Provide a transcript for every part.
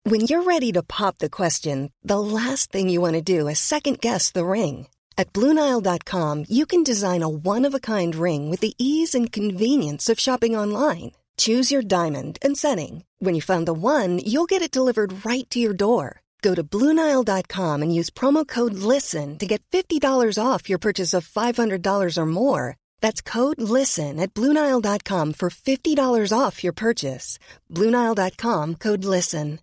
When you're ready to pop the question, the last thing you want to do is second-guess the ring. At BlueNile.com, you can design a one-of-a-kind ring with the ease and convenience of shopping online. Choose your diamond and setting. When you find the one, you'll get it delivered right to your door. Go to BlueNile.com and use promo code LISTEN to get $50 off your purchase of $500 or more. That's code LISTEN at BlueNile.com for $50 off your purchase. BlueNile.com, code LISTEN.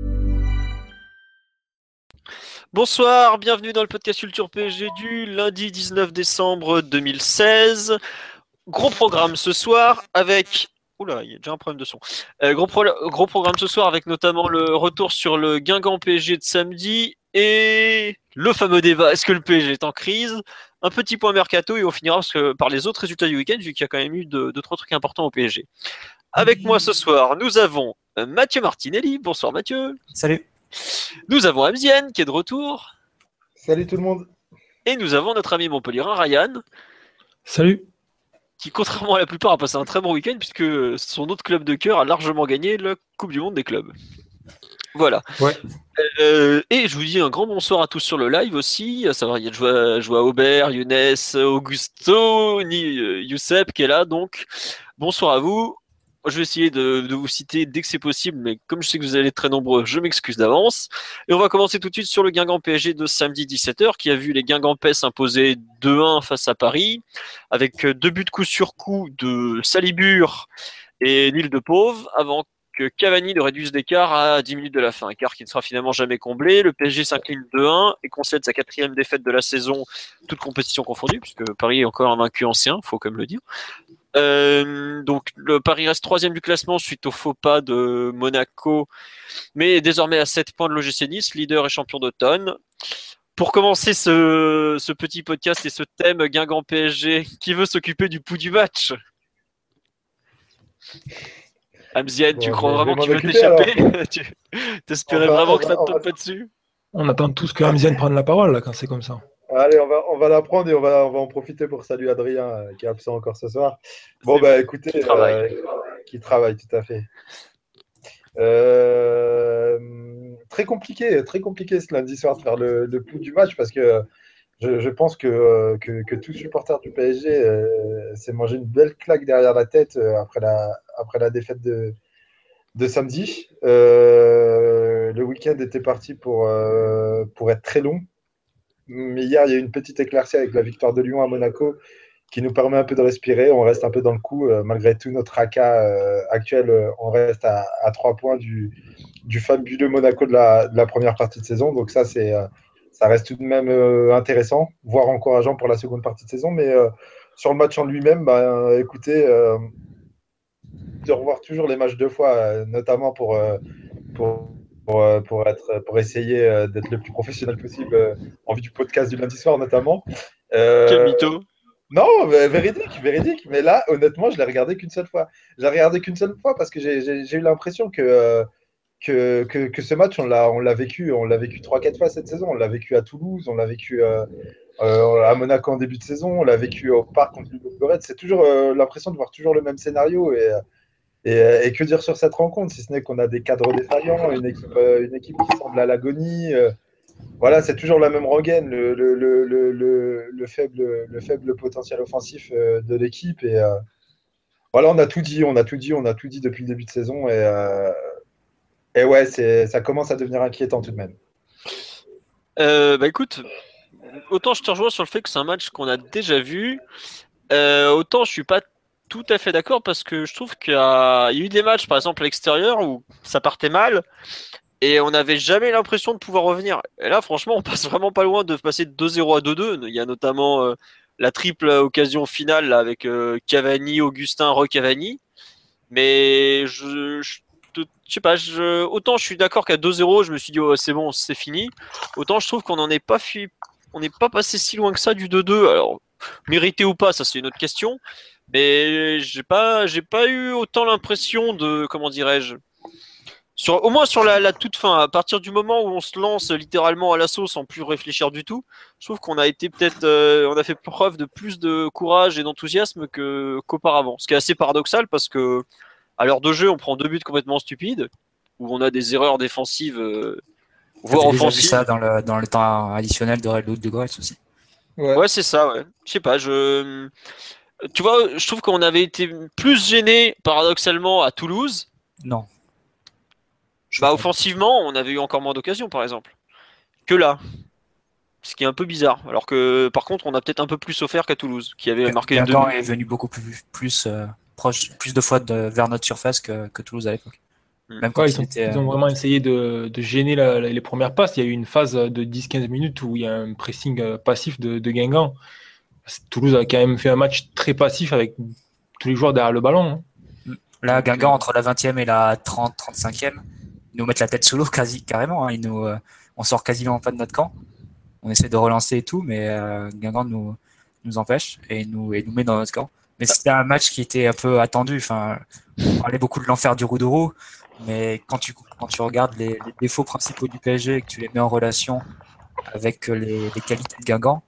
Bonsoir, bienvenue dans le podcast Culture PSG du lundi 19 décembre 2016. Gros programme ce soir avec... Oula, il y a déjà un problème de son. Gros programme ce soir avec notamment le retour sur le Guingamp PSG de samedi et le fameux débat, est-ce que le PSG est en crise ? Un petit point mercato et on finira par les autres résultats du week-end vu qu'il y a quand même eu deux, trois trucs importants au PSG. Avec moi ce soir, nous avons Mathieu Martinelli. Bonsoir Mathieu. Salut. Nous avons Amzienne qui est de retour. Salut tout le monde. Et nous avons notre ami montpelliérain Ryan. Salut. Qui, contrairement à la plupart, a passé un très bon week-end puisque son autre club de cœur a largement gagné la Coupe du Monde des clubs. Voilà. Ouais. Et je vous dis un grand bonsoir à tous sur le live aussi. À savoir, il y a Joa Aubert, Younes, Augusto, Youssef qui est là. Donc, bonsoir à vous. Je vais essayer de vous citer dès que c'est possible, mais comme je sais que vous allez être très nombreux, je m'excuse d'avance. Et on va commencer tout de suite sur le Guingamp PSG de samedi 17h, qui a vu les Guingampais s'imposer 2-1 face à Paris, avec 2 buts coup sur coup de Salibur et Lille de Pauve, avant que Cavani ne réduise l'écart à 10 minutes de la fin, écart qui ne sera finalement jamais comblé. Le PSG s'incline 2-1 et concède sa 4e défaite de la saison, toute compétition confondue, puisque Paris est encore un vaincu ancien, faut quand même le dire. Donc le Paris reste 3e du classement suite au faux pas de Monaco, mais désormais à 7 points de l'OGC Nice, leader et champion d'automne. Pour commencer ce petit podcast et ce thème Guingamp PSG, qui veut s'occuper du pouls du match ? Amzienne, tu crois vraiment que tu veux t'échapper ? Tu t'espérais vraiment que ça ne tombe pas dessus ? On attend tous que Amzienne prenne la parole là, quand c'est comme ça. Allez, on va la prendre et on va en profiter pour saluer Adrien qui est absent encore ce soir. Bon, bah écoutez, qui travaille tout à fait. Très compliqué ce lundi soir de faire le pouls du match parce que je pense que tout supporter du PSG s'est mangé une belle claque derrière la tête après la défaite de samedi. Le week-end était parti pour être très long. Mais hier, il y a eu une petite éclaircie avec la victoire de Lyon à Monaco qui nous permet un peu de respirer. On reste un peu dans le coup. Malgré tout notre tracas actuel, on reste à 3 points du fabuleux Monaco de la première partie de saison. Donc ça reste tout de même intéressant, voire encourageant pour la seconde partie de saison. Mais sur le match en lui-même, écoutez, de revoir toujours les matchs 2 fois, notamment pour essayer d'être le plus professionnel possible en vue du podcast du lundi soir notamment. Quel mytho. Non, véridique. Mais là, honnêtement, je l'ai regardé qu'une seule fois. Je l'ai regardé qu'une seule fois parce que j'ai eu l'impression que ce match, on l'a vécu 3-4 fois cette saison. On l'a vécu à Toulouse, on l'a vécu à Monaco en début de saison, on l'a vécu au parc contre Ludogorets. C'est toujours l'impression de voir toujours le même scénario et que dire sur cette rencontre, si ce n'est qu'on a des cadres défaillants, une équipe qui semble à l'agonie. Voilà, c'est toujours la même rengaine, le faible potentiel offensif de l'équipe. Et voilà, on a tout dit depuis le début de saison. Et ouais, ça commence à devenir inquiétant tout de même. Écoute, autant je te rejoins sur le fait que c'est un match qu'on a déjà vu, autant je suis pas tout à fait d'accord parce que je trouve qu'il y a eu des matchs, par exemple à l'extérieur, où ça partait mal et on n'avait jamais l'impression de pouvoir revenir. Et là, franchement, on passe vraiment pas loin de passer de 2-0 à 2-2. Il y a notamment la triple occasion finale là, avec Cavani, Augustin, Cavani. Mais je sais pas, autant je suis d'accord qu'à 2-0, je me suis dit oh, c'est bon, c'est fini. Autant je trouve qu'on n'en est pas on n'est pas passé si loin que ça du 2-2. Alors, mérité ou pas, ça c'est une autre question. Mais j'ai pas eu autant l'impression de, comment dirais-je, au moins sur la toute fin, à partir du moment où on se lance littéralement à l'assaut sans plus réfléchir du tout, je trouve qu'on a été on a fait preuve de plus de courage et d'enthousiasme qu'auparavant. Ce qui est assez paradoxal parce que à l'heure de jeu, on prend 2 buts complètement stupides où on a des erreurs défensives, voire T'avais déjà vu offensives. ça dans le temps additionnel de Red Loot de Goretz aussi. Ouais, c'est ça, ouais. Je sais pas, tu vois, je trouve qu'on avait été plus gêné paradoxalement à Toulouse. Non. Offensivement, on avait eu encore moins d'occasions, par exemple, que là. Ce qui est un peu bizarre. Alors que, par contre, on a peut-être un peu plus offert qu'à Toulouse, qui avait marqué une Guingamp est venu beaucoup plus proche, plus de fois vers notre surface que Toulouse à l'époque. Même quand ils ont vraiment essayé de gêner les premières passes. Il y a eu une phase de 10-15 minutes où il y a un pressing passif de Guingamp. Toulouse a quand même fait un match très passif avec tous les joueurs derrière le ballon. Là, Guingamp, entre la 20e et la 30-35e, ils nous mettent la tête sous l'eau carrément. Hein. On sort quasiment pas de notre camp. On essaie de relancer et tout, mais Guingamp nous empêche et nous met dans notre camp. Mais c'était un match qui était un peu attendu. Enfin, on parlait beaucoup de l'enfer du Roudourou, mais quand tu regardes les défauts principaux du PSG et que tu les mets en relation avec les qualités de Guingamp,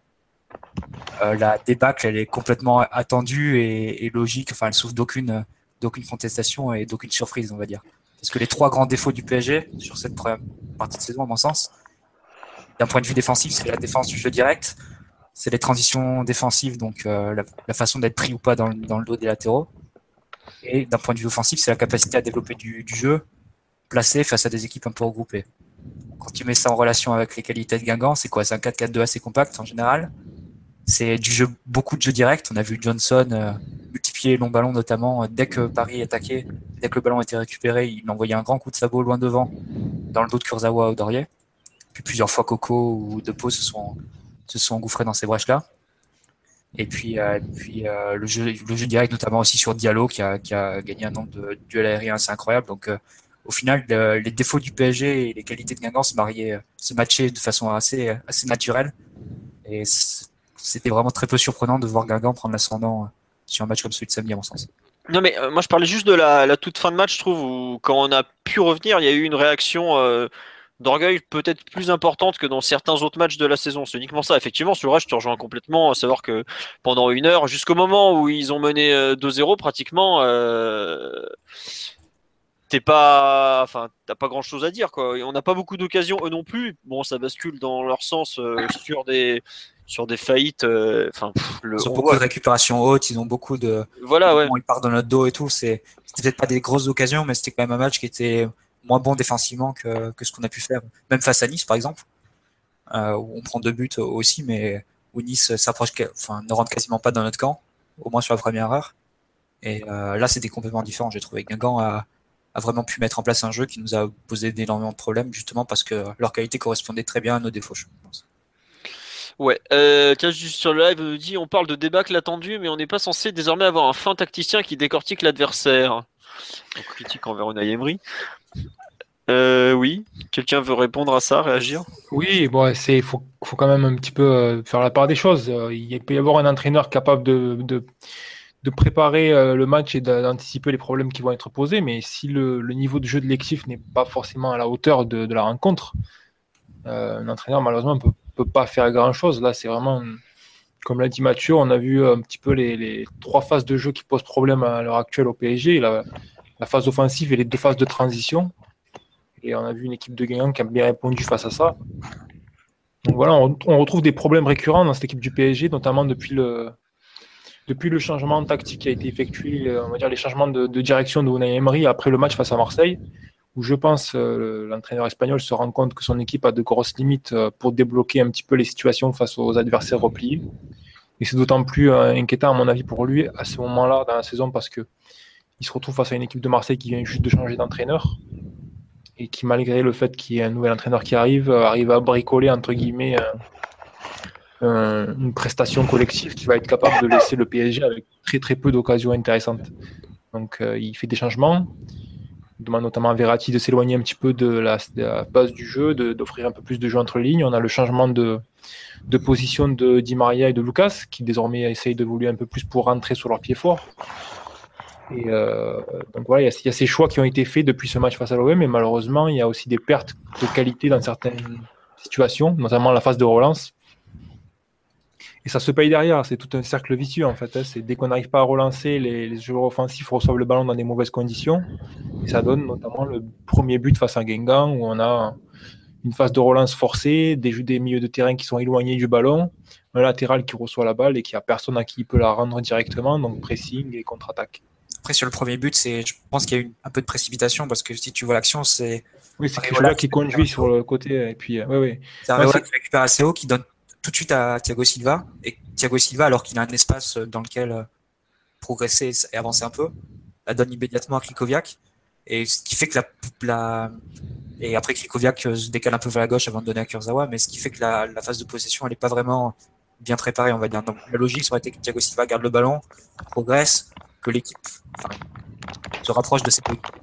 la débâcle, elle est complètement attendue et logique. Enfin, elle souffre d'aucune contestation et d'aucune surprise, on va dire. Parce que les trois grands défauts du PSG sur cette première partie de saison, à mon sens, d'un point de vue défensif, c'est la défense du jeu direct, c'est les transitions défensives, donc la façon d'être pris ou pas dans le dos des latéraux. Et d'un point de vue offensif, c'est la capacité à développer du jeu placé face à des équipes un peu regroupées. Quand tu mets ça en relation avec les qualités de Guingamp, c'est quoi? C'est un 4-4-2 assez compact en général. C'est beaucoup de jeu direct. On a vu Johnson multiplier les longs ballons, notamment dès que Paris attaquait, dès que le ballon était récupéré, il envoyait un grand coup de sabot loin devant, dans le dos de Kurzawa ou Dorier. Puis plusieurs fois Coco ou Depo se sont engouffrés dans ces brèches-là. Et puis le jeu direct, notamment aussi sur Diallo, qui a gagné un nombre de duels aériens assez incroyable. Donc au final, les défauts du PSG et les qualités de Guingamp se matchaient de façon assez naturelle. Et c'était vraiment très peu surprenant de voir Guingamp prendre l'ascendant sur un match comme celui de samedi, à mon sens. Non, mais moi je parlais juste de la toute fin de match, je trouve, où quand on a pu revenir, il y a eu une réaction d'orgueil peut-être plus importante que dans certains autres matchs de la saison. C'est uniquement ça. Effectivement, sur le reste, je te rejoins complètement, à savoir que pendant une heure, jusqu'au moment où ils ont mené 2-0, pratiquement, t'as pas grand chose à dire, quoi. On n'a pas beaucoup d'occasions, eux non plus. Bon, ça bascule dans leur sens sur des faillites. Ils ont beaucoup de récupération haute, ils ont beaucoup de. Voilà, ouais. Ils partent dans notre dos et tout. C'était peut-être pas des grosses occasions, mais c'était quand même un match qui était moins bon défensivement que ce qu'on a pu faire. Même face à Nice, par exemple, où on prend 2 buts aussi, mais où Nice ne rentre quasiment pas dans notre camp, au moins sur la première heure. Et là, c'était complètement différent, j'ai trouvé. Guingamp a vraiment pu mettre en place un jeu qui nous a posé énormément de problèmes, justement parce que leur qualité correspondait très bien à nos défauts, je pense. Ouais, tiens, juste sur le live, on dit on parle de débâcle attendu, mais on n'est pas censé désormais avoir un fin tacticien qui décortique l'adversaire. Donc, critique envers Unai Emery. Oui, quelqu'un veut répondre à ça, réagir? Oui, bon, faut quand même un petit peu faire la part des choses. Il peut y avoir un entraîneur capable de préparer le match et d'anticiper les problèmes qui vont être posés, mais si le niveau de jeu de l'équipe n'est pas forcément à la hauteur de la rencontre, un entraîneur malheureusement ne peut pas faire grand-chose. Là, c'est vraiment, comme l'a dit Mathieu, on a vu un petit peu les 3 phases de jeu qui posent problème à l'heure actuelle au PSG, la phase offensive et les 2 phases de transition. Et on a vu une équipe de Guingamp qui a bien répondu face à ça. Donc voilà, on retrouve des problèmes récurrents dans cette équipe du PSG, notamment depuis le changement tactique qui a été effectué, on va dire les changements de direction de Unai Emery après le match face à Marseille, où je pense l'entraîneur espagnol se rend compte que son équipe a de grosses limites pour débloquer un petit peu les situations face aux adversaires repliés. Et c'est d'autant plus inquiétant, à mon avis, pour lui à ce moment-là dans la saison, parce qu'il se retrouve face à une équipe de Marseille qui vient juste de changer d'entraîneur et qui, malgré le fait qu'il y ait un nouvel entraîneur qui arrive à bricoler, entre guillemets, une prestation collective qui va être capable de laisser le PSG avec très très peu d'occasions intéressantes. Donc il fait des changements, il demande notamment à Verratti de s'éloigner un petit peu de la base du jeu, d'offrir un peu plus de jeu entre lignes. On a le changement de position de Di Maria et de Lucas, qui désormais essayent d'évoluer un peu plus pour rentrer sur leur pied fort. Et donc voilà, il y a ces choix qui ont été faits depuis ce match face à l'OM, mais malheureusement il y a aussi des pertes de qualité dans certaines situations, notamment la phase de relance. Et ça se paye derrière, c'est tout un cercle vicieux en fait. C'est dès qu'on n'arrive pas à relancer, les joueurs offensifs reçoivent le ballon dans des mauvaises conditions. Et ça donne notamment le premier but face à Guingamp où on a une phase de relance forcée, des milieux de terrain qui sont éloignés du ballon, un latéral qui reçoit la balle et qui a personne à qui il peut la rendre directement, donc pressing et contre-attaque. Après, sur le premier but, je pense qu'il y a eu un peu de précipitation parce que si tu vois l'action, c'est. Oui, c'est Krikoviak qui conduit sur le côté. Et puis, C'est Areola qui récupère assez haut, qui donne tout de suite à Thiago Silva. Et Thiago Silva, alors qu'il a un espace dans lequel progresser et avancer un peu, la donne immédiatement à Krikoviak. Et ce qui fait que et après Krikoviak se décale un peu vers la gauche avant de donner à Kurzawa, mais ce qui fait que la phase de possession, elle n'est pas vraiment bien préparée, on va dire. Donc la logique, ça aurait été que Thiago Silva garde le ballon, progresse, que l'équipe se rapproche de ses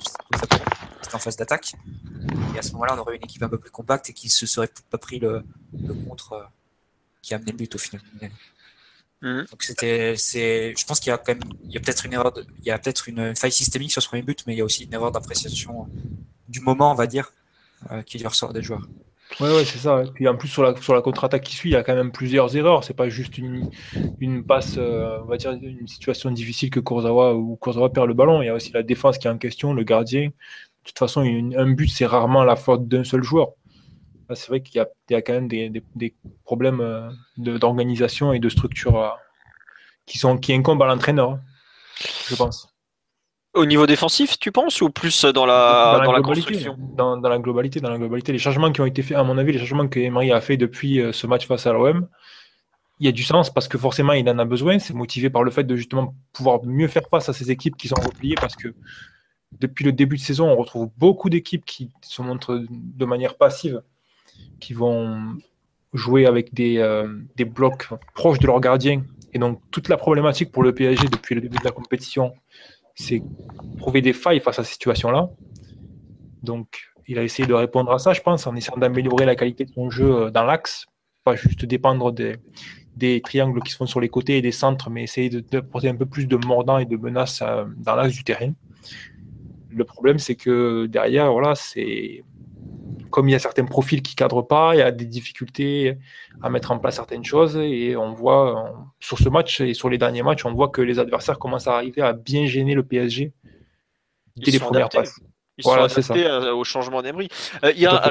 en phase d'attaque. Et à ce moment-là, on aurait une équipe un peu plus compacte et qui se serait pas pris le contre qui a amené le but au final. Donc je pense qu'il y a quand même, il y a peut-être une erreur, il y a peut-être une faille systémique sur ce premier but, mais il y a aussi une erreur d'appréciation du moment, on va dire, qui lui ressort des joueurs. Ouais, c'est ça. Et puis en plus sur la contre-attaque qui suit, il y a quand même plusieurs erreurs. C'est pas juste une passe, on va dire une situation difficile que Kurzawa perd le ballon. Il y a aussi la défense qui est en question, le gardien. De toute façon, un but, c'est rarement la faute d'un seul joueur. Là, c'est vrai qu'il y a quand même des problèmes d'organisation et de structure qui incombent à l'entraîneur, je pense. Au niveau défensif, tu penses, ou plus dans la construction? Dans la globalité. Les changements qui ont été faits, à mon avis, les changements que Emery a fait depuis ce match face à l'OM, il y a du sens parce que forcément, il en a besoin. C'est motivé par le fait de justement pouvoir mieux faire face à ces équipes qui sont repliées parce que depuis le début de saison, on retrouve beaucoup d'équipes qui se montrent de manière passive, qui vont jouer avec des blocs proches de leur gardien. Et donc, toute la problématique pour le PSG depuis le début de la compétition, c'est trouver des failles face à cette situation-là. Donc, il a essayé de répondre à ça, je pense, en essayant d'améliorer la qualité de son jeu dans l'axe, pas juste dépendre des triangles qui se font sur les côtés et des centres, mais essayer d'apporter un peu plus de mordant et de menace dans l'axe du terrain. Le problème, c'est que derrière, comme il y a certains profils qui ne cadrent pas, il y a des difficultés à mettre en place certaines choses et on voit sur ce match et sur les derniers matchs, on voit que les adversaires commencent à arriver à bien gêner le PSG dès les premières passes. Ils sont adaptés au changement d'Emery. On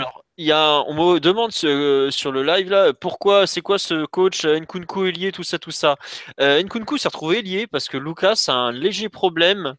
me demande sur le live là, c'est quoi ce coach Nkunku ailier, tout ça. Nkunku s'est retrouvé ailier parce que Lucas a un léger problème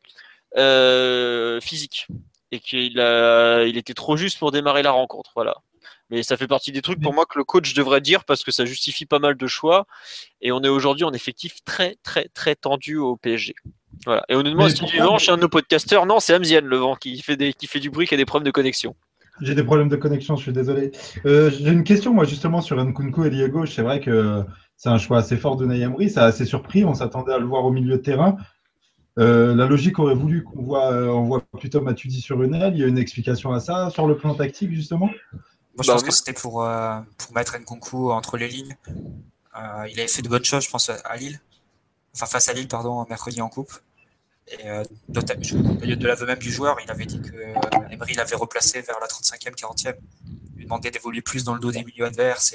physique et il était trop juste pour démarrer la rencontre, voilà. Mais ça fait partie des trucs pour moi que le coach devrait dire parce que ça justifie pas mal de choix et on est aujourd'hui en effectif très très très tendu au PSG. Voilà. Et on nous demande si du vent chez un de nos podcasteurs. Non, c'est Amzian le vent qui fait du bruit, qui a des problèmes de connexion. J'ai des problèmes de connexion, je suis désolé. J'ai une question moi justement sur Nkunku et ailier gauche. C'est vrai que c'est un choix assez fort de Unai Emery, ça a assez surpris. On s'attendait à le voir au milieu de terrain. La logique aurait voulu qu'on voit plutôt Matuidi sur une aile. Il y a une explication à ça sur le plan tactique, justement? Moi, je pense que c'était pour mettre Nkunku entre les lignes. Il avait fait de bonnes choses, je pense, à Lille. Enfin, face à Lille, pardon, mercredi en coupe. Et de l'aveu même du joueur, il avait dit que Emery l'avait replacé vers la 35e, 40e. Il lui demandait d'évoluer plus dans le dos des milieux adverses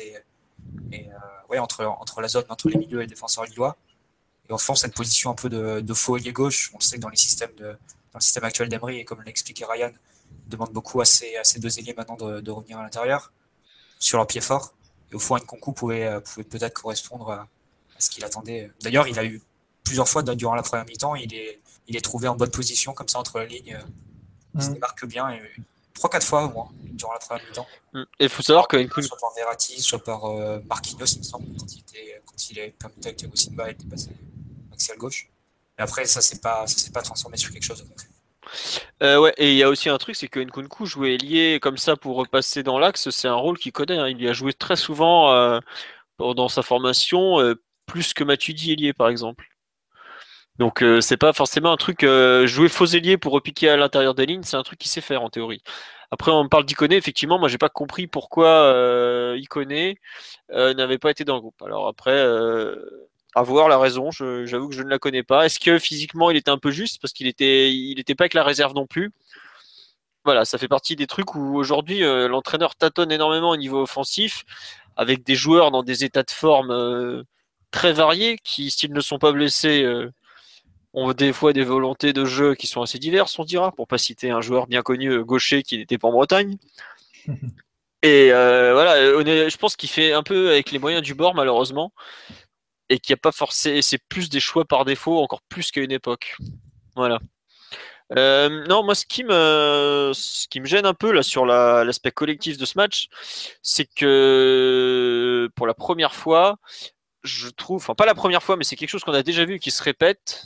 entre la zone, entre les milieux et les défenseurs lillois. Et au fond, cette position un peu de faux ailier gauche, on le sait que dans le système actuel d'Emery, et comme l'a expliqué Ryan, demande beaucoup à ces deux ailiers maintenant de revenir à l'intérieur, sur leur pied fort. Et au fond, Nkunku pouvait peut-être correspondre à ce qu'il attendait. D'ailleurs, il a eu plusieurs fois durant la première mi-temps, il est trouvé en bonne position, comme ça, entre la ligne. Il se démarque bien, 3-4 fois au moins, durant la première mi-temps. Et il faut savoir que Nkunku... Soit par Verratti, soit par Marquinhos, il me semble, quand il est permuté avec Thiago Silva, il était passé axial gauche. Et après, ça s'est pas transformé sur quelque chose. Et il y a aussi un truc, c'est que Nkunku jouer ailier comme ça pour repasser dans l'axe, c'est un rôle qu'il connaît. Hein. Il y a joué très souvent dans sa formation, plus que Matuidi ailier par exemple. Donc c'est pas forcément un truc jouer faux ailier pour repiquer à l'intérieur des lignes, c'est un truc qu'il sait faire en théorie. Après on me parle d'Ikoné, effectivement, moi j'ai pas compris pourquoi Ikoné n'avait pas été dans le groupe. Alors après à voir la raison, j'avoue que je ne la connais pas. Est-ce que physiquement il était un peu juste parce qu'il était pas avec la réserve non plus? Voilà, ça fait partie des trucs où aujourd'hui l'entraîneur tâtonne énormément au niveau offensif avec des joueurs dans des états de forme très variés, qui, s'ils ne sont pas blessés, ont des fois des volontés de jeu qui sont assez diverses, on dira, pour pas citer un joueur bien connu gaucher qui n'était pas en Bretagne. Et voilà, je pense qu'il fait un peu avec les moyens du bord, malheureusement, et qu'il n'y a pas forcément. C'est plus des choix par défaut, encore plus qu'à une époque. Voilà. Non, moi, ce qui me gêne un peu là sur l'aspect collectif de ce match, c'est que pour la première fois, je trouve, enfin pas la première fois, mais c'est quelque chose qu'on a déjà vu qui se répète.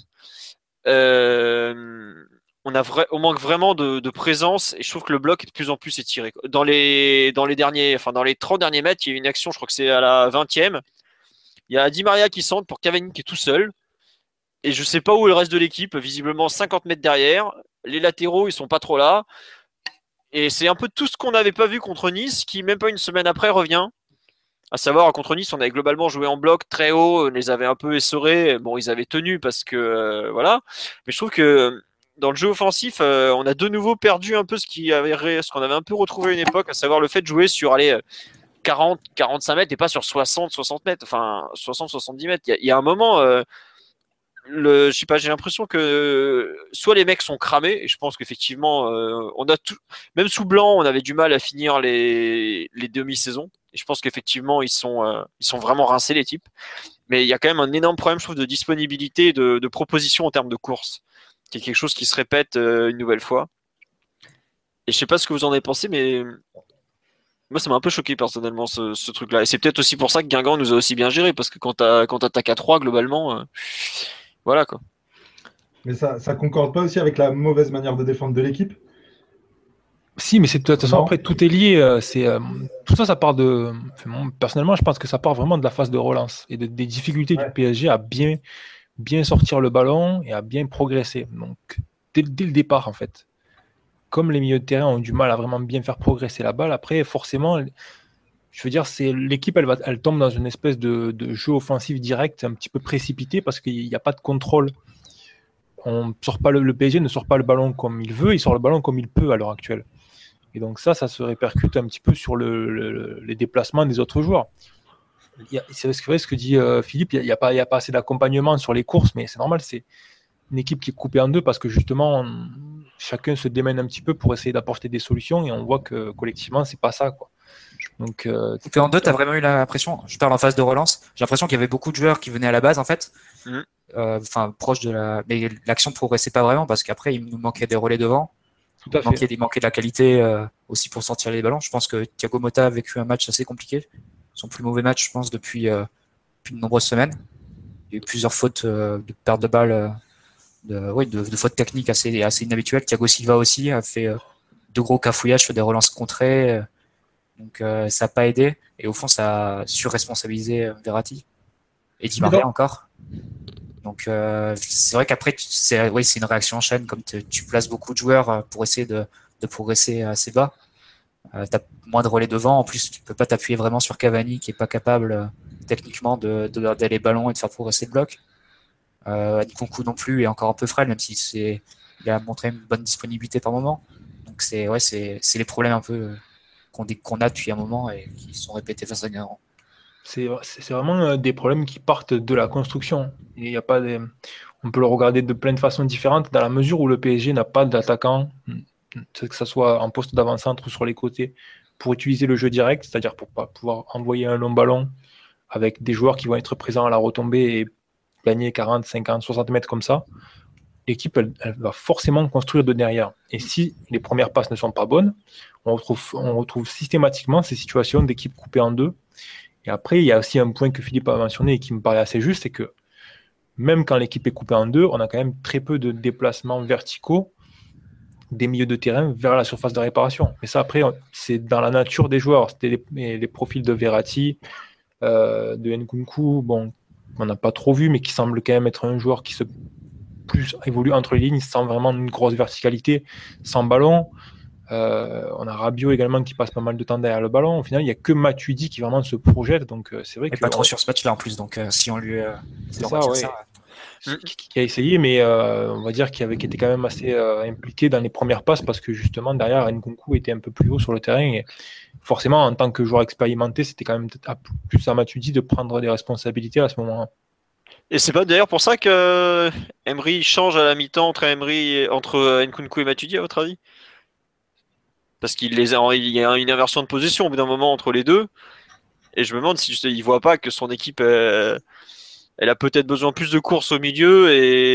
On manque vraiment de présence et je trouve que le bloc est de plus en plus étiré. Dans les 30 derniers mètres, il y a une action, je crois que c'est à la 20e. Il y a Di Maria qui centre pour Cavani qui est tout seul. Et je sais pas où est le reste de l'équipe, visiblement 50 mètres derrière. Les latéraux, ils sont pas trop là. Et c'est un peu tout ce qu'on n'avait pas vu contre Nice, qui même pas une semaine après revient. À savoir, contre Nice, on avait globalement joué en bloc très haut, on les avait un peu essorés. Bon, ils avaient tenu parce que voilà. Mais je trouve que dans le jeu offensif, on a de nouveau perdu un peu ce qu'on avait un peu retrouvé à une époque, à savoir le fait de jouer sur 40, 45 mètres et pas sur 60, 60 mètres, enfin 60, 70 mètres. Il y a un moment, je sais pas, j'ai l'impression que soit les mecs sont cramés, et je pense qu'effectivement, on a tout, même sous Blanc, on avait du mal à finir les demi-saisons. Et je pense qu'effectivement, ils sont vraiment rincés, les types. Mais il y a quand même un énorme problème, je trouve, de disponibilité, de proposition en termes de course, qui est quelque chose qui se répète une nouvelle fois. Et je sais pas ce que vous en avez pensé, mais moi, ça m'a un peu choqué personnellement, ce truc-là. Et c'est peut-être aussi pour ça que Guingamp nous a aussi bien géré, parce que quand t'attaques à 3, globalement, voilà quoi. Mais ça concorde pas aussi avec la mauvaise manière de défendre de l'équipe? Si, mais de toute façon, Non. après, tout est lié. Tout ça, ça part de. Enfin, moi, personnellement, je pense que ça part vraiment de la phase de relance et des difficultés du PSG à bien sortir le ballon et à bien progresser. Donc, dès le départ, en fait. Comme les milieux de terrain ont du mal à vraiment bien faire progresser la balle, après, forcément, je veux dire, l'équipe, elle tombe dans une espèce de jeu offensif direct, un petit peu précipité, parce qu'il n'y a pas de contrôle. Le PSG ne sort pas le ballon comme il veut, il sort le ballon comme il peut à l'heure actuelle. Et donc ça se répercute un petit peu sur les déplacements des autres joueurs. C'est vrai ce que dit Philippe, il n'y a pas assez d'accompagnement sur les courses, mais c'est normal, c'est une équipe qui est coupée en deux parce que justement, chacun se démène un petit peu pour essayer d'apporter des solutions et on voit que collectivement, c'est pas ça, quoi. Donc, coupé en deux, tu as vraiment eu l'impression, je parle en phase de relance, j'ai l'impression qu'il y avait beaucoup de joueurs qui venaient à la base en fait, proche de mais l'action progressait pas vraiment parce qu'après il nous manquait des relais devant. Il manquait de la qualité aussi pour sortir les ballons. Je pense que Thiago Motta a vécu un match assez compliqué. Son plus mauvais match, je pense, depuis de nombreuses semaines. Il y a eu plusieurs fautes de perte de balles, de fautes techniques assez inhabituelles. Thiago Silva aussi a fait de gros cafouillages sur des relances contrées. Donc ça n'a pas aidé. Et au fond, ça a surresponsabilisé Verratti. Et Di Maria encore. Donc c'est vrai qu'après c'est une réaction en chaîne, comme tu places beaucoup de joueurs pour essayer de progresser assez bas. Tu as moins de relais devant, en plus tu peux pas t'appuyer vraiment sur Cavani qui est pas capable techniquement de garder les ballons et de faire progresser le bloc. Nkunku non plus est encore un peu frêle, même si il a montré une bonne disponibilité par moment. Donc c'est les problèmes un peu qu'on a depuis un moment et qui sont répétés face à Guingamp. C'est vraiment des problèmes qui partent de la construction. Il y a pas on peut le regarder de plein de façons différentes dans la mesure où le PSG n'a pas d'attaquant, que ce soit en poste d'avant-centre ou sur les côtés, pour utiliser le jeu direct, c'est-à-dire pour pouvoir envoyer un long ballon avec des joueurs qui vont être présents à la retombée et gagner 40, 50, 60 mètres comme ça. L'équipe, elle va forcément construire de derrière. Et si les premières passes ne sont pas bonnes, on retrouve systématiquement ces situations d'équipes coupées en deux. Et après, il y a aussi un point que Philippe a mentionné et qui me paraît assez juste, c'est que même quand l'équipe est coupée en deux, on a quand même très peu de déplacements verticaux des milieux de terrain vers la surface de réparation. Mais ça, après, c'est dans la nature des joueurs. C'était les profils de Verratti, de Nkunku, bon, on n'a pas trop vu, mais qui semble quand même être un joueur qui plus évolue entre les lignes, sans vraiment une grosse verticalité, sans ballon. On a Rabiot également qui passe pas mal de temps derrière le ballon. Au final, il n'y a que Matuidi qui vraiment se projette. Donc, c'est vrai que. Pas trop sur ce match-là en plus. Donc, si on lui. c'est ça, ouais. qui a essayé, mais on va dire qu'il était quand même assez impliqué dans les premières passes parce que justement derrière Nkunku était un peu plus haut sur le terrain et forcément en tant que joueur expérimenté c'était quand même plus à Matuidi de prendre des responsabilités à ce moment-là. Et c'est pas d'ailleurs pour ça que Emery change à la mi-temps entre Nkunku et Matuidi à votre avis? Parce il y a une inversion de position au bout d'un moment entre les deux et je me demande si il voit pas que son équipe elle a peut-être besoin plus de courses au milieu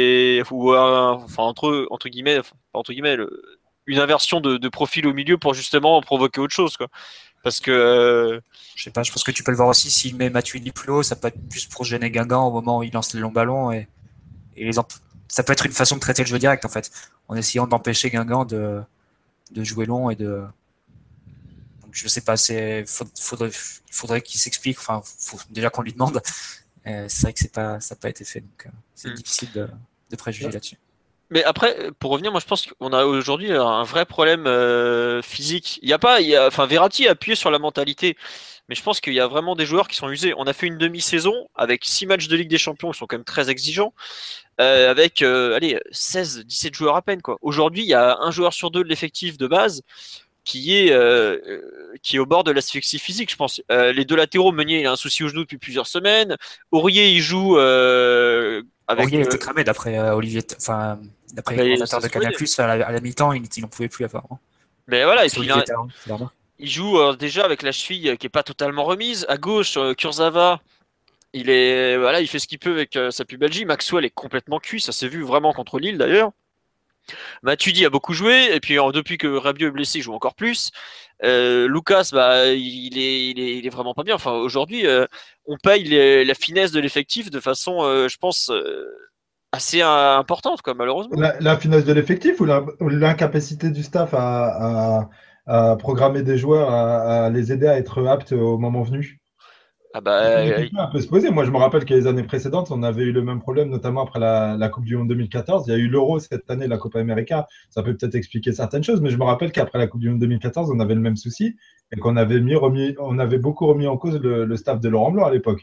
enfin entre guillemets, une inversion de profil au milieu pour justement provoquer autre chose quoi. Parce que je sais pas, je pense que tu peux le voir aussi s'il met Matuidi plus haut, ça peut être plus pour gêner Guingamp au moment où il lance les longs ballons et ça peut être une façon de traiter le jeu direct en fait, en essayant d'empêcher Guingamp de jouer long et de. Donc je sais pas, faudrait qu'il s'explique. Enfin, faut déjà qu'on lui demande. C'est vrai que ça n'a pas été fait, donc c'est difficile de préjuger là-dessus. Mais après, pour revenir, moi je pense qu'on a aujourd'hui un vrai problème physique. Enfin, Verratti a appuyé sur la mentalité, mais je pense qu'il y a vraiment des joueurs qui sont usés. On a fait une demi-saison avec 6 matchs de Ligue des Champions qui sont quand même très exigeants, avec 16-17 joueurs à peine quoi. Aujourd'hui, il y a un joueur sur deux de l'effectif de base qui est au bord de l'asphyxie physique, je pense. Les deux latéraux, Meunier, il a un souci au genou depuis plusieurs semaines. Aurier, il joue avec. Aurier était cramé d'après Olivier, enfin d'après les commentateurs de Canal+. À la mi-temps, il n'en pouvait plus apparemment. Mais voilà, et puis il joue déjà avec la cheville qui est pas totalement remise. À gauche, Kurzawa, il fait ce qu'il peut avec sa pubalgie. Maxwell est complètement cuit, ça s'est vu vraiment contre Lille d'ailleurs. Matuidi a beaucoup joué, et puis depuis que Rabiot est blessé, il joue encore plus. Lucas, il est vraiment pas bien. Enfin, aujourd'hui, on paye la finesse de l'effectif de façon, je pense, assez importante, quoi, malheureusement. La finesse de l'effectif ou l'incapacité du staff à programmer des joueurs, à les aider à être aptes au moment venu? La question peut se poser. Moi, je me rappelle que les années précédentes, on avait eu le même problème, notamment après la Coupe du Monde 2014. Il y a eu l'Euro cette année, la Copa América. Ça peut peut-être expliquer certaines choses, mais je me rappelle qu'après la Coupe du Monde 2014, on avait le même souci et qu'on avait beaucoup remis en cause le staff de Laurent Blanc à l'époque.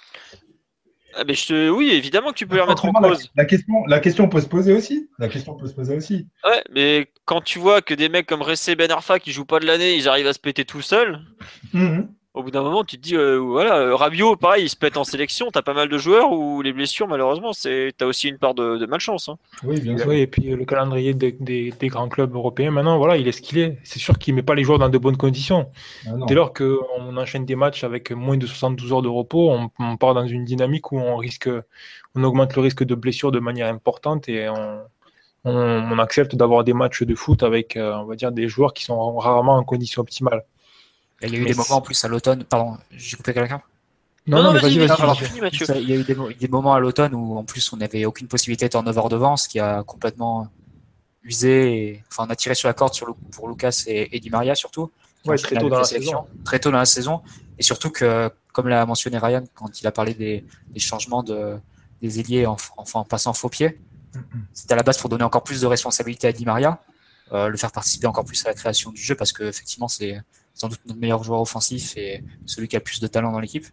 Oui, évidemment que tu peux les remettre en cause. La question peut se poser aussi. Ouais, mais quand tu vois que des mecs comme Ressé Ben Arfa qui jouent pas de l'année, ils arrivent à se péter tout seuls. Au bout d'un moment, tu te dis, Rabiot, pareil, il se pète en sélection. T'as pas mal de joueurs où les blessures, malheureusement, t'as aussi une part de malchance. Hein. Oui, bien sûr. Oui, et puis le calendrier des grands clubs européens, maintenant, voilà, il est ce qu'il est. C'est sûr qu'il met pas les joueurs dans de bonnes conditions. Dès lors qu'on enchaîne des matchs avec moins de 72 heures de repos, on part dans une dynamique où on augmente le risque de blessure de manière importante et on accepte d'avoir des matchs de foot avec, on va dire, des joueurs qui sont rarement en conditions optimales. Il y a eu des moments en plus à l'automne. Pardon, j'ai coupé quelqu'un? Non, vas-y, Mathieu. Il y a eu des moments à l'automne où en plus on n'avait aucune possibilité de turnover devant, ce qui a complètement usé. Enfin, on a tiré sur la corde pour Lucas et Di Maria surtout. Ouais, très tôt dans la saison. Très tôt dans la saison. Et surtout que, comme l'a mentionné Ryan quand il a parlé des changements des ailiers en passant faux pied, c'était à la base pour donner encore plus de responsabilité à Di Maria, le faire participer encore plus à la création du jeu parce que effectivement c'est sans doute notre meilleur joueur offensif et celui qui a le plus de talent dans l'équipe.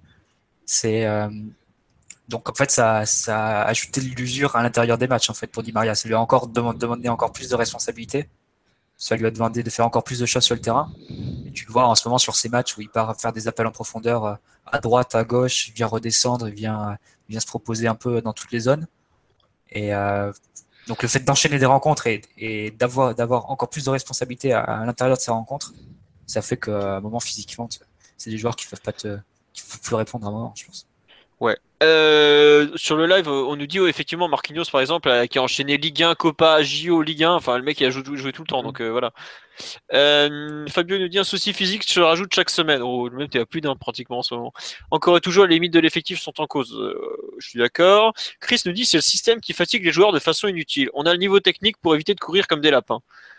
Donc en fait ça a ajouté de l'usure à l'intérieur des matchs en fait pour Di Maria. Ça lui a encore demandé encore plus de responsabilités. Ça lui a demandé de faire encore plus de choses sur le terrain. Et tu le vois en ce moment sur ces matchs où il part faire des appels en profondeur à droite, à gauche, il vient redescendre, il vient se proposer un peu dans toutes les zones. Et donc le fait d'enchaîner des rencontres et d'avoir encore plus de responsabilités à l'intérieur de ces rencontres, ça fait qu'à un moment physiquement, c'est des joueurs qui peuvent plus répondre à un moment, je pense. Ouais. Sur le live, on nous dit effectivement Marquinhos par exemple qui a enchaîné Ligue 1, Copa, JO, Ligue 1. Enfin, le mec il a joué tout le temps, donc voilà. Fabio nous dit un souci physique se rajoute chaque semaine. Oh, même t'es à plus d'un pratiquement en ce moment. Encore et toujours, les limites de l'effectif sont en cause. Je suis d'accord. Chris nous dit c'est le système qui fatigue les joueurs de façon inutile. On a le niveau technique pour éviter de courir comme des lapins.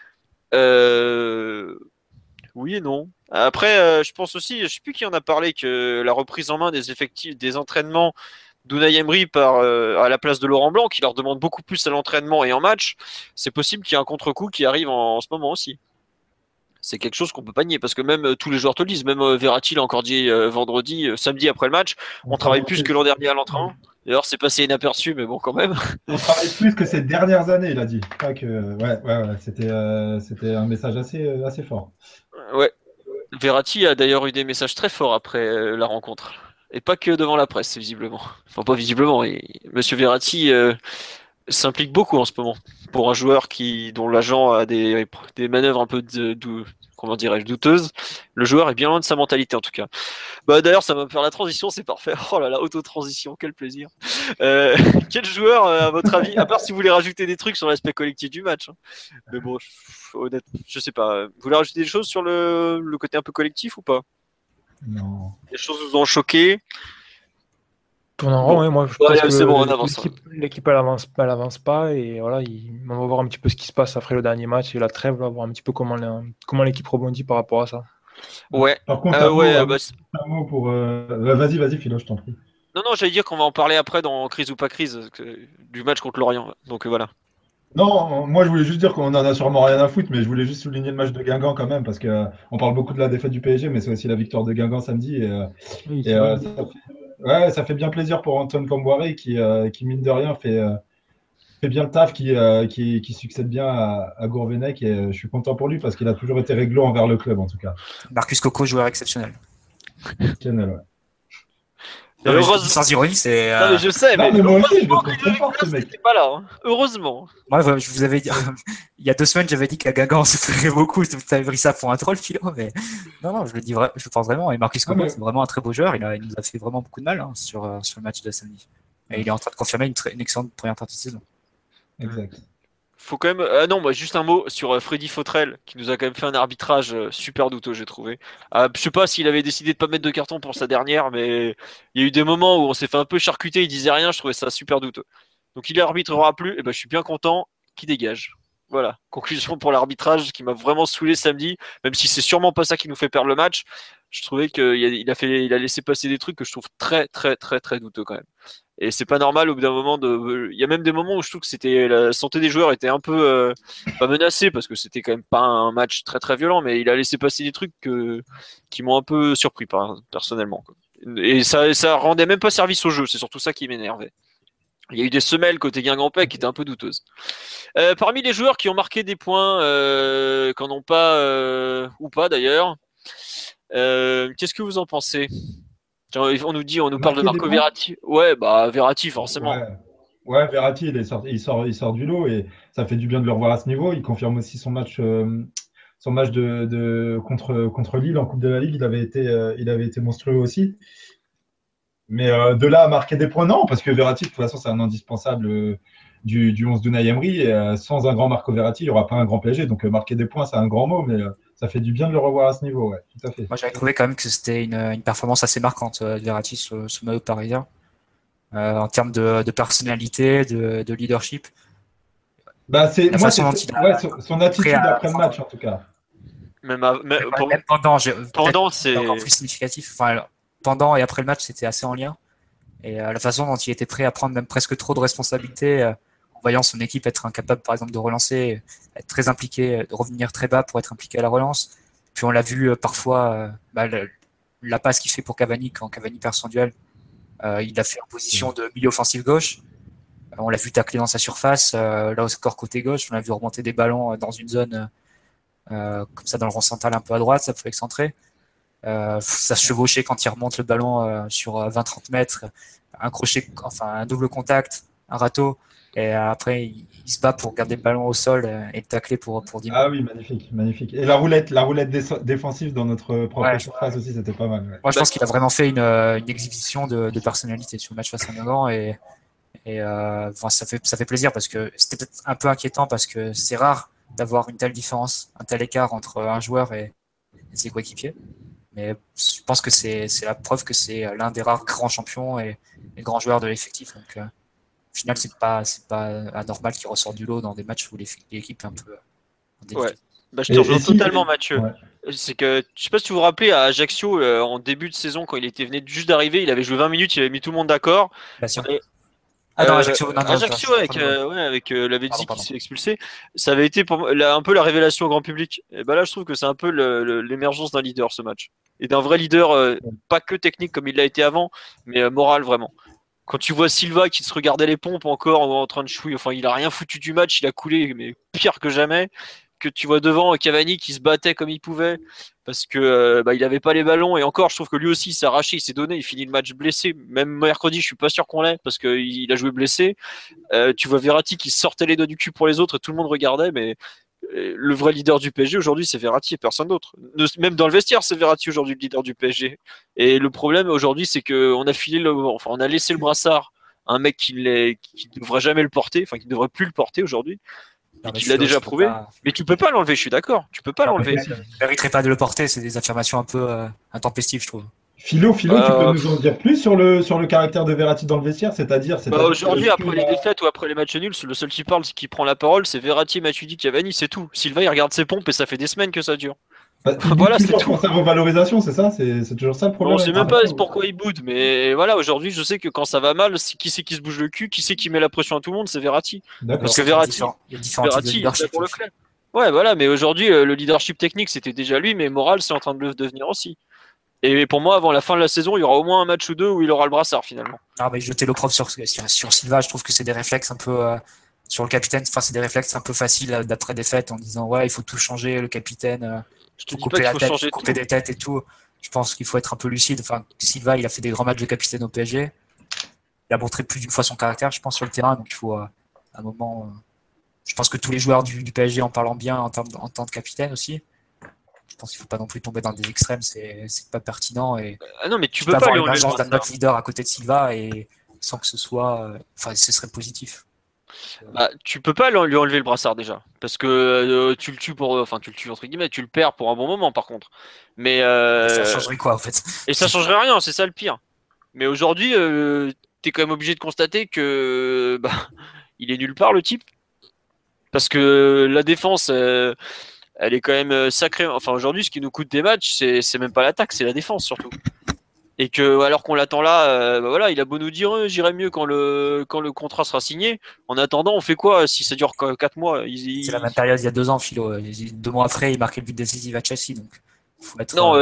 Oui et non. Après, je pense aussi, je sais plus qui en a parlé, que la reprise en main des effectifs, des entraînements d'Unai Emery à la place de Laurent Blanc, qui leur demande beaucoup plus à l'entraînement et en match, c'est possible qu'il y ait un contre-coup qui arrive en ce moment aussi. C'est quelque chose qu'on peut pas nier, parce que même tous les joueurs te le disent, même Verratti l'a encore dit samedi après le match, on travaille plus que l'an dernier à l'entraînement. D'ailleurs, c'est passé inaperçu, mais bon, quand même. On travaille plus que ces dernières années, il a dit. Pas que... ouais. C'était un message assez fort. Ouais. Verratti a d'ailleurs eu des messages très forts après la rencontre. Et pas que devant la presse, visiblement. Enfin, pas visiblement. Monsieur Verratti s'implique beaucoup en ce moment. Pour un joueur dont l'agent a des manœuvres un peu comment dirais-je, douteuses, le joueur est bien loin de sa mentalité en tout cas. Bah d'ailleurs, ça va me faire la transition, c'est parfait. Oh là là, auto-transition, quel plaisir. Euh, quel joueur, à votre avis, à part si vous voulez rajouter des trucs sur l'aspect collectif du match, hein. Mais bon, honnêtement, je sais pas. Vous voulez rajouter des choses sur le côté un peu collectif ou pas? Non. Des choses vous ont choqué? Tourne en Bon. rond, hein. Moi je Ouais, pense c'est bon, on que avance. l'équipe elle avance pas et voilà, on va voir un petit peu ce qui se passe après le dernier match et la trêve, là, voir un petit peu comment l'équipe rebondit par rapport à ça. Ouais. Par contre, Ouais, un mot pour. Vas-y, Philo, je t'en prie. non, j'allais dire qu'on va en parler après dans Crise ou pas crise du match contre l'Orient. Donc voilà. Non, moi je voulais juste dire qu'on en a sûrement rien à foutre, mais je voulais juste souligner le match de Guingamp quand même, parce que on parle beaucoup de la défaite du PSG, mais c'est aussi la victoire de Guingamp samedi. Oui, Et, c'est vrai. ça fait bien plaisir pour Antoine Camboire qui mine de rien, fait bien le taf, qui succède bien à Gourvenec. Et je suis content pour lui parce qu'il a toujours été réglo envers le club, en tout cas. Marcus Coco, joueur exceptionnel. Génial, ouais. Et Non, mais heureusement. sans ironie, c'est. Non, mais je sais, Non, mais mais moi aussi, je le heureusement trouve que très Ludovic fort, ce Blas mec. n'était pas là. Hein. Heureusement. Moi, je vous avais dit, il y a 2 semaines, j'avais dit qu'à Guingamp, on souffrait beaucoup. Vous avez pris ça pour un troll, Philo, mais non, je le pense vraiment. Et Marcus Non, Coco, mais c'est vraiment un très beau joueur. Il nous a fait vraiment beaucoup de mal sur le match de samedi. Et il est en train de confirmer une excellente première partie de saison. exact. Faut quand même. Ah non, moi juste un mot sur Freddy Fautrel qui nous a quand même fait un arbitrage super douteux, j'ai trouvé. Je sais pas s'il avait décidé de pas mettre de carton pour sa dernière, mais il y a eu des moments où on s'est fait un peu charcuter, il disait rien, je trouvais ça super douteux. Donc il arbitrera plus, et ben je suis bien content qu'il dégage. Voilà, conclusion pour l'arbitrage qui m'a vraiment saoulé samedi, même si c'est sûrement pas ça qui nous fait perdre le match. Je trouvais qu'il a laissé passer des trucs que je trouve très très très très douteux quand même. Et c'est pas normal au bout d'un moment il y a même des moments où je trouve que la santé des joueurs était un peu pas menacée parce que c'était quand même pas un match très très violent, mais il a laissé passer des trucs qui m'ont un peu surpris personnellement, quoi. Et ça rendait même pas service au jeu, c'est surtout ça qui m'énervait. Il y a eu des semelles côté Guingampais qui étaient un peu douteuses. Parmi les joueurs qui ont marqué des points, qu'en ont pas ou pas d'ailleurs, qu'est-ce que vous en pensez? On nous parle de Marquer des Marco points. Verratti. Ouais, bah Verratti forcément. Ouais. Ouais, Verratti, il sort du lot et ça fait du bien de le revoir à ce niveau. Il confirme aussi son match contre Lille en Coupe de la Ligue. Il avait été monstrueux aussi. Mais de là à marquer des points, non, parce que Verratti, de toute façon, c'est un indispensable du 11 d'Unai Emery. Et, sans un grand Marco Verratti, il n'y aura pas un grand PSG. Donc marquer des points, c'est un grand mot, mais ça fait du bien de le revoir à ce niveau, ouais, tout à fait. Moi, j'avais trouvé quand même que c'était une performance assez marquante de Verratti ce maillot parisien. En termes de personnalité, de leadership. Bah, La façon dont il a son attitude après le match, en tout cas. Même pendant, c'est encore plus significatif. Enfin, pendant et après le match, c'était assez en lien. Et la façon dont il était prêt à prendre même presque trop de responsabilités, en voyant son équipe être incapable, par exemple, de relancer, être très impliqué, de revenir très bas pour être impliqué à la relance. Puis on l'a vu parfois, la passe qu'il fait pour Cavani quand Cavani perd son duel. Il l'a fait en position de milieu offensif gauche. On l'a vu tacler dans sa surface. Là, au score côté gauche, on l'a vu remonter des ballons dans une zone comme ça dans le rond central un peu à droite, ça pouvait excentrer. Ça se chevauchait quand il remonte le ballon sur 20-30 mètres, un crochet, enfin un double contact, un râteau, et après il se bat pour garder le ballon au sol et le tacler pour 10 Ah oui, magnifique, magnifique. Et la roulette défensive dans notre propre surface aussi, c'était pas mal. Ouais. Moi, je pense qu'il a vraiment fait une exhibition de personnalité sur le match face à Guingamp et ça fait plaisir parce que c'était peut-être un peu inquiétant parce que c'est rare d'avoir une telle différence, un tel écart entre un joueur et ses coéquipiers. Mais je pense que c'est la preuve que c'est l'un des rares grands champions et grands joueurs de l'effectif. Donc, au final, c'est pas anormal qu'il ressorte du lot dans des matchs où l'équipe est un peu délicate. Ouais. Bah, je te rejoins totalement, Mathieu. Ouais. C'est que, je sais pas si vous vous rappelez, à Ajaccio, venait juste d'arriver, il avait joué 20 minutes, il avait mis tout le monde d'accord. Bien sûr. Ajaccio, avec Lavezzi qui s'est expulsé, ça avait été un peu la révélation au grand public. Et bah là, je trouve que c'est un peu l'émergence d'un leader ce match. Et d'un vrai leader, pas que technique comme il l'a été avant, mais moral vraiment. Quand tu vois Silva qui se regardait les pompes encore en train de chouiller, enfin il a rien foutu du match, il a coulé mais pire que jamais. Que tu vois devant Cavani qui se battait comme il pouvait parce que il avait pas les ballons et encore je trouve que lui aussi il s'est arraché, il s'est donné, il finit le match blessé. Même mercredi je suis pas sûr qu'on l'ait parce qu'il a joué blessé. Tu vois Verratti qui sortait les doigts du cul pour les autres et tout le monde regardait, mais le vrai leader du PSG aujourd'hui c'est Verratti et personne d'autre. Même dans le vestiaire c'est Verratti aujourd'hui le leader du PSG. Et le problème aujourd'hui c'est que on a laissé le brassard à un mec qui ne devrait jamais le porter, enfin qui ne devrait plus le porter aujourd'hui. Et qu'il l'a déjà prouvé. Mais tu peux pas l'enlever, je suis d'accord. Tu peux pas l'enlever. Il ne mériterait pas de le porter, c'est des affirmations un peu intempestives, je trouve. Philo, tu peux nous en dire plus sur le caractère de Verratti dans le vestiaire, c'est-à-dire aujourd'hui, après les défaites ou après les matchs nuls, le seul qui parle, qui prend la parole, c'est Verratti, Matuidi, Cavani, c'est tout. Silva, il regarde ses pompes et ça fait des semaines que ça dure. Voilà, c'est tout. Pour sa revalorisation, c'est ça, c'est toujours ça le problème. On sait même pas pourquoi il boude, mais voilà, aujourd'hui, je sais que quand ça va mal, qui c'est qui se bouge le cul, qui c'est qui met la pression à tout le monde, c'est Verratti. Parce que Verratti, il est pour le club. Ouais, voilà, mais aujourd'hui, le leadership technique, c'était déjà lui, mais moral, c'est en train de le devenir aussi. Et pour moi, avant la fin de la saison, il y aura au moins un match ou deux où il aura le brassard finalement. Ah, mais jeter l'opprobre sur Silva, je trouve que c'est des réflexes un peu sur le capitaine. Enfin, c'est des réflexes un peu faciles d'après défaite en disant ouais, il faut tout changer, le capitaine. Je te dis couper pas la qu'il faut tête, changer couper des têtes et tout. Je pense qu'il faut être un peu lucide. Enfin, Silva, il a fait des grands matchs de capitaine au PSG. Il a montré plus d'une fois son caractère, je pense, sur le terrain. Donc il faut à un moment. Je pense que tous les joueurs du PSG en parlant bien en tant que capitaine aussi. Je pense qu'il ne faut pas non plus tomber dans des extrêmes, c'est pas pertinent. Et non, mais tu peux pas avoir lui une enlever agence d'un autre leader à côté de Silva et sans que ce soit. Enfin, ce serait positif. Tu peux pas lui enlever le brassard déjà, parce que tu le tues tu le tues entre guillemets, tu le perds pour un bon moment par contre. Mais ça changerait quoi en fait? Et ça changerait rien, c'est ça le pire. Mais aujourd'hui, t'es quand même obligé de constater que il est nulle part le type, parce que la défense, elle est quand même sacrée. Enfin aujourd'hui, ce qui nous coûte des matchs, c'est même pas l'attaque, c'est la défense surtout. Et que alors qu'on l'attend là, voilà, il a beau nous dire j'irai mieux quand le contrat sera signé. En attendant, on fait quoi si ça dure 4 mois? C'est la même période il y a 2 ans, Philo. 2 mois après, il marquait le but décisif à Chelsea, donc faut être. Non,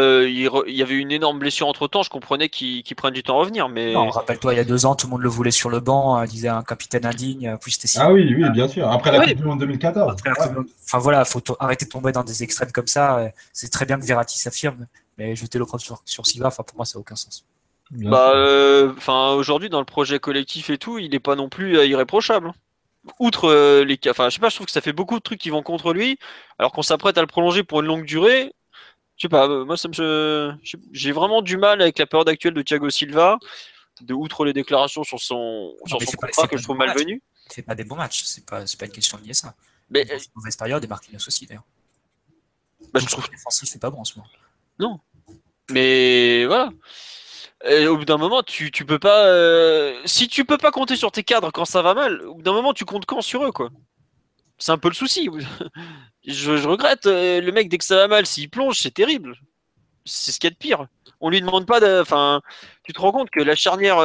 il y avait une énorme blessure entre temps. Je comprenais qu'il prenne du temps à revenir, mais. Non, rappelle-toi, il y a 2 ans, tout le monde le voulait sur le banc, disait un capitaine indigne. Puis c'était Ah oui, bien sûr. Après la Coupe du Monde 2014. Enfin voilà, faut arrêter de tomber dans des extrêmes comme ça. C'est très bien que Verratti s'affirme. Mais jeter l'opprobre sur Silva, pour moi, ça n'a aucun sens. Aujourd'hui, dans le projet collectif et tout, il n'est pas non plus irréprochable. Outre les cas, je sais pas, je trouve que ça fait beaucoup de trucs qui vont contre lui, alors qu'on s'apprête à le prolonger pour une longue durée. Je sais pas, moi, j'ai vraiment du mal avec la période actuelle de Thiago Silva, outre les déclarations sur son contrat que je trouve malvenu. Il fait pas des bons matchs, c'est pas une question de lier ça. Mais une mauvaise période et Marquinhos aussi d'ailleurs. Je trouve défensif, c'est pas bon en ce moment. Non. Mais voilà. Et au bout d'un moment, tu peux pas. Si tu peux pas compter sur tes cadres quand ça va mal, au bout d'un moment, tu comptes quand sur eux, quoi. C'est un peu le souci. Je regrette le mec dès que ça va mal, s'il plonge, c'est terrible. C'est ce qu'il y a de pire. On lui demande pas de. Enfin, tu te rends compte que la charnière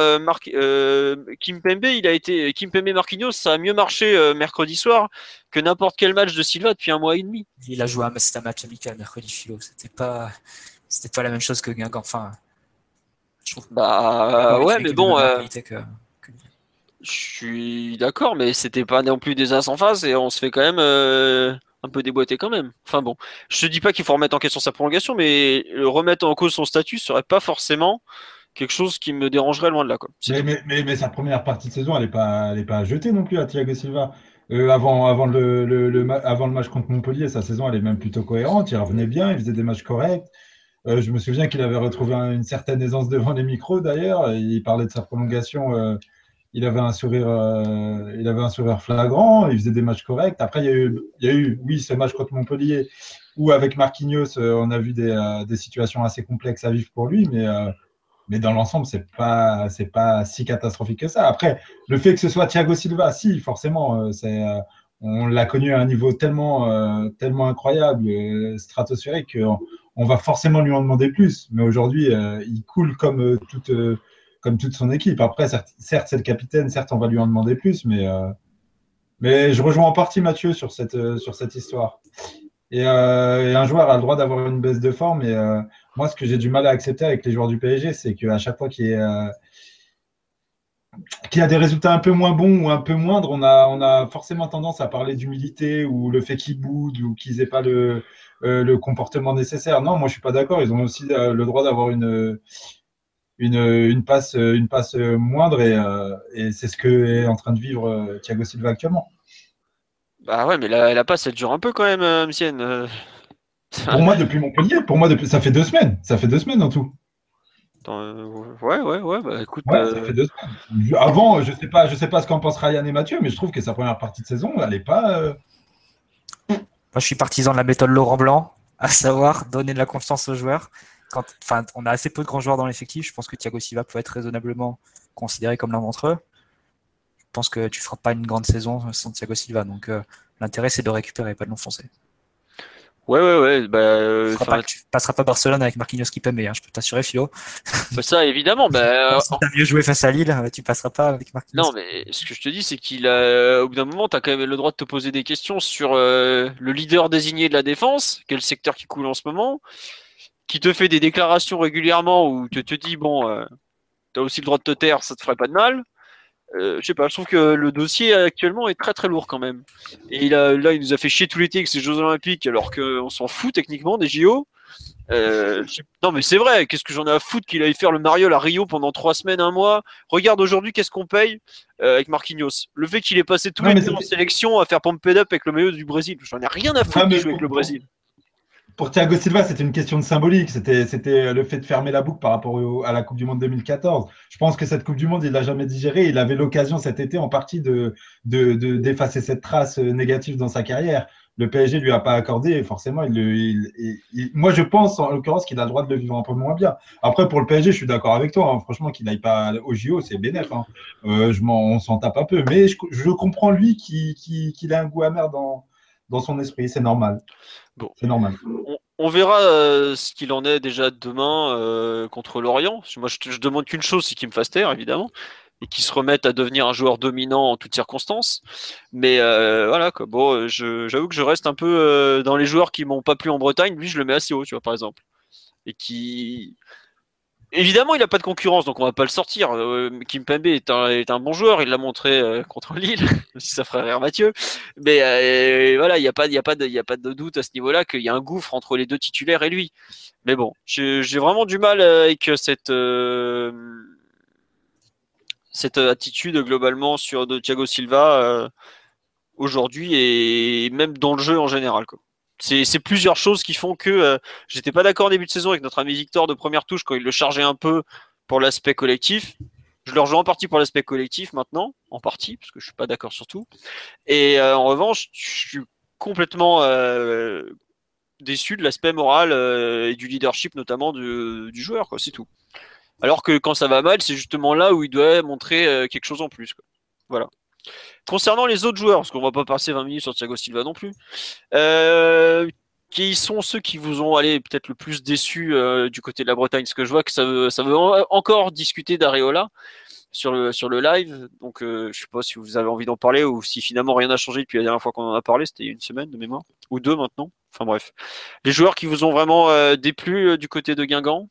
Kimpembe Marquinhos, ça a mieux marché mercredi soir que n'importe quel match de Silva depuis 1 mois et demi. Il a joué un match amical mercredi, Philo. C'était pas la même chose que Guingamp. Enfin, je trouve. Ouais, mais bon. Je suis d'accord, mais c'était pas non plus des as en face et on se fait quand même un peu déboîter quand même. Enfin bon, je te dis pas qu'il faut remettre en question sa prolongation, mais remettre en cause son statut serait pas forcément quelque chose qui me dérangerait loin de là, quoi. Mais sa première partie de saison, elle est pas jetée non plus à Thiago Silva. Avant le match contre Montpellier, sa saison elle est même plutôt cohérente. Il revenait bien, il faisait des matchs corrects. Je me souviens qu'il avait retrouvé une certaine aisance devant les micros d'ailleurs. Il parlait de sa prolongation. Il avait un sourire flagrant. Il faisait des matchs corrects. Après, il y a eu, oui, ce match contre Montpellier où avec Marquinhos, on a vu des situations assez complexes à vivre pour lui, mais dans l'ensemble, c'est pas si catastrophique que ça. Après, le fait que ce soit Thiago Silva, si, forcément, on l'a connu à un niveau tellement incroyable, stratosphérique, qu'on va forcément lui en demander plus. Mais aujourd'hui, il coule comme toute son équipe. Après, certes, c'est le capitaine, certes, on va lui en demander plus, mais je rejoins en partie Mathieu sur cette histoire. Et un joueur a le droit d'avoir une baisse de forme, et moi, ce que j'ai du mal à accepter avec les joueurs du PSG, c'est qu'à chaque fois qu'il y ait qu'il y a des résultats un peu moins bons ou un peu moindres, on a forcément tendance à parler d'humilité ou le fait qu'ils boudent ou qu'ils n'aient pas le comportement nécessaire. Non, moi je suis pas d'accord. Ils ont aussi le droit d'avoir une passe moindre et c'est ce que est en train de vivre Thiago Silva actuellement. Bah ouais, mais la passe, elle dure un peu quand même, Msienne. Pour moi, depuis Montpellier, ça fait 2 semaines. Ça fait 2 semaines en tout. Attends, ouais, bah écoute. Ouais, ça fait 2 semaines. Avant, je sais pas ce qu'en pensent Ryan et Mathieu, mais je trouve que sa première partie de saison, elle n'est pas. Moi, je suis partisan de la méthode Laurent Blanc, à savoir donner de la confiance aux joueurs. On a assez peu de grands joueurs dans l'effectif. Je pense que Thiago Silva peut être raisonnablement considéré comme l'un d'entre eux. Je pense que tu ne feras pas une grande saison sans Thiago Silva. Donc, l'intérêt, c'est de récupérer, pas de l'enfoncer. Ouais. Tu passeras pas Barcelone avec Marquinhos Kimpembe, hein, je peux t'assurer, Philo. Ça, évidemment. Si t'as mieux joué face à Lille, tu passeras pas avec Marquinhos. Non, mais ce que je te dis, c'est au bout d'un moment, tu as quand même le droit de te poser des questions sur le leader désigné de la défense, quel secteur qui coule en ce moment, qui te fait des déclarations régulièrement où tu te dis, bon, tu as aussi le droit de te taire, ça te ferait pas de mal. Je sais pas, je trouve que le dossier actuellement est très très lourd quand même. Et là, il nous a fait chier tout l'été avec ces Jeux Olympiques alors qu'on s'en fout techniquement des JO. Non mais c'est vrai, qu'est-ce que j'en ai à foutre qu'il aille faire le mariole à Rio pendant 3 semaines, un mois. Regarde aujourd'hui qu'est-ce qu'on paye avec Marquinhos. Le fait qu'il ait passé tout l'été en sélection à faire pump it up avec le maillot du Brésil, j'en ai rien à foutre qu'il joue avec le Brésil. Pour Thiago Silva, c'était une question de symbolique. C'était le fait de fermer la boucle par rapport à la Coupe du Monde 2014. Je pense que cette Coupe du Monde, il l'a jamais digérée. Il avait l'occasion cet été en partie d'effacer cette trace négative dans sa carrière. Le PSG lui a pas accordé et forcément, moi je pense en l'occurrence qu'il a le droit de le vivre un peu moins bien. Après, pour le PSG, je suis d'accord avec toi. Hein. Franchement, qu'il n'aille pas au JO, c'est bénéf. Hein. On s'en tape un peu. Mais je comprends lui qu'il a un goût amer dans son esprit. C'est normal. Bon. C'est normal. On verra ce qu'il en est déjà demain contre Lorient. Moi, je demande qu'une chose, c'est qu'il me fasse taire, évidemment, et qu'il se remette à devenir un joueur dominant en toutes circonstances. Mais voilà, quoi. Bon, j'avoue que je reste un peu dans les joueurs qui m'ont pas plu en Bretagne. Lui, je le mets assez haut, tu vois, par exemple. Et qui... Évidemment, il n'a pas de concurrence, donc on va pas le sortir. Kimpembe est un bon joueur, il l'a montré contre Lille, même si ça ferait rire Mathieu. Mais voilà, il n'y a pas de doute à ce niveau-là qu'il y a un gouffre entre les deux titulaires et lui. Mais bon, j'ai vraiment du mal avec cette attitude globalement de Thiago Silva aujourd'hui et même dans le jeu en général, quoi. C'est plusieurs choses qui font que j'étais pas d'accord au début de saison avec notre ami Victor de première touche quand il le chargeait un peu pour l'aspect collectif. Je le rejoins en partie pour l'aspect collectif maintenant, en partie, parce que je suis pas d'accord sur tout. Et en revanche, je suis complètement déçu de l'aspect moral et du leadership notamment du joueur, quoi, c'est tout. Alors que quand ça va mal, c'est justement là où il doit montrer quelque chose en plus, quoi. Voilà. Concernant les autres joueurs, parce qu'on va pas passer 20 minutes sur Thiago Silva non plus, qui sont ceux qui vous ont peut-être le plus déçu du côté de la Bretagne, parce que je vois que ça veut encore discuter d'Areola sur le live, donc je sais pas si vous avez envie d'en parler ou si finalement rien n'a changé depuis la dernière fois qu'on en a parlé, c'était une semaine de mémoire, ou 2 maintenant, enfin bref. Les joueurs qui vous ont vraiment déplu du côté de Guingamp.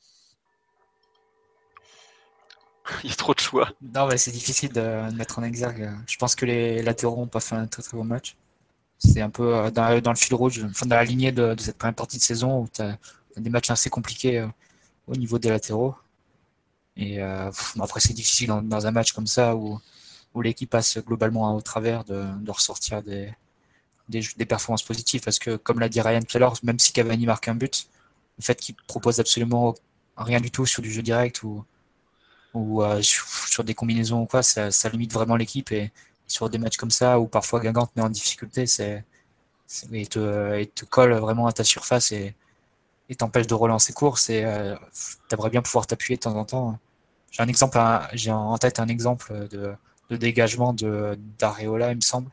Il y a trop de choix. Non, mais c'est difficile de mettre en exergue. Je pense que les latéraux n'ont pas fait un très très bon match. C'est un peu dans le fil rouge, dans la lignée de cette première partie de saison où tu as des matchs assez compliqués au niveau des latéraux. Et après, c'est difficile dans un match comme ça où l'équipe passe globalement au travers de ressortir des performances positives. Parce que, comme l'a dit Ryan tout à l'heure, même si Cavani marque un but, le fait qu'il propose absolument rien du tout sur du jeu direct ou sur des combinaisons ou quoi, ça limite vraiment l'équipe. Et sur des matchs comme ça où parfois Guingamp te met en difficulté, il te colle vraiment à ta surface et t'empêche de relancer course. Et t'aimerais bien pouvoir t'appuyer de temps en temps. J'ai en tête un exemple de dégagement d'Areola, il me semble.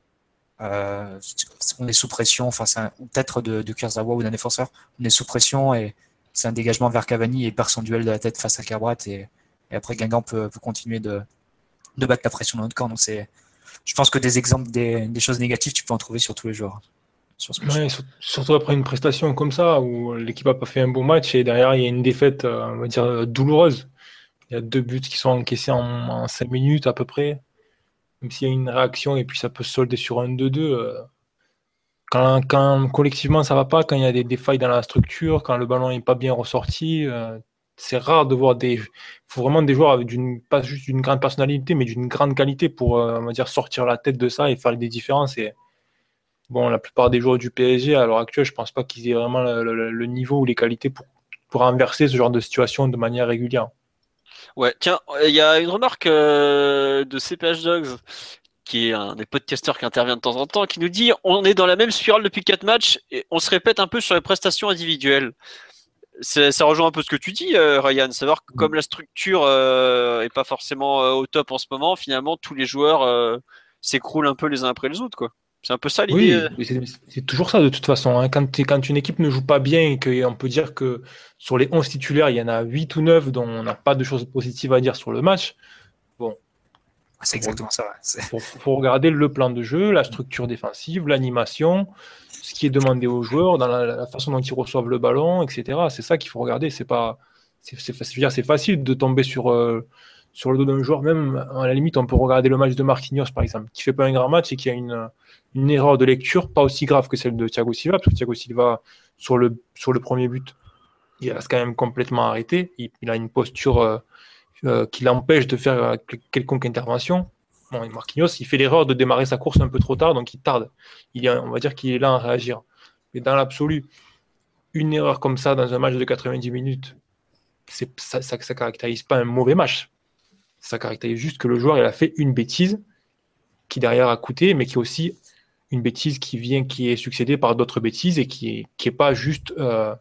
On est sous pression, peut-être de Kurzawa ou d'un défenseur. On est sous pression et c'est un dégagement vers Cavani et il perd son duel de la tête face à Cabrat et après Guingamp peut continuer de battre la pression dans notre camp. Donc je pense que des exemples des choses négatives, tu peux en trouver sur tous les joueurs. Surtout après une prestation comme ça où l'équipe n'a pas fait un bon match et derrière il y a une défaite, on va dire, douloureuse. Il y a 2 buts qui sont encaissés en 5 minutes à peu près. Même s'il y a une réaction et puis ça peut se solder sur un 2-2. Quand collectivement ça va pas, quand il y a des failles dans la structure, quand le ballon n'est pas bien ressorti, c'est rare de voir des. Il faut vraiment des joueurs avec pas juste d'une grande personnalité, mais d'une grande qualité pour on va dire, sortir la tête de ça et faire des différences. Et bon, la plupart des joueurs du PSG à l'heure actuelle, je pense pas qu'ils aient vraiment le niveau ou les qualités pour inverser ce genre de situation de manière régulière. Ouais, tiens, il y a une remarque de CPH Dogs, qui est un des podcasteurs qui intervient de temps en temps, qui nous dit on est dans la même spirale depuis 4 matchs et on se répète un peu sur les prestations individuelles. Ça rejoint un peu ce que tu dis, Ryan. Savoir que comme la structure est pas forcément au top en ce moment, finalement tous les joueurs s'écroulent un peu les uns après les autres, quoi. C'est un peu ça l'idée. Oui, mais c'est toujours ça de toute façon, hein. Quand une équipe ne joue pas bien et qu'on peut dire que sur les 11 titulaires, il y en a 8 ou 9 dont on n'a pas de choses positives à dire sur le match, bon, C'est exactement ça. faut regarder le plan de jeu, la structure défensive, l'animation, ce qui est demandé aux joueurs, dans la façon dont ils reçoivent le ballon, etc. C'est ça qu'il faut regarder. C'est pas, je veux dire, c'est facile de tomber sur le dos d'un joueur. Même à la limite, on peut regarder le match de Marquinhos, par exemple, qui fait pas un grand match et qui a une erreur de lecture pas aussi grave que celle de Thiago Silva, parce que Thiago Silva, sur le premier but, il reste quand même complètement arrêté. Il a une posture qui l'empêche de faire quelconque intervention. Bon, Marquinhos, il fait l'erreur de démarrer sa course un peu trop tard, donc il tarde. On va dire qu'il est là à réagir. Mais dans l'absolu, une erreur comme ça dans un match de 90 minutes, ça ne caractérise pas un mauvais match. Ça caractérise juste que le joueur il a fait une bêtise qui derrière a coûté, mais qui est aussi une bêtise qui est succédée par d'autres bêtises et qui est pas juste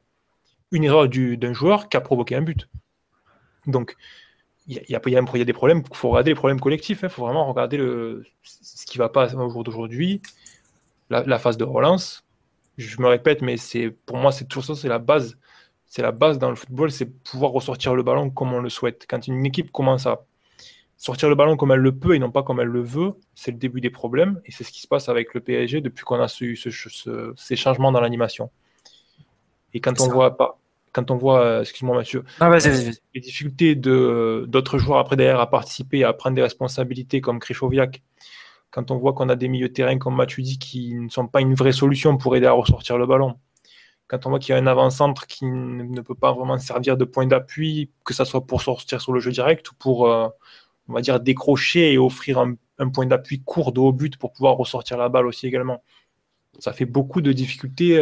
une erreur d'un joueur qui a provoqué un but. Donc, il y a des problèmes, il faut regarder les problèmes collectifs, il faut vraiment regarder ce qui ne va pas au jour d'aujourd'hui, la phase de relance. Je me répète, mais pour moi, c'est toujours ça, c'est la base. C'est la base dans le football, c'est pouvoir ressortir le ballon comme on le souhaite. Quand une équipe commence à sortir le ballon comme elle le peut et non pas comme elle le veut, c'est le début des problèmes. Et c'est ce qui se passe avec le PSG depuis qu'on a eu ces changements dans l'animation. Et quand on voit, excuse-moi Mathieu, vas-y. les difficultés d'autres joueurs après derrière à participer, à prendre des responsabilités comme Krychowiak, quand on voit qu'on a des milieux de terrain comme Matuidi qui ne sont pas une vraie solution pour aider à ressortir le ballon, quand on voit qu'il y a un avant-centre qui ne peut pas vraiment servir de point d'appui, que ce soit pour sortir sur le jeu direct ou pour, on va dire, décrocher et offrir un point d'appui court de haut but pour pouvoir ressortir la balle aussi également. Ça fait beaucoup de difficultés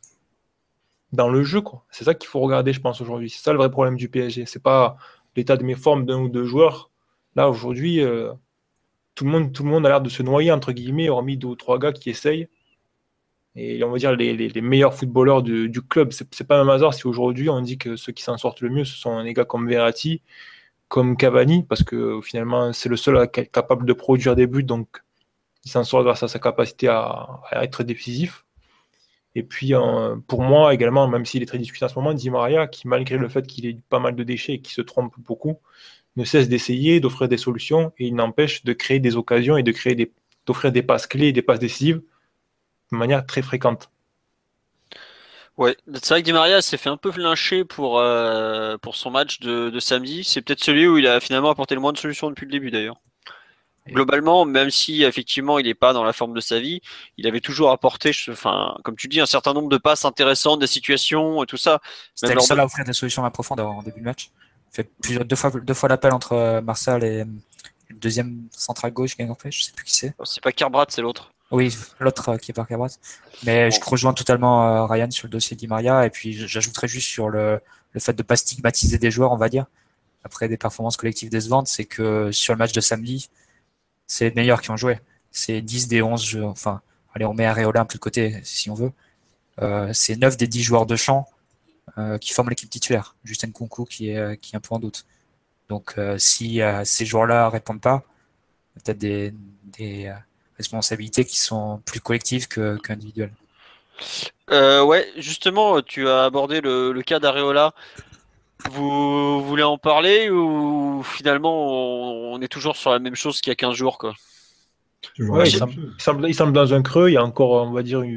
dans le jeu, quoi. C'est ça qu'il faut regarder, je pense, aujourd'hui. C'est ça le vrai problème du PSG. C'est pas l'état de mes formes d'un ou deux joueurs. Là, aujourd'hui, tout le monde a l'air de se noyer, entre guillemets, hormis 2 ou 3 gars qui essayent. Et on va dire les meilleurs footballeurs du club. C'est pas un hasard si aujourd'hui on dit que ceux qui s'en sortent le mieux, ce sont des gars comme Verratti, comme Cavani, parce que finalement, c'est le seul capable de produire des buts, donc il s'en sort grâce à sa capacité à être décisif. Et puis, pour moi également, même s'il est très discuté en ce moment, Di Maria, qui malgré le fait qu'il ait pas mal de déchets et qu'il se trompe beaucoup, ne cesse d'essayer, d'offrir des solutions, et il n'empêche de créer des occasions et d'offrir des passes clés et des passes décisives de manière très fréquente. Ouais, c'est vrai que Di Maria s'est fait un peu lyncher pour son match de samedi. C'est peut-être celui où il a finalement apporté le moins de solutions depuis le début d'ailleurs. Globalement, même si effectivement il n'est pas dans la forme de sa vie, il avait toujours apporté, comme tu dis, un certain nombre de passes intéressantes, des situations et tout ça. C'était le seul à offrir des solutions à profondeur en début de match. Il fait deux fois l'appel entre Martial et le deuxième central gauche qui a fait, je sais plus qui c'est. C'est pas Kerbrat, c'est l'autre. Oui, l'autre qui est par Kerbrat. Mais je rejoins totalement Ryan sur le dossier Di Maria, et puis j'ajouterais juste sur le fait de pas stigmatiser des joueurs, on va dire, après des performances collectives décevantes, c'est que sur le match de samedi, c'est les meilleurs qui ont joué. C'est 10 des 11 jeux, enfin, allez, on met Areola un peu de côté si on veut. C'est 9 des 10 joueurs de champ qui forment l'équipe titulaire. Juste Nkunku qui est un peu en doute. Donc si ces joueurs-là répondent pas, peut-être des responsabilités qui sont plus collectives qu'individuelles. Ouais, justement, tu as abordé le cas d'Areola. Vous voulez en parler ou finalement on est toujours sur la même chose qu'il y a 15 jours, quoi? Ouais, il semble dans un creux. Il y a encore, on va dire,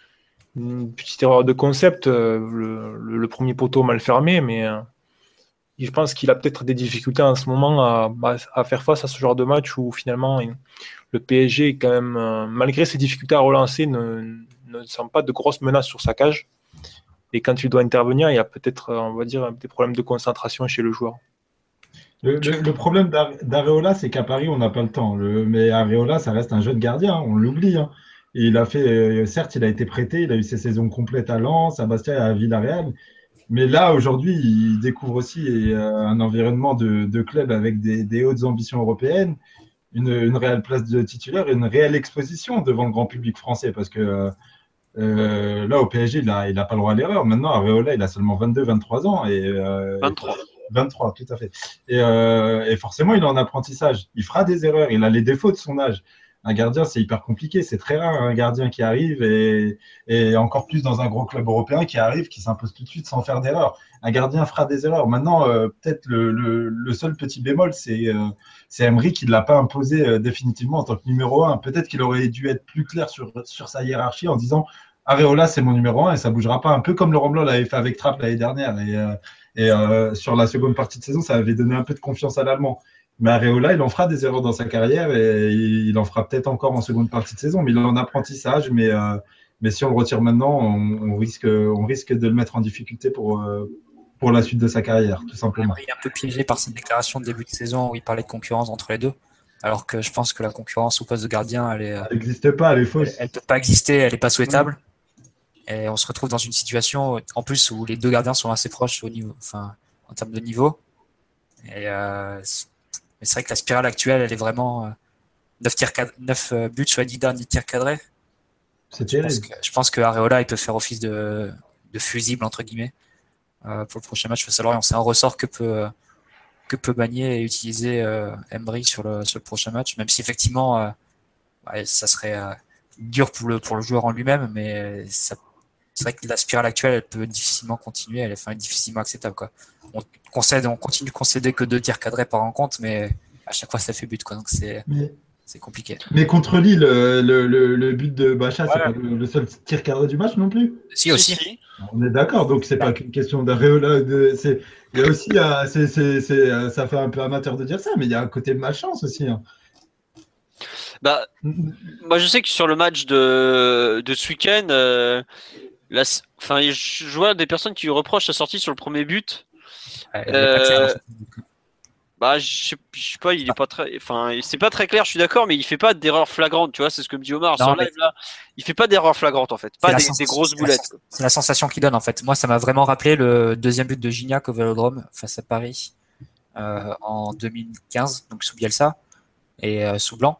une petite erreur de concept. Le premier poteau mal fermé, mais je pense qu'il a peut-être des difficultés en ce moment à faire face à ce genre de match où finalement le PSG est quand même, malgré ses difficultés à relancer, ne sent pas de grosses menaces sur sa cage. Et quand il doit intervenir, il y a peut-être, on va dire, des problèmes de concentration chez le joueur. Le problème d'Areola, c'est qu'à Paris, on n'a pas le temps. Mais Areola, ça reste un jeune gardien, on l'oublie, hein. Et il a fait, certes, il a été prêté, il a eu ses saisons complètes à Lens, à Bastia et à Villarreal. Mais là, aujourd'hui, il découvre aussi un environnement de club avec des hautes ambitions européennes, une réelle place de titulaire et une réelle exposition devant le grand public français. Parce que là, au PSG, il a pas le droit à l'erreur. Maintenant, Areola, il a seulement 22, 23 ans. 23. 23, tout à fait. Et forcément, il est en apprentissage. Il fera des erreurs. Il a les défauts de son âge. Un gardien, c'est hyper compliqué. C'est très rare un gardien qui arrive et encore plus dans un gros club européen qui arrive, qui s'impose tout de suite sans faire d'erreur. Un gardien fera des erreurs. Maintenant, peut-être le seul petit bémol, c'est Emery qui ne l'a pas imposé définitivement en tant que numéro 1. Peut-être qu'il aurait dû être plus clair sur sa hiérarchie en disant Areola, c'est mon numéro 1 et ça ne bougera pas. Un peu comme Laurent Blanc l'avait fait avec Trapp l'année dernière. Et sur la seconde partie de saison, ça avait donné un peu de confiance à l'Allemand. Mais Areola, il en fera des erreurs dans sa carrière et il en fera peut-être encore en seconde partie de saison. Mais il est en apprentissage. Mais si on le retire maintenant, on risque de le mettre en difficulté pour la suite de sa carrière, tout simplement. Il est un peu piégé par cette déclaration de début de saison où il parlait de concurrence entre les deux. Alors que je pense que la concurrence au poste de gardien, elle n'existe pas, elle est fausse. Elle ne peut pas exister, elle n'est pas souhaitable. Et on se retrouve dans une situation, en plus, où les deux gardiens sont assez proches au niveau, en termes de niveau. Mais c'est vrai que la spirale actuelle, elle est vraiment 9 buts sur les 10 derniers tirs cadrés. C'est terrible. Je pense que Areola, il peut faire office de fusible, entre guillemets, pour le prochain match face à Lorient. C'est un ressort que peut manier et utiliser Emery sur le prochain match, même si effectivement, ça serait dur pour le joueur en lui-même, mais c'est vrai que la spirale actuelle, elle peut difficilement continuer, elle est difficilement acceptable, quoi. On continue de concéder que 2 tirs cadrés par rencontre, mais à chaque fois ça fait but, quoi. Donc c'est compliqué. Mais contre Lille, le but de Bacha, c'est pas le seul tir cadré du match non plus. Si aussi. On est d'accord, donc c'est pas qu'une question d'Areola. Il y a aussi, ça fait un peu amateur de dire ça, mais il y a un côté malchance aussi, hein. Moi je sais que sur le match de ce week-end, je vois des personnes qui lui reprochent sa sortie sur le premier but. Je sais pas, il est pas très, c'est pas très clair, je suis d'accord, mais il fait pas d'erreur flagrante, tu vois, c'est ce que me dit Omar sur live là. Il fait pas d'erreur flagrante en fait, pas des grosses boulettes. C'est la sensation qu'il donne en fait. Moi, ça m'a vraiment rappelé le deuxième but de Gignac au Vélodrome face à Paris en 2015, donc sous Bielsa et sous Blanc.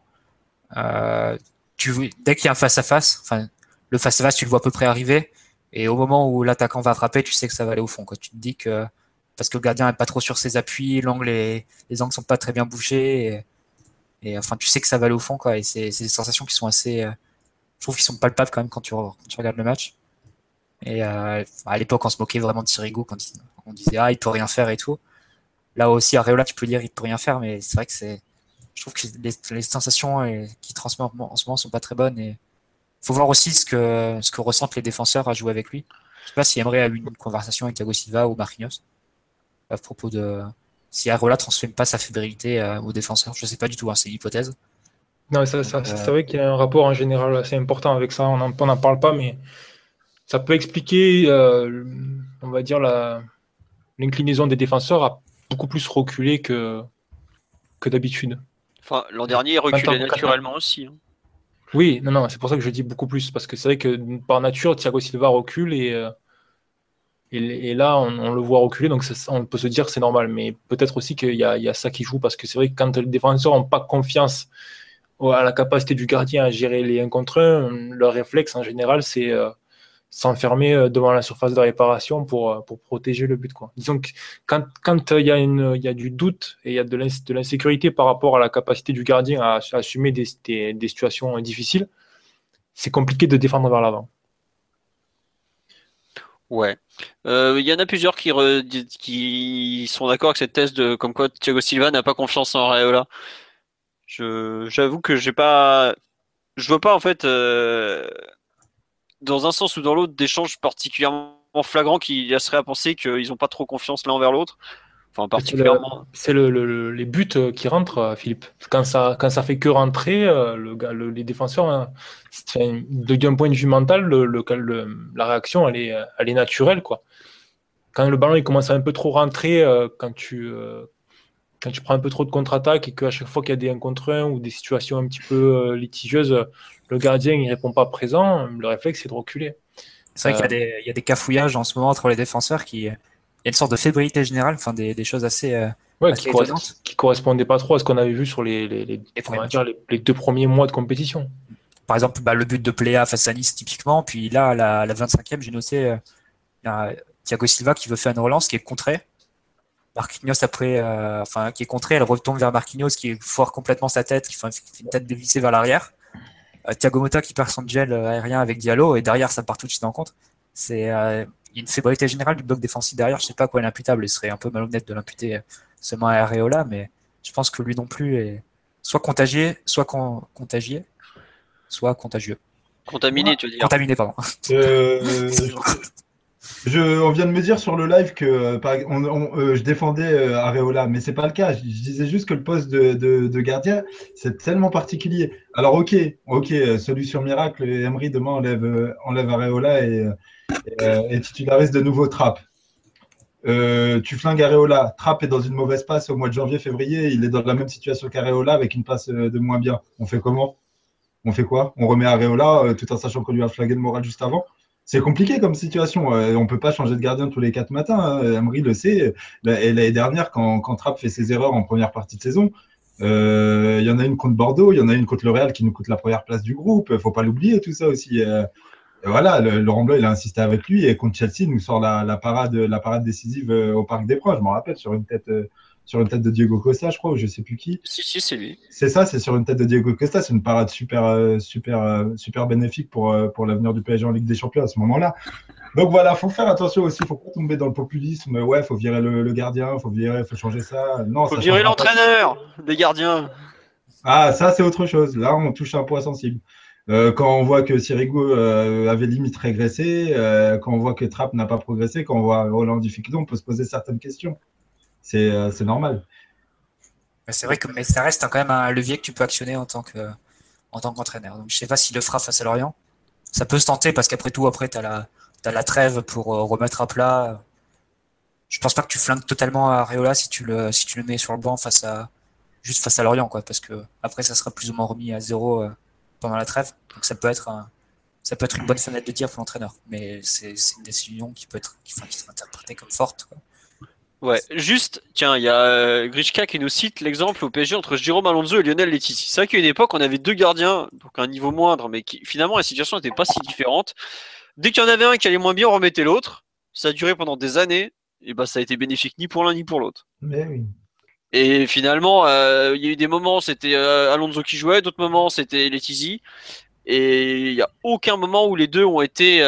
Dès qu'il y a un face-à-face, le face-à-face, tu le vois à peu près arriver, et au moment où l'attaquant va frapper, tu sais que ça va aller au fond, quoi. Tu te dis que parce que le gardien n'est pas trop sur ses appuis, les angles sont pas très bien bouchés, et tu sais que ça va aller au fond, quoi. Et c'est des sensations qui sont assez, je trouve qu'ils sont palpables quand même quand tu regardes le match. Et à l'époque, on se moquait vraiment de Sirigu quand on disait il peut rien faire et tout. Là aussi, Areola, tu peux dire il peut rien faire, mais c'est vrai que je trouve que les sensations qu'il transmet en ce moment sont pas très bonnes, et faut voir aussi ce que ressentent les défenseurs à jouer avec lui. Je sais pas si Emery a eu une conversation avec Thiago Silva ou Marquinhos à propos de si Areola transmet pas sa fébrilité aux défenseurs. Je sais pas du tout, c'est une hypothèse. Non, c'est vrai qu'il y a un rapport en général assez important avec ça. On n'en parle pas, mais ça peut expliquer, on va dire, l'inclinaison des défenseurs à beaucoup plus reculer que d'habitude. L'an dernier, il reculait naturellement aussi, hein. Oui, non, c'est pour ça que je dis beaucoup plus, parce que c'est vrai que par nature, Thiago Silva recule et là, on le voit reculer, donc on peut se dire que c'est normal, mais peut-être aussi qu'il y a ça qui joue, parce que c'est vrai que quand les défenseurs n'ont pas confiance à la capacité du gardien à gérer les 1 contre 1, leur réflexe en général, c'est s'enfermer devant la surface de réparation pour protéger le but, quoi. Disons que quand il y a du doute et il y a de l'insécurité par rapport à la capacité du gardien à assumer des situations difficiles, c'est compliqué de défendre vers l'avant. Ouais. Y en a plusieurs qui sont d'accord avec cette thèse comme quoi Thiago Silva n'a pas confiance en Areola. J'avoue que je vois pas en fait dans un sens ou dans l'autre d'échanges particulièrement flagrants qui laisseraient à penser qu'ils n'ont pas trop confiance l'un envers l'autre. Enfin, particulièrement. C'est les buts qui rentrent, Philippe. Quand ça fait que rentrer, les défenseurs, hein, d'un point de vue mental, la réaction, elle est naturelle, quoi. Quand le ballon il commence à un peu trop rentrer, quand tu prends un peu trop de contre-attaque et qu'à chaque fois qu'il y a des 1 contre 1 ou des situations un petit peu litigieuses, le gardien il répond pas présent, le réflexe c'est de reculer. C'est vrai qu'il y a des cafouillages en ce moment entre les défenseurs il y a une sorte de fébrilité générale, enfin des choses assez étonnantes. Qui correspondaient pas trop à ce qu'on avait vu sur les 2 premiers mois de compétition. Par exemple, le but de Plea face à Nice typiquement, puis là la 25e, j'ai noté il y a Thiago Silva qui veut faire une relance qui est contrée. Marquinhos après, qui est contrée, elle retombe vers Marquinhos qui foire complètement sa tête, qui fait une tête dévissée vers l'arrière. Thiago Motta qui perd son duel aérien avec Diallo et derrière ça part tout de suite en contre. Il y a une fébrilité générale du bloc défensif derrière. Je sais pas à quoi elle est imputable. Il serait un peu malhonnête de l'imputer seulement à Areola, mais je pense que lui non plus est soit contagié, soit contagieux. Contaminé, tu veux dire. Contaminé, pardon. On vient de me dire sur le live que je défendais Areola, mais c'est pas le cas. Je disais juste que le poste de gardien, c'est tellement particulier. Alors ok, solution miracle, Emery demain enlève Areola et titularise de nouveau Trapp. Tu flingues Areola, Trapp est dans une mauvaise passe au mois de janvier-février, il est dans la même situation qu'Areola avec une passe de moins bien. On fait comment? On fait quoi? On remet Areola tout en sachant qu'on lui a flingué le moral juste avant? C'est compliqué comme situation. On ne peut pas changer de gardien tous les 4 matins. Hein. Emery le sait. Et l'année dernière, quand Trapp fait ses erreurs en première partie de saison, il y en a une contre Bordeaux, il y en a une contre le Real qui nous coûte la première place du groupe. Il ne faut pas l'oublier, tout ça aussi. Et voilà, Laurent Blanc, il a insisté avec lui. Et contre Chelsea, il nous sort la parade décisive au Parc des Princes. Je m'en rappelle, sur une tête de Diego Costa, je crois, ou je ne sais plus qui. Si, c'est lui. C'est ça, c'est sur une tête de Diego Costa. C'est une parade super bénéfique pour l'avenir du PSG en Ligue des Champions à ce moment-là. Donc voilà, faut faire attention aussi, faut pas tomber dans le populisme. Ouais, faut virer le gardien, faut changer ça. Non, faut virer l'entraîneur des gardiens. Ah, ça c'est autre chose. Là, on touche un point sensible. Quand on voit que Sirigu avait limite régressé, quand on voit que Trapp n'a pas progressé, quand on voit Roland en difficulté, on peut se poser certaines questions. C'est normal. C'est vrai mais ça reste quand même un levier que tu peux actionner en tant qu'entraîneur. Donc je sais pas s'il le fera face à Lorient. Ça peut se tenter parce qu'après tout, t'as la trêve pour remettre à plat. Je pense pas que tu flingues totalement Areola si tu le mets sur le banc face à Lorient, quoi, parce que après ça sera plus ou moins remis à 0 pendant la trêve. Donc ça peut être une bonne fenêtre de tir pour l'entraîneur, mais c'est une décision qui sera interprétée comme forte, quoi. Ouais, juste, tiens, il y a Grichka qui nous cite l'exemple au PSG entre Jérôme Alonso et Lionel Letici. C'est vrai qu'à une époque, on avait 2 gardiens, donc à un niveau moindre, mais finalement, la situation n'était pas si différente. Dès qu'il y en avait un qui allait moins bien, on remettait l'autre. Ça a duré pendant des années, et ça a été bénéfique ni pour l'un ni pour l'autre. Mais oui. Et finalement, il y a eu des moments, c'était Alonso qui jouait, d'autres moments, c'était Letici. Et il n'y a aucun moment où les deux ont été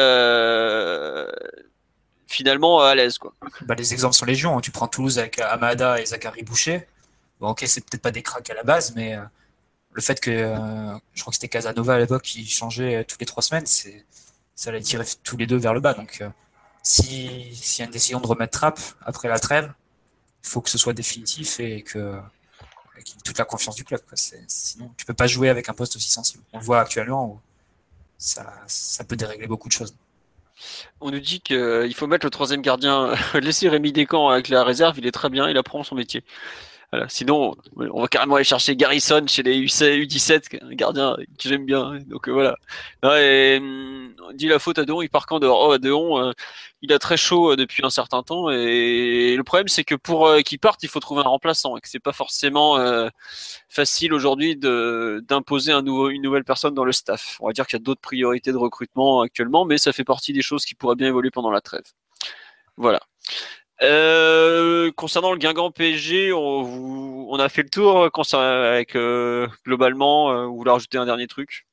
finalement à l'aise, quoi. Les exemples sont légion. Tu prends Toulouse avec Amada et Zachary Boucher. Bon, ok, c'est peut-être pas des cracks à la base, mais le fait que je crois que c'était Casanova à l'époque qui changeait toutes les 3 semaines, ça les tirait tous les deux vers le bas. Donc, s'il y a une décision de remettre Trapp après la trêve, il faut que ce soit définitif et qu'il y ait toute la confiance du club, quoi. Sinon, tu peux pas jouer avec un poste aussi sensible. On le voit actuellement où ça peut dérégler beaucoup de choses. On nous dit qu'il faut mettre le 3e gardien, laisser Rémi Descamps avec la réserve, il est très bien, il apprend son métier. Voilà. Sinon, on va carrément aller chercher Garrison chez les U17, un gardien que j'aime bien. Donc voilà. On dit la faute à Deon, il part quand dehors? Deon, il a très chaud depuis un certain temps. Et le problème, c'est que pour qu'il parte, il faut trouver un remplaçant. Et que c'est pas forcément facile aujourd'hui d'imposer une nouvelle personne dans le staff. On va dire qu'il y a d'autres priorités de recrutement actuellement, mais ça fait partie des choses qui pourraient bien évoluer pendant la trêve. Voilà. Concernant le Guingamp PSG, on a fait le tour avec globalement. Vous voulez rajouter un dernier truc?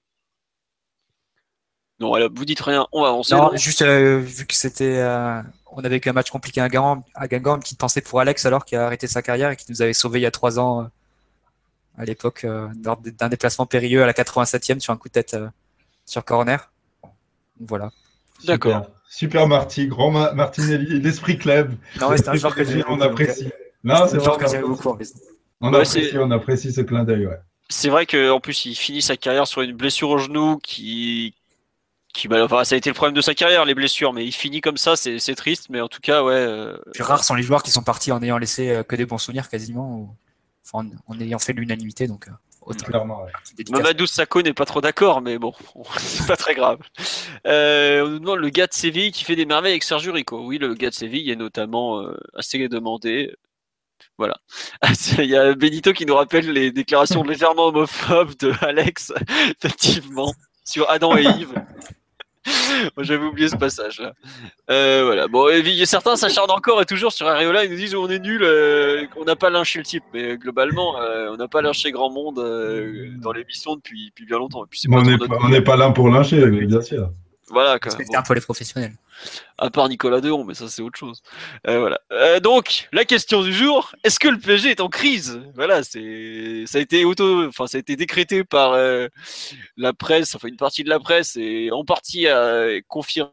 Non, alors, vous dites rien, on va avancer. Non, juste vu que c'était, on avait eu un match compliqué à Guingamp, une petite pensée pour Alex alors qui a arrêté sa carrière et qui nous avait sauvé il y a 3 ans à l'époque lors d'un déplacement périlleux à la 87e sur un coup de tête sur corner. Donc, voilà. D'accord. Super Marty, grand Martinelli, l'esprit club. Non, c'est un joueur que on apprécie. Non, C'est c'est genre vrai. que j'aime beaucoup en plus. On apprécie ce clin d'œil, ouais. C'est vrai qu'en plus, il finit sa carrière sur une blessure au genou enfin, ça a été le problème de sa carrière, les blessures, mais il finit comme ça, c'est triste, mais en tout cas, ouais. Puis rares sont les joueurs qui sont partis en ayant laissé que des bons souvenirs quasiment, enfin, en ayant fait l'unanimité, donc autant. Clairement, ouais. Dédicace. Mamadou Sakho n'est pas trop d'accord, mais bon, c'est pas très grave. On nous demande le gars de Séville qui fait des merveilles avec Sergio Rico. Oui, le gars de Séville est notamment assez demandé. Voilà. Il y a Benito qui nous rappelle les déclarations légèrement homophobes de Alex, effectivement, sur Adam et Yves. Moi, j'avais oublié ce passage-là. Voilà. Bon, certains s'acharnent encore et toujours sur Areola. Ils nous disent on est nul, qu'on n'a pas lynché le type. Mais globalement, on n'a pas lynché grand monde dans l'émission depuis bien longtemps. Et puis, c'est Mais pas on n'est pas là pour lyncher, bien sûr. Voilà, quoi. Respecter un peu les professionnels. À part Nicolas Deon, mais ça c'est autre chose. Voilà. Donc, la question du jour, est-ce que le PSG est en crise? Voilà, ça a été décrété par la presse, enfin une partie de la presse, et en partie confirmé.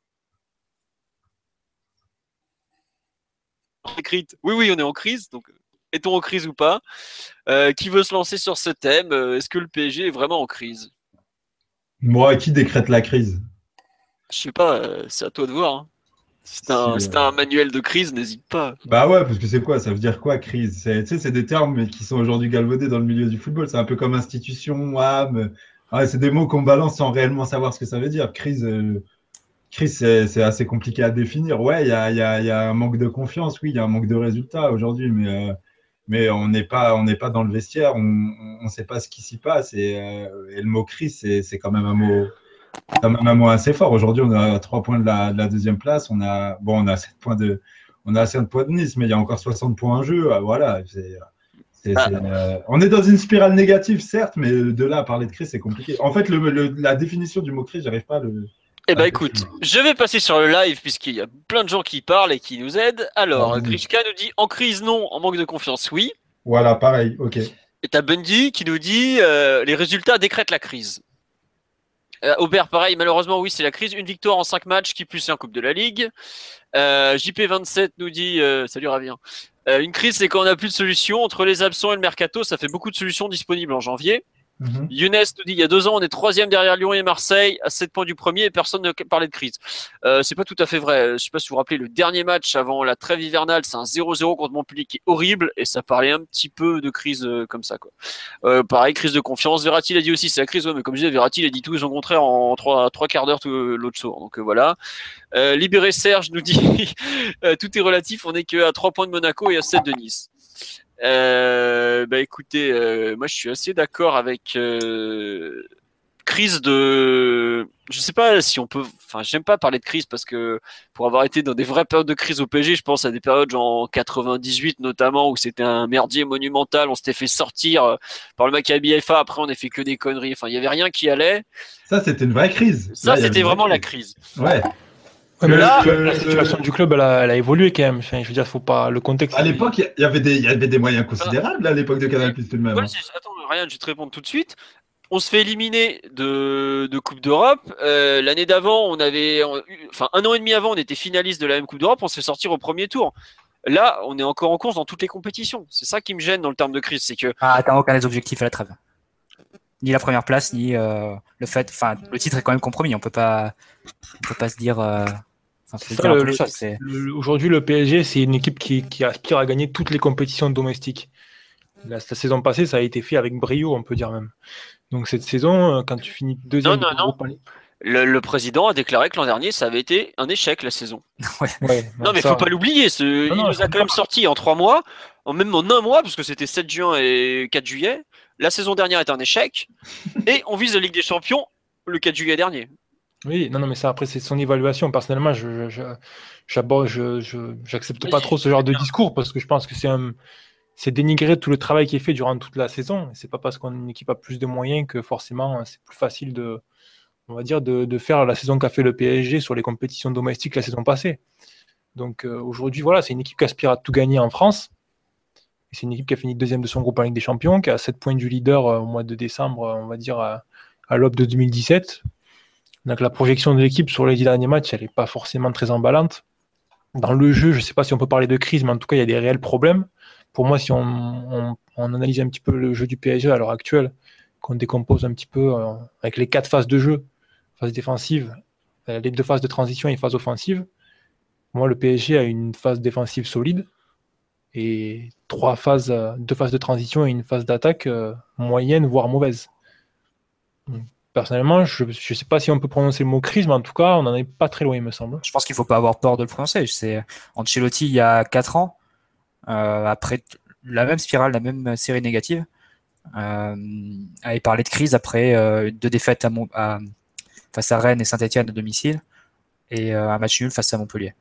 Écrite. Oui, on est en crise, donc est-on en crise ou pas? Qui veut se lancer sur ce thème? Est-ce que le PSG est vraiment en crise? Moi, qui décrète la crise? Je sais pas, c'est à toi de voir. Hein. Si t'as un manuel de crise, n'hésite pas. Bah ouais, parce que c'est quoi? Ça veut dire quoi, crise? C'est des termes mais qui sont aujourd'hui galvaudés dans le milieu du football. C'est un peu comme institution, âme. Ouais, c'est des mots qu'on balance sans réellement savoir ce que ça veut dire. Crise, c'est assez compliqué à définir. Ouais, il y a un manque de confiance, oui, il y a un manque de résultats aujourd'hui, mais on n'est pas dans le vestiaire, on ne sait pas ce qui s'y passe. Et le mot crise, c'est quand même un mot assez fort. Aujourd'hui, on a 3 points de la deuxième place. On a 7 points de Nice, mais il y a encore 60 points en jeu. Voilà. On est dans une spirale négative, certes, mais de là à parler de crise, c'est compliqué. En fait, la définition du mot crise, j'arrive pas à le. Eh ben écoute, je vais passer sur le live puisqu'il y a plein de gens qui parlent et qui nous aident. Alors, Grishka nous dit en crise non, en manque de confiance oui. Voilà, pareil, ok. Et t'as Bundy qui nous dit les résultats décrètent la crise. Aubert, pareil, malheureusement, oui, c'est la crise. Une victoire en 5 matchs qui plus est en Coupe de la Ligue. JP27 nous dit salut Ravien. Une crise, c'est quand on n'a plus de solution. Entre les absents et le mercato, ça fait beaucoup de solutions disponibles en janvier. Younes nous dit il y a 2 ans, on est 3e derrière Lyon et Marseille, à 7 points du premier, et personne ne parlait de crise. C'est pas tout à fait vrai. Je sais pas si vous vous rappelez, le dernier match avant la trêve hivernale, c'est un 0-0 contre Montpellier qui est horrible, et ça parlait un petit peu de crise comme ça, quoi. Pareil, crise de confiance. Verratti l'a dit aussi, c'est la crise, ouais, mais comme je disais, Verratti il a dit tout et son contraire en 3 quarts d'heure l'autre soir. Donc voilà. Libéré Serge nous dit tout est relatif, on est qu'à 3 points de Monaco et à 7 de Nice. Écoutez, moi je suis assez d'accord avec crise de. Je sais pas si on peut. Enfin, j'aime pas parler de crise parce que pour avoir été dans des vraies périodes de crise au PSG, je pense à des périodes genre en 98 notamment où c'était un merdier monumental, on s'était fait sortir par le Maccabi Haïfa, après on n'a fait que des conneries. Enfin, il y avait rien qui allait. Ça, c'était une vraie crise. Ça, c'était vraiment la crise. Ouais. Ouais, mais la situation du club, elle a évolué quand même. Enfin, je veux dire, faut pas le contexte. À l'époque, il y avait des moyens considérables à l'époque de Canal+ tout de même. Ouais, attends, Ryan, je vais te répondre tout de suite. On se fait éliminer de Coupe d'Europe. L'année d'avant, un an et demi avant, on était finaliste de la même Coupe d'Europe. On se fait sortir au premier tour. Là, on est encore en course dans toutes les compétitions. C'est ça qui me gêne dans le terme de crise, c'est que. T'as aucun des objectifs à la trêve. Ni la première place, ni le fait. Enfin, le titre est quand même compromis. On peut pas se dire. Aujourd'hui, le PSG, c'est une équipe qui aspire à gagner toutes les compétitions domestiques. La saison passée, ça a été fait avec brio, on peut dire même. Donc cette saison, quand tu finis deuxième... Non. Le président a déclaré que l'an dernier, ça avait été un échec, la saison. Ouais, non, mais faut pas l'oublier. Il nous a quand même sorti en 3 mois, même en 1 mois, parce que c'était 7 juin et 4 juillet. La saison dernière est un échec. Et on vise la Ligue des Champions le 4 juillet dernier. Oui, non, mais ça, après, c'est son évaluation. Personnellement, j'accepte pas trop ce genre de discours parce que je pense que c'est dénigrer tout le travail qui est fait durant toute la saison. C'est pas parce qu'on équipe a plus de moyens que forcément c'est plus facile de faire la saison qu'a fait le PSG sur les compétitions domestiques la saison passée. Donc aujourd'hui, voilà, c'est une équipe qui aspire à tout gagner en France. Et c'est une équipe qui a fini 2e de son groupe en Ligue des Champions, qui a 7 points du leader au mois de décembre, on va dire à l'aube de 2017. Donc la projection de l'équipe sur les 10 derniers matchs, elle n'est pas forcément très emballante. Dans le jeu, je ne sais pas si on peut parler de crise, mais en tout cas, il y a des réels problèmes. pour moi, si on analyse un petit peu le jeu du PSG à l'heure actuelle, qu'on décompose un petit peu avec les 4 phases de jeu, phase défensive, les 2 phases de transition et phase offensive, moi, le PSG a une phase défensive solide et 2 phases de transition et une phase d'attaque moyenne, voire mauvaise. Donc, personnellement, je ne sais pas si on peut prononcer le mot crise, mais en tout cas, on n'en est pas très loin, il me semble. Je pense qu'il ne faut pas avoir peur de le prononcer. C'est Ancelotti, il y a 4 ans, après la même spirale, la même série négative, avait parlé de crise après 2 défaites face à Rennes et Saint-Etienne à domicile et un match nul face à Montpellier.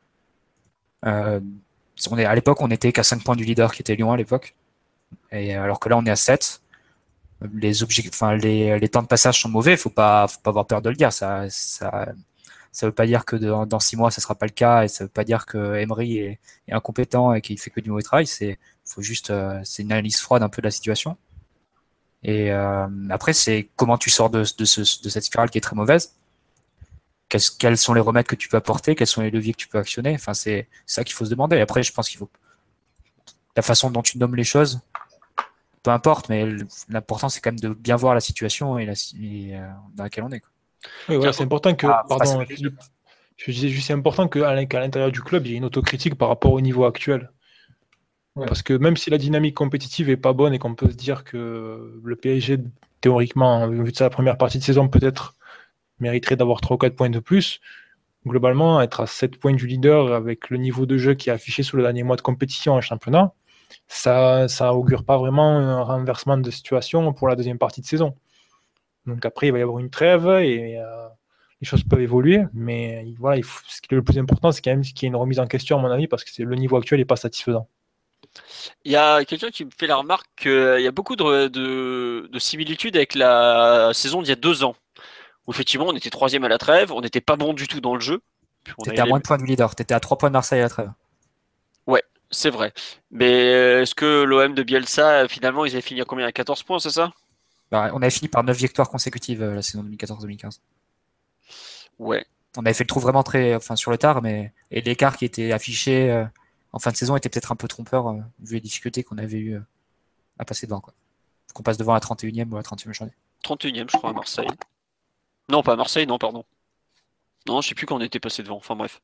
À l'époque, on n'était qu'à 5 points du leader qui était Lyon à l'époque, et alors que là, on est à 7. Les temps de passage sont mauvais, faut pas avoir peur de le dire. Ça veut pas dire que dans 6 mois, ça sera pas le cas, et ça veut pas dire que Emery est incompétent et qu'il fait que du mauvais travail. C'est une analyse froide un peu de la situation. Et après, c'est comment tu sors de cette spirale qui est très mauvaise. Quels sont les remèdes que tu peux apporter, quels sont les leviers que tu peux actionner. Enfin, c'est ça qu'il faut se demander. Et après, je pense qu'il faut la façon dont tu nommes les choses, peu importe, mais l'important c'est quand même de bien voir la situation et dans laquelle on est, quoi. Oui, voilà, c'est important que, pardon Philippe, je disais juste c'est important qu'à l'intérieur du club, il y ait une autocritique par rapport au niveau actuel. Ouais. Parce que même si la dynamique compétitive est pas bonne et qu'on peut se dire que le PSG, théoriquement, vu de sa première partie de saison, peut-être mériterait d'avoir 3 ou 4 points de plus, globalement, être à 7 points du leader avec le niveau de jeu qui est affiché sur le dernier mois de compétition en championnat, ça augure pas vraiment un renversement de situation pour la deuxième partie de saison. Donc après, il va y avoir une trêve et les choses peuvent évoluer, mais voilà, ce qui est le plus important, c'est quand même qu'il y ait une remise en question, à mon avis, parce que le niveau actuel n'est pas satisfaisant. Il y a quelqu'un qui me fait la remarque qu'il y a beaucoup de similitudes avec la saison d'il y a 2 ans, où effectivement on était 3e à la trêve, on n'était pas bon du tout dans le jeu. T'étais à moins de points du leader, t'étais à 3 points de Marseille à la trêve. Ouais, c'est vrai. Mais est-ce que l'OM de Bielsa, finalement, ils avaient fini à combien? À 14 points, c'est ça? On avait fini par 9 victoires consécutives la saison 2014-2015. Ouais. On avait fait le trou vraiment sur le tard, et l'écart qui était affiché en fin de saison était peut-être un peu trompeur vu les difficultés qu'on avait eu à passer devant, quoi. Qu'on passe devant la 31e ou la 30e journée. 31e, je crois, à Marseille. Non, pas à Marseille, non, pardon. Non, je sais plus quand on était passé devant. Enfin bref.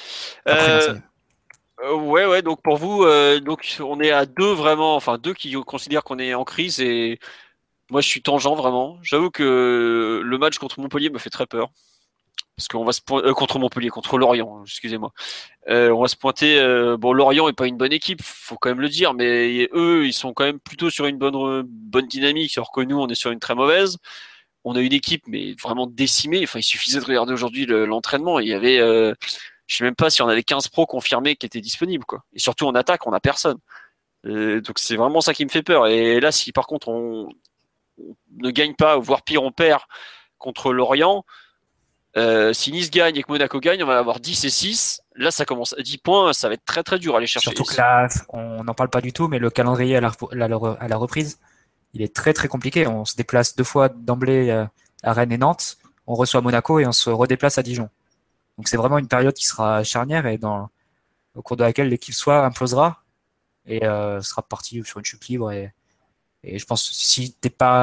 Ouais, donc pour vous, donc on est à 2 vraiment, enfin 2 qui considèrent qu'on est en crise, et moi je suis tangent vraiment. J'avoue que le match contre Montpellier me fait très peur. Parce qu'on va se pointer contre Montpellier, contre Lorient, excusez-moi. On va se pointer. Bon, Lorient est pas une bonne équipe, faut quand même le dire, mais eux, ils sont quand même plutôt sur une bonne dynamique, alors que nous, on est sur une très mauvaise. On a une équipe, mais vraiment décimée. Enfin, il suffisait de regarder aujourd'hui l'entraînement. Il y avait, je sais même pas si on avait 15 pros confirmés qui étaient disponibles, quoi. Et surtout en attaque, on a personne. Donc c'est vraiment ça qui me fait peur. Et là, si par contre on ne gagne pas, voire pire, on perd contre Lorient. Si Nice gagne et que Monaco gagne, on va avoir 10 et 6. Là, ça commence à 10 points, ça va être très très dur à aller chercher. Surtout que là, on n'en parle pas du tout, mais le calendrier à la reprise, il est très très compliqué. On se déplace 2 fois d'emblée à Rennes et Nantes, on reçoit Monaco et on se redéplace à Dijon. Donc c'est vraiment une période qui sera charnière et au cours de laquelle l'équipe soit implosera et sera partie sur une chute libre. Et je pense que si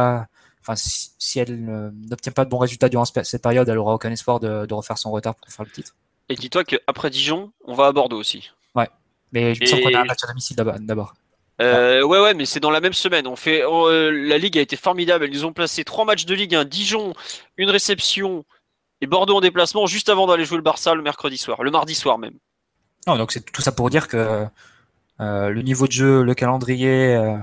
elle n'obtient pas de bons résultats durant cette période, elle aura aucun espoir de refaire son retard pour faire le titre. Et dis-toi qu'après Dijon, on va à Bordeaux aussi. Ouais, mais je me sens qu'on a un match à domicile d'abord. Ouais, mais c'est dans la même semaine. La Ligue a été formidable. Ils nous ont placé 3 matchs de Ligue 1, Dijon, une réception et Bordeaux en déplacement juste avant d'aller jouer le Barça le mardi soir même. Non, donc c'est tout ça pour dire que le niveau de jeu, le calendrier,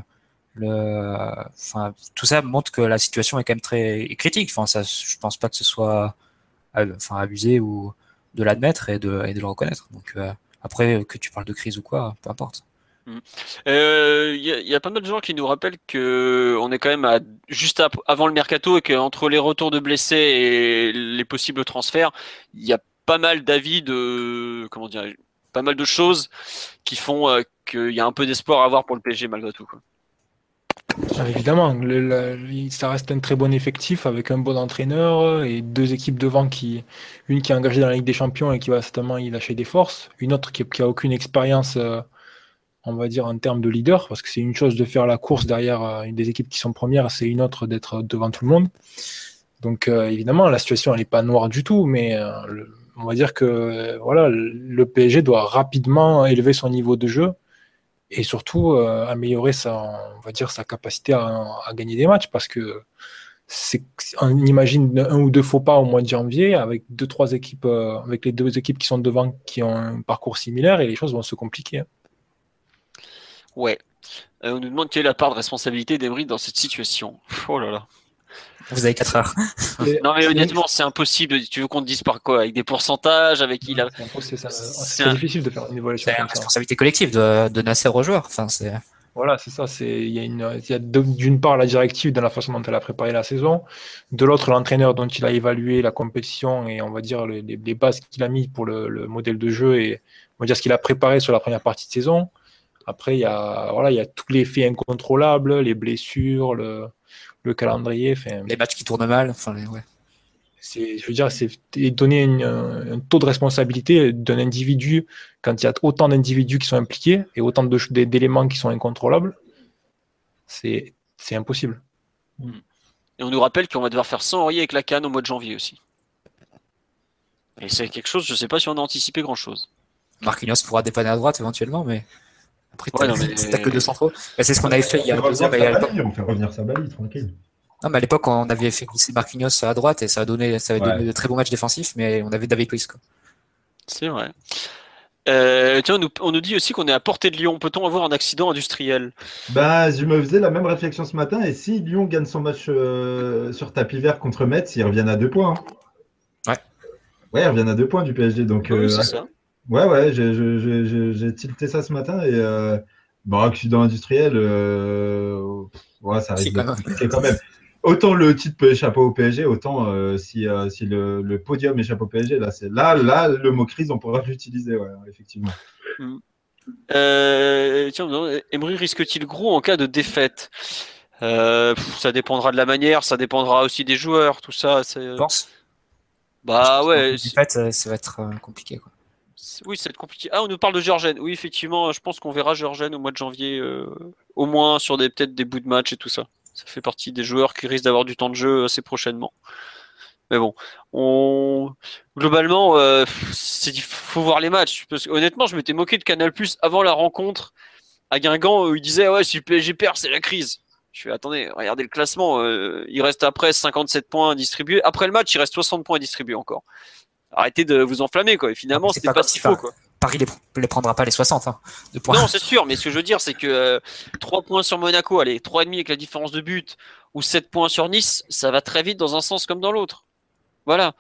tout ça montre que la situation est quand même très critique. Enfin, je pense pas que ce soit abusé ou de l'admettre et de le reconnaître. Donc après, que tu parles de crise ou quoi, peu importe. Y a pas mal de gens qui nous rappellent que on est quand même juste avant le mercato et qu'entre les retours de blessés et les possibles transferts, il y a pas mal d'avis pas mal de choses qui font qu'il y a un peu d'espoir à avoir pour le PSG malgré tout, quoi. Évidemment, ça reste un très bon effectif avec un bon entraîneur et 2 équipes devant une qui est engagée dans la Ligue des Champions et qui va certainement y lâcher des forces, une autre qui a aucune expérience on va dire, en termes de leader, parce que c'est une chose de faire la course derrière des équipes qui sont premières, c'est une autre d'être devant tout le monde. Donc évidemment, la situation elle n'est pas noire du tout, mais on va dire que voilà, le PSG doit rapidement élever son niveau de jeu et surtout améliorer on va dire, sa capacité à gagner des matchs, parce que on imagine un ou deux faux pas au mois de janvier avec deux, trois équipes, avec les deux équipes qui sont devant qui ont un parcours similaire, et les choses vont se compliquer. Ouais. On nous demande quelle est la part de responsabilité d'Emery dans cette situation. Oh là là. Vous avez 4 heures. Non mais honnêtement, c'est impossible. Tu veux qu'on te dise par quoi? Avec des pourcentages, avec qui là? C'est difficile de faire une évaluation. C'est une responsabilité collective de Nasser aux joueurs. Enfin, c'est... Voilà, c'est ça. Il y a d'une part la directive dans la façon dont elle a préparé la saison, de l'autre l'entraîneur dont il a évalué la compétition et on va dire les bases qu'il a mis pour le modèle de jeu et on va dire ce qu'il a préparé sur la première partie de saison. Après, il y a tous les faits incontrôlables, les blessures, le calendrier. Les matchs qui tournent mal. Enfin, ouais. Je veux dire, c'est donner un taux de responsabilité d'un individu quand il y a autant d'individus qui sont impliqués et autant d'éléments qui sont incontrôlables. C'est impossible. Et on nous rappelle qu'on va devoir faire 100 Aurier avec la CAN au mois de janvier aussi. Et c'est quelque chose, je ne sais pas si on a anticipé grand-chose. Marquinhos pourra dépanner à droite éventuellement, mais après, t'as que 2 centraux. C'est ce qu'on avait fait il y a 2 ans. On fait revenir Sabali, tranquille. Non, mais à l'époque, on avait fait glisser Marquinhos à droite et ça avait donné de très bons matchs défensifs, mais on avait David Luiz. C'est vrai. Tiens, on nous dit aussi qu'on est à portée de Lyon. Peut-on avoir un accident industriel? Je me faisais la même réflexion ce matin. Et si Lyon gagne son match sur tapis vert contre Metz, ils reviennent à 2 points. Hein. Ouais, ils reviennent à 2 points du PSG. Donc, oui, c'est ça. Ouais, j'ai tilté ça ce matin. Et accident industriel, ça risque d'être compliqué quand même. Autant le titre peut échapper au PSG, autant si le podium échappe au PSG, là, le mot crise, on pourra l'utiliser, effectivement. Tiens, Emery risque-t-il gros en cas de défaite? Ça dépendra de la manière, ça dépendra aussi des joueurs, tout ça. Je pense. Ouais. Défaite, ça va être compliqué, quoi. Oui, ça va être compliqué. Ah, on nous parle de Georgen. Oui, effectivement, je pense qu'on verra Georgen au mois de janvier, au moins sur peut-être des bouts de match et tout ça. Ça fait partie des joueurs qui risquent d'avoir du temps de jeu assez prochainement. Mais bon, globalement, faut voir les matchs. Parce que, honnêtement, je m'étais moqué de Canal+ avant la rencontre à Guingamp où il disait ouais, si le PSG perd, c'est la crise. Je fais attendez, regardez le classement. Il reste après 57 points distribués. Après le match, il reste 60 points distribués encore. Arrêtez de vous enflammer, quoi. Et finalement, c'était pas si faux, quoi. Paris les prendra pas les 60 de points. Non, c'est sûr, mais ce que je veux dire, c'est que 3 points sur Monaco, allez, 3,5 avec la différence de but, ou 7 points sur Nice, ça va très vite dans un sens comme dans l'autre. Voilà.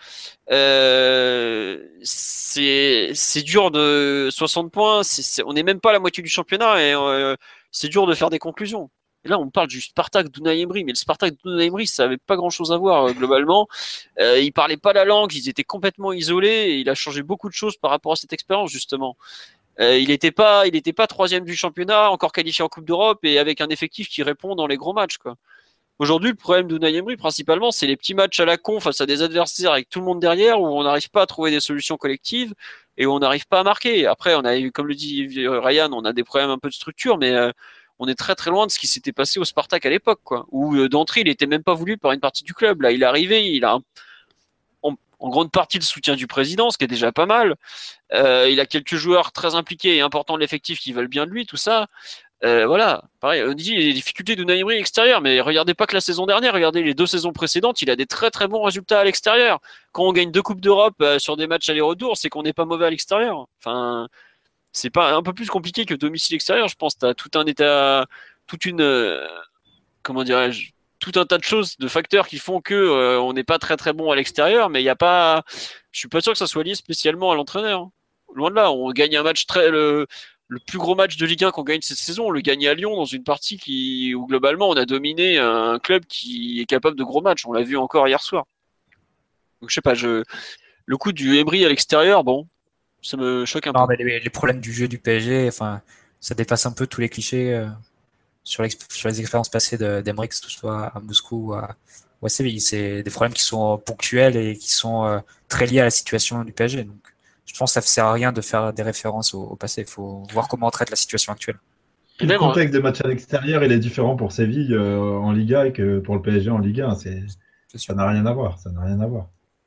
C'est dur de 60 points, on n'est même pas à la moitié du championnat, et c'est dur de faire des conclusions. Et là, on parle du Spartak d'Unai Emery, mais le Spartak d'Unai Emery, ça n'avait pas grand-chose à voir globalement. Ils parlaient pas la langue, ils étaient complètement isolés, et il a changé beaucoup de choses par rapport à cette expérience justement. Il n'était pas troisième du championnat, encore qualifié en Coupe d'Europe et avec un effectif qui répond dans les gros matchs, quoi. Aujourd'hui, le problème d'Unai Emery, principalement, c'est les petits matchs à la con face à des adversaires avec tout le monde derrière où on n'arrive pas à trouver des solutions collectives et où on n'arrive pas à marquer. Après, on a eu, comme le dit Ryan, on a des problèmes un peu de structure, mais on est très très loin de ce qui s'était passé au Spartak à l'époque, quoi. Où d'entrée, il était même pas voulu par une partie du club. Là, il est arrivé, il a en grande partie le soutien du président, ce qui est déjà pas mal. Il a quelques joueurs très impliqués et importants de l'effectif qui veulent bien de lui, tout ça. Voilà, pareil, on dit les difficultés d'Unai Emery extérieur, mais regardez pas que la saison dernière, regardez les 2 saisons précédentes, il a des très très bons résultats à l'extérieur. Quand on gagne 2 Coupes d'Europe sur des matchs aller-retour, c'est qu'on n'est pas mauvais à l'extérieur. Enfin, c'est pas un peu plus compliqué que domicile extérieur, je pense. T'as tout un état, toute une, comment dirais-je, tout un tas de choses, de facteurs qui font que on n'est pas très très bon à l'extérieur, mais il y a pas, je suis pas sûr que ça soit lié spécialement à l'entraîneur. Loin de là, on gagne un match le plus gros match de Ligue 1 qu'on gagne cette saison, on le gagne à Lyon dans une partie où globalement on a dominé un club qui est capable de gros matchs. On l'a vu encore hier soir. Donc je sais pas, le coup du Emery à l'extérieur, bon, ça me choque un peu. Non, mais les problèmes du jeu du PSG, enfin, ça dépasse un peu tous les clichés sur les expériences passées d'Emery, que ce soit à Moscou ou à Séville. C'est des problèmes qui sont ponctuels et qui sont très liés à la situation du PSG. Donc, je pense que ça ne sert à rien de faire des références au passé. Il faut voir comment on traite la situation actuelle. Et Le même en- contexte des matchs à l'extérieur, il est différent pour Séville en Liga et que pour le PSG en Ligue 1. C'est sûr. Ça n'a rien à voir. Ça n'a rien à voir.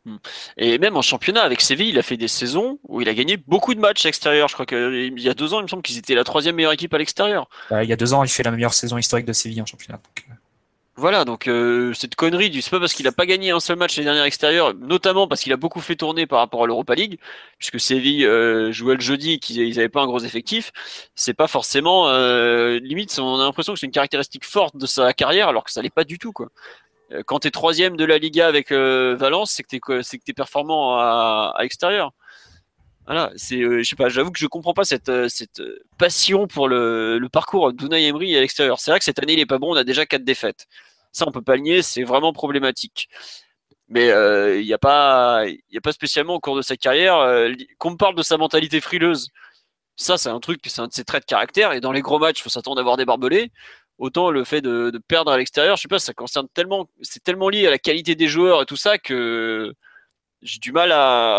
Et même en championnat, avec Séville, il a fait des saisons où il a gagné beaucoup de matchs extérieurs. Je crois qu'il y a 2 ans, il me semble qu'ils étaient la 3e meilleure équipe à l'extérieur. Il y a 2 ans, il fait la meilleure saison historique de Séville en championnat. Donc, Voilà, donc cette connerie c'est pas parce qu'il a pas gagné un seul match les derniers extérieurs, notamment parce qu'il a beaucoup fait tourner par rapport à l'Europa League, puisque Séville jouait le jeudi et qu'ils avaient pas un gros effectif, c'est pas forcément limite, on a l'impression que c'est une caractéristique forte de sa carrière, alors que ça l'est pas du tout, quoi. Quand t'es 3e de la Liga avec Valence, c'est que t'es performant à l'extérieur. Voilà, je sais pas, j'avoue que je comprends pas cette passion pour le parcours d'Unai Emery à l'extérieur. C'est vrai que cette année il est pas bon, on a déjà 4 défaites. Ça on peut pas le nier, c'est vraiment problématique. Mais il y a pas spécialement au cours de sa carrière qu'on me parle de sa mentalité frileuse. Ça c'est un truc, c'est un de ses traits de caractère et dans les gros matchs, il faut s'attendre à avoir des barbelés. Autant le fait de perdre à l'extérieur, je sais pas, ça concerne tellement, c'est tellement lié à la qualité des joueurs et tout ça que j'ai du mal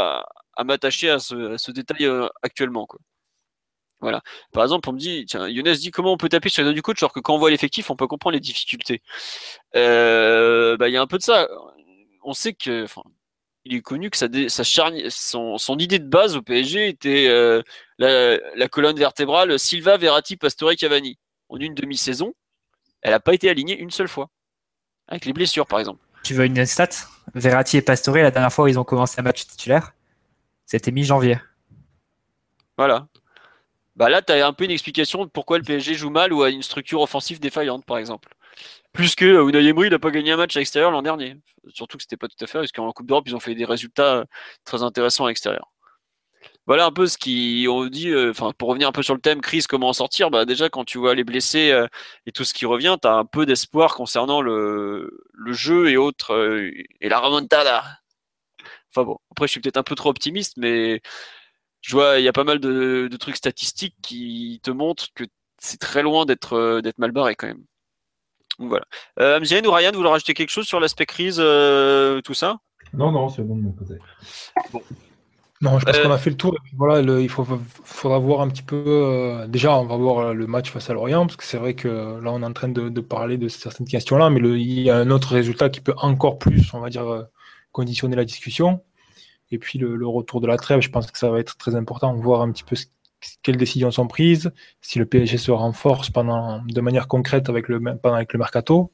à m'attacher à ce détail actuellement, quoi. Voilà. Par exemple, on me dit, tiens, Younes dit comment on peut taper sur les doigts du coach alors que quand on voit l'effectif, on peut comprendre les difficultés. Il y a un peu de ça. On sait que, enfin, il est connu que son idée de base au PSG était la colonne vertébrale Silva, Verratti, Pastore, Cavani. En une demi-saison, elle n'a pas été alignée une seule fois. Avec les blessures, par exemple. tu veux une stat? Verratti et Pastore, la dernière fois où ils ont commencé un match titulaire, c'était mi-janvier. Voilà. Bah là, tu as un peu une explication de pourquoi le PSG joue mal ou a une structure offensive défaillante, par exemple. Plus que Unai Emery n'a pas gagné un match à l'extérieur l'an dernier. Surtout que c'était pas tout à fait, parce qu'en Coupe d'Europe, ils ont fait des résultats très intéressants à l'extérieur. Voilà un peu ce qu'on dit. Enfin, pour revenir un peu sur le thème crise, comment en sortir. Bah déjà, quand tu vois les blessés et tout ce qui revient, tu as un peu d'espoir concernant le jeu et autres et la remontada. Enfin bon, après, je suis peut-être un peu trop optimiste, mais je vois, il y a pas mal de trucs statistiques qui te montrent que c'est très loin d'être mal barré quand même. Donc voilà. Amziane ou Ryan, vous voulez rajouter quelque chose sur l'aspect crise, tout ça? Non, non, c'est bon de mon côté. Non, je pense Euh, qu'on a fait le tour. Et puis voilà, faudra voir un petit peu. Déjà, on va voir le match face à Lorient, parce que c'est vrai que là, on est en train de parler de certaines questions-là, mais il y a un autre résultat qui peut encore plus, on va dire, conditionner la discussion. Et puis le retour de la trêve, je pense que ça va être très important, voir un petit peu quelles décisions sont prises, si le PSG se renforce de manière concrète pendant avec le mercato.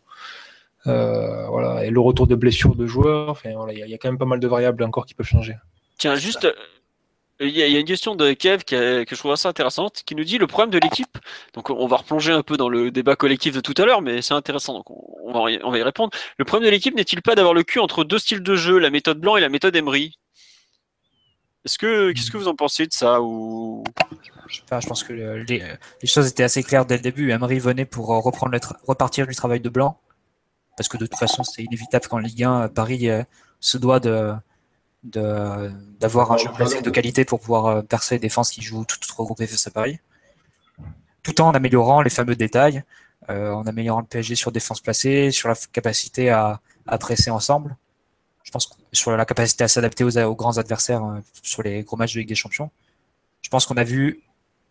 Voilà, et le retour de blessures de joueurs. Enfin, voilà, il y a quand même pas mal de variables encore qui peuvent changer. Tiens, juste, il y a une question de Kev que je trouve assez intéressante, qui nous dit le problème de l'équipe. Donc, on va replonger un peu dans le débat collectif de tout à l'heure, mais c'est intéressant, donc on va y répondre. Le problème de l'équipe n'est-il pas d'avoir le cul entre 2 styles de jeu, la méthode Blanc et la méthode Emery? Qu'est-ce que vous en pensez de ça ou... Je sais pas, je pense que les choses étaient assez claires dès le début. Emery venait pour repartir du travail de Blanc, parce que de toute façon, c'est inévitable qu'en Ligue 1, Paris se doit d'avoir un jeu placé de qualité pour pouvoir percer les défenses qui jouent toutes regroupées face à Paris, tout en améliorant les fameux détails, en améliorant le PSG sur défense placée, sur la capacité à presser ensemble. Je pense sur la capacité à s'adapter aux grands adversaires sur les gros matchs de Ligue des Champions. Je pense qu'on a vu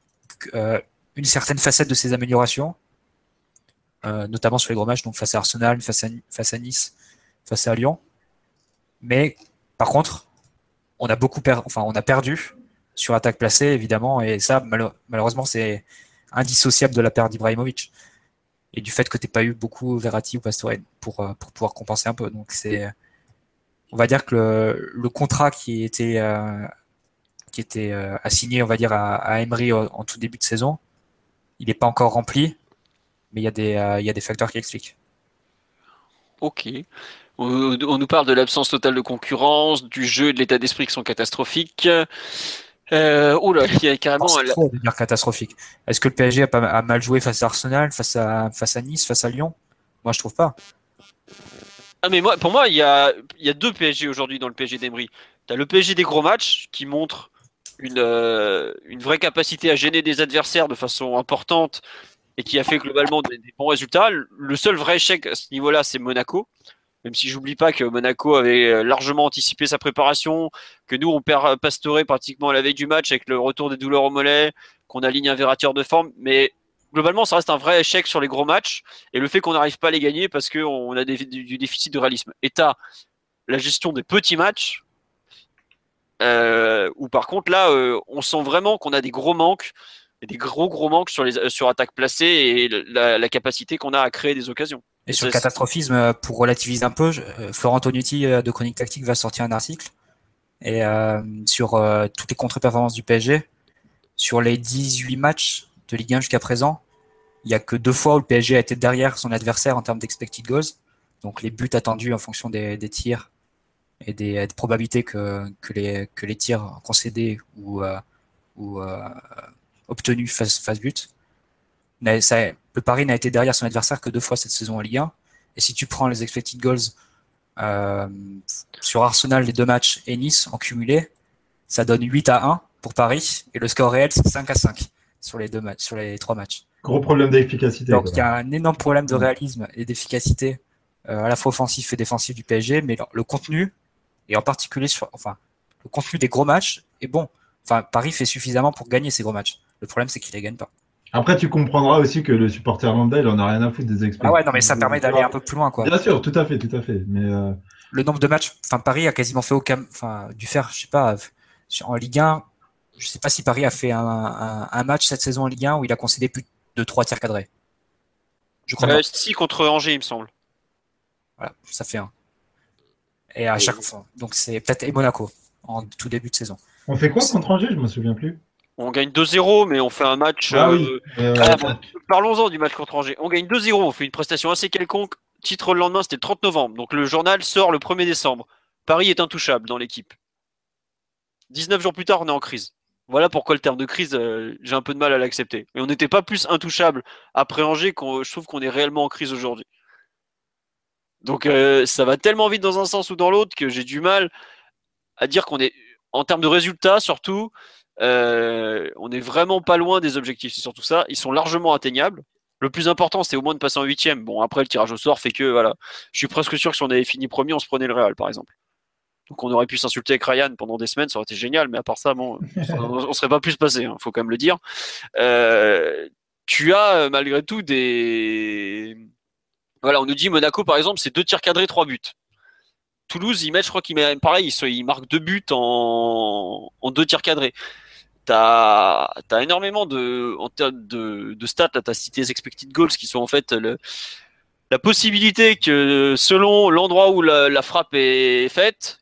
une certaine facette de ces améliorations, notamment sur les gros matchs, donc face à Arsenal, face à Nice, face à Lyon. Mais par contre, on a perdu sur attaque placée, évidemment, et ça, malheureusement, c'est indissociable de la perte d'Ibrahimovic et du fait que tu n'aies pas eu beaucoup Verratti ou Pastore pour pouvoir compenser un peu. Donc on va dire que le contrat qui était assigné, on va dire, à Emery en tout début de saison, il n'est pas encore rempli, mais il y a des facteurs qui expliquent. Ok. On nous parle de l'absence totale de concurrence, du jeu et de l'état d'esprit qui sont catastrophiques. Oh là, il y a carrément... C'est trop de dire catastrophique. Est-ce que le PSG a mal joué face à Arsenal, face à Nice, face à Lyon? Moi, je trouve pas. Ah mais pour moi, il y a 2 PSG aujourd'hui dans le PSG d'Emery. T'as le PSG des gros matchs qui montre une vraie capacité à gêner des adversaires de façon importante et qui a fait globalement des bons résultats. Le seul vrai échec à ce niveau-là, c'est Monaco. Même si j'oublie pas que Monaco avait largement anticipé sa préparation, que nous on perd Pastore pratiquement à la veille du match avec le retour des douleurs au mollet, qu'on aligne un Verratti hors de forme, mais globalement, ça reste un vrai échec sur les gros matchs et le fait qu'on n'arrive pas à les gagner parce qu'on a du déficit de réalisme. Et t'as la gestion des petits matchs où par contre là, on sent vraiment qu'on a des gros manques, et des gros manques sur attaque placée et la capacité qu'on a à créer des occasions. Et sur le catastrophisme, pour relativiser un peu, Florent Tonuti de Chronique Tactique va sortir un article et sur toutes les contre-performances du PSG. Sur les 18 matchs de Ligue 1 jusqu'à présent, il n'y a que 2 fois où le PSG a été derrière son adversaire en termes d'expected goals. Donc les buts attendus en fonction des tirs et des probabilités que les tirs concédés ou obtenus fassent but. Le Paris n'a été derrière son adversaire que 2 fois cette saison en Ligue 1. Et si tu prends les expected goals sur Arsenal, les 2 matchs, et Nice en cumulé, ça donne 8-1 pour Paris. Et le score réel, c'est 5-5 sur les 3 matchs. Gros problème d'efficacité. Donc il y a un énorme problème de réalisme et d'efficacité à la fois offensif et défensif du PSG. Mais le contenu, et en particulier le contenu des gros matchs est bon. Enfin, Paris fait suffisamment pour gagner ces gros matchs. Le problème, c'est qu'il les gagne pas. Après, tu comprendras aussi que le supporter lambda, il en a rien à foutre des expectations. Ah ouais, non, mais ça permet d'aller un peu plus loin, quoi. Bien sûr, tout à fait. Mais le nombre de matchs, Paris a quasiment fait dû faire, je sais pas, en Ligue 1, je sais pas si Paris a fait un match cette saison en Ligue 1 où il a concédé plus de 3 tirs cadrés. Je crois pas. Si, contre Angers, il me semble. Voilà, ça fait 1. Et à chaque fois. Donc c'est peut-être et Monaco en tout début de saison. On fait quoi contre Angers? Je me souviens plus. On gagne 2-0, mais on fait un match. Parlons-en du match contre Angers. On gagne 2-0, on fait une prestation assez quelconque. Titre le lendemain, c'était le 30 novembre. Donc le journal sort le 1er décembre. Paris est intouchable dans l'équipe. 19 jours plus tard, on est en crise. Voilà pourquoi le terme de crise, j'ai un peu de mal à l'accepter. Et on n'était pas plus intouchable après Angers je trouve qu'on est réellement en crise aujourd'hui. Donc ça va tellement vite dans un sens ou dans l'autre que j'ai du mal à dire qu'on est, en termes de résultats surtout, on est vraiment pas loin des objectifs. C'est surtout ça. Ils sont largement atteignables. Le plus important, c'est au moins de passer en 8e. Bon, après, le tirage au sort fait que, voilà. Je suis presque sûr que si on avait fini premier, on se prenait le Real, par exemple. Donc, on aurait pu s'insulter avec Ryan pendant des semaines, ça aurait été génial, mais à part ça, bon, on serait pas plus passé, hein, faut quand même le dire. Tu as, malgré tout, Voilà, on nous dit Monaco, par exemple, c'est 2 tirs cadrés, 3 buts. Toulouse, je crois qu'il met pareil, il marque 2 buts en 2 tirs cadrés. T'as énormément en termes de stats, là, t'as cité les expected goals qui sont en fait la possibilité que selon l'endroit où la frappe est faite,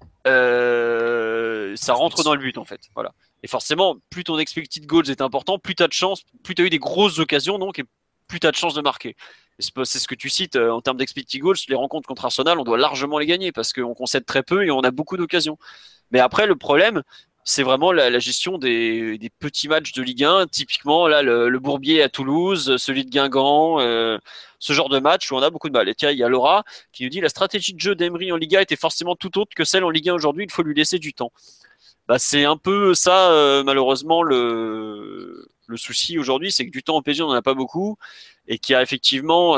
ça rentre dans le but en fait. Voilà. Et forcément, plus ton expected goals est important, plus t'as de chance, plus t'as eu des grosses occasions donc, et plus t'as de chance de marquer. Et c'est ce que tu cites en termes d'expected goals, les rencontres contre Arsenal, on doit largement les gagner parce qu'on concède très peu et on a beaucoup d'occasions. Mais après, le problème, c'est vraiment la gestion des petits matchs de Ligue 1. Typiquement, là, le Bourbier à Toulouse, celui de Guingamp, ce genre de match où on a beaucoup de mal. Et tiens, il y a Laura qui nous dit la stratégie de jeu d'Emery en Liga était forcément tout autre que celle en Ligue 1 aujourd'hui. Il faut lui laisser du temps. Bah, c'est un peu ça, malheureusement, le souci aujourd'hui, c'est que du temps au PSG, on n'en a pas beaucoup. Et qu'il y a effectivement...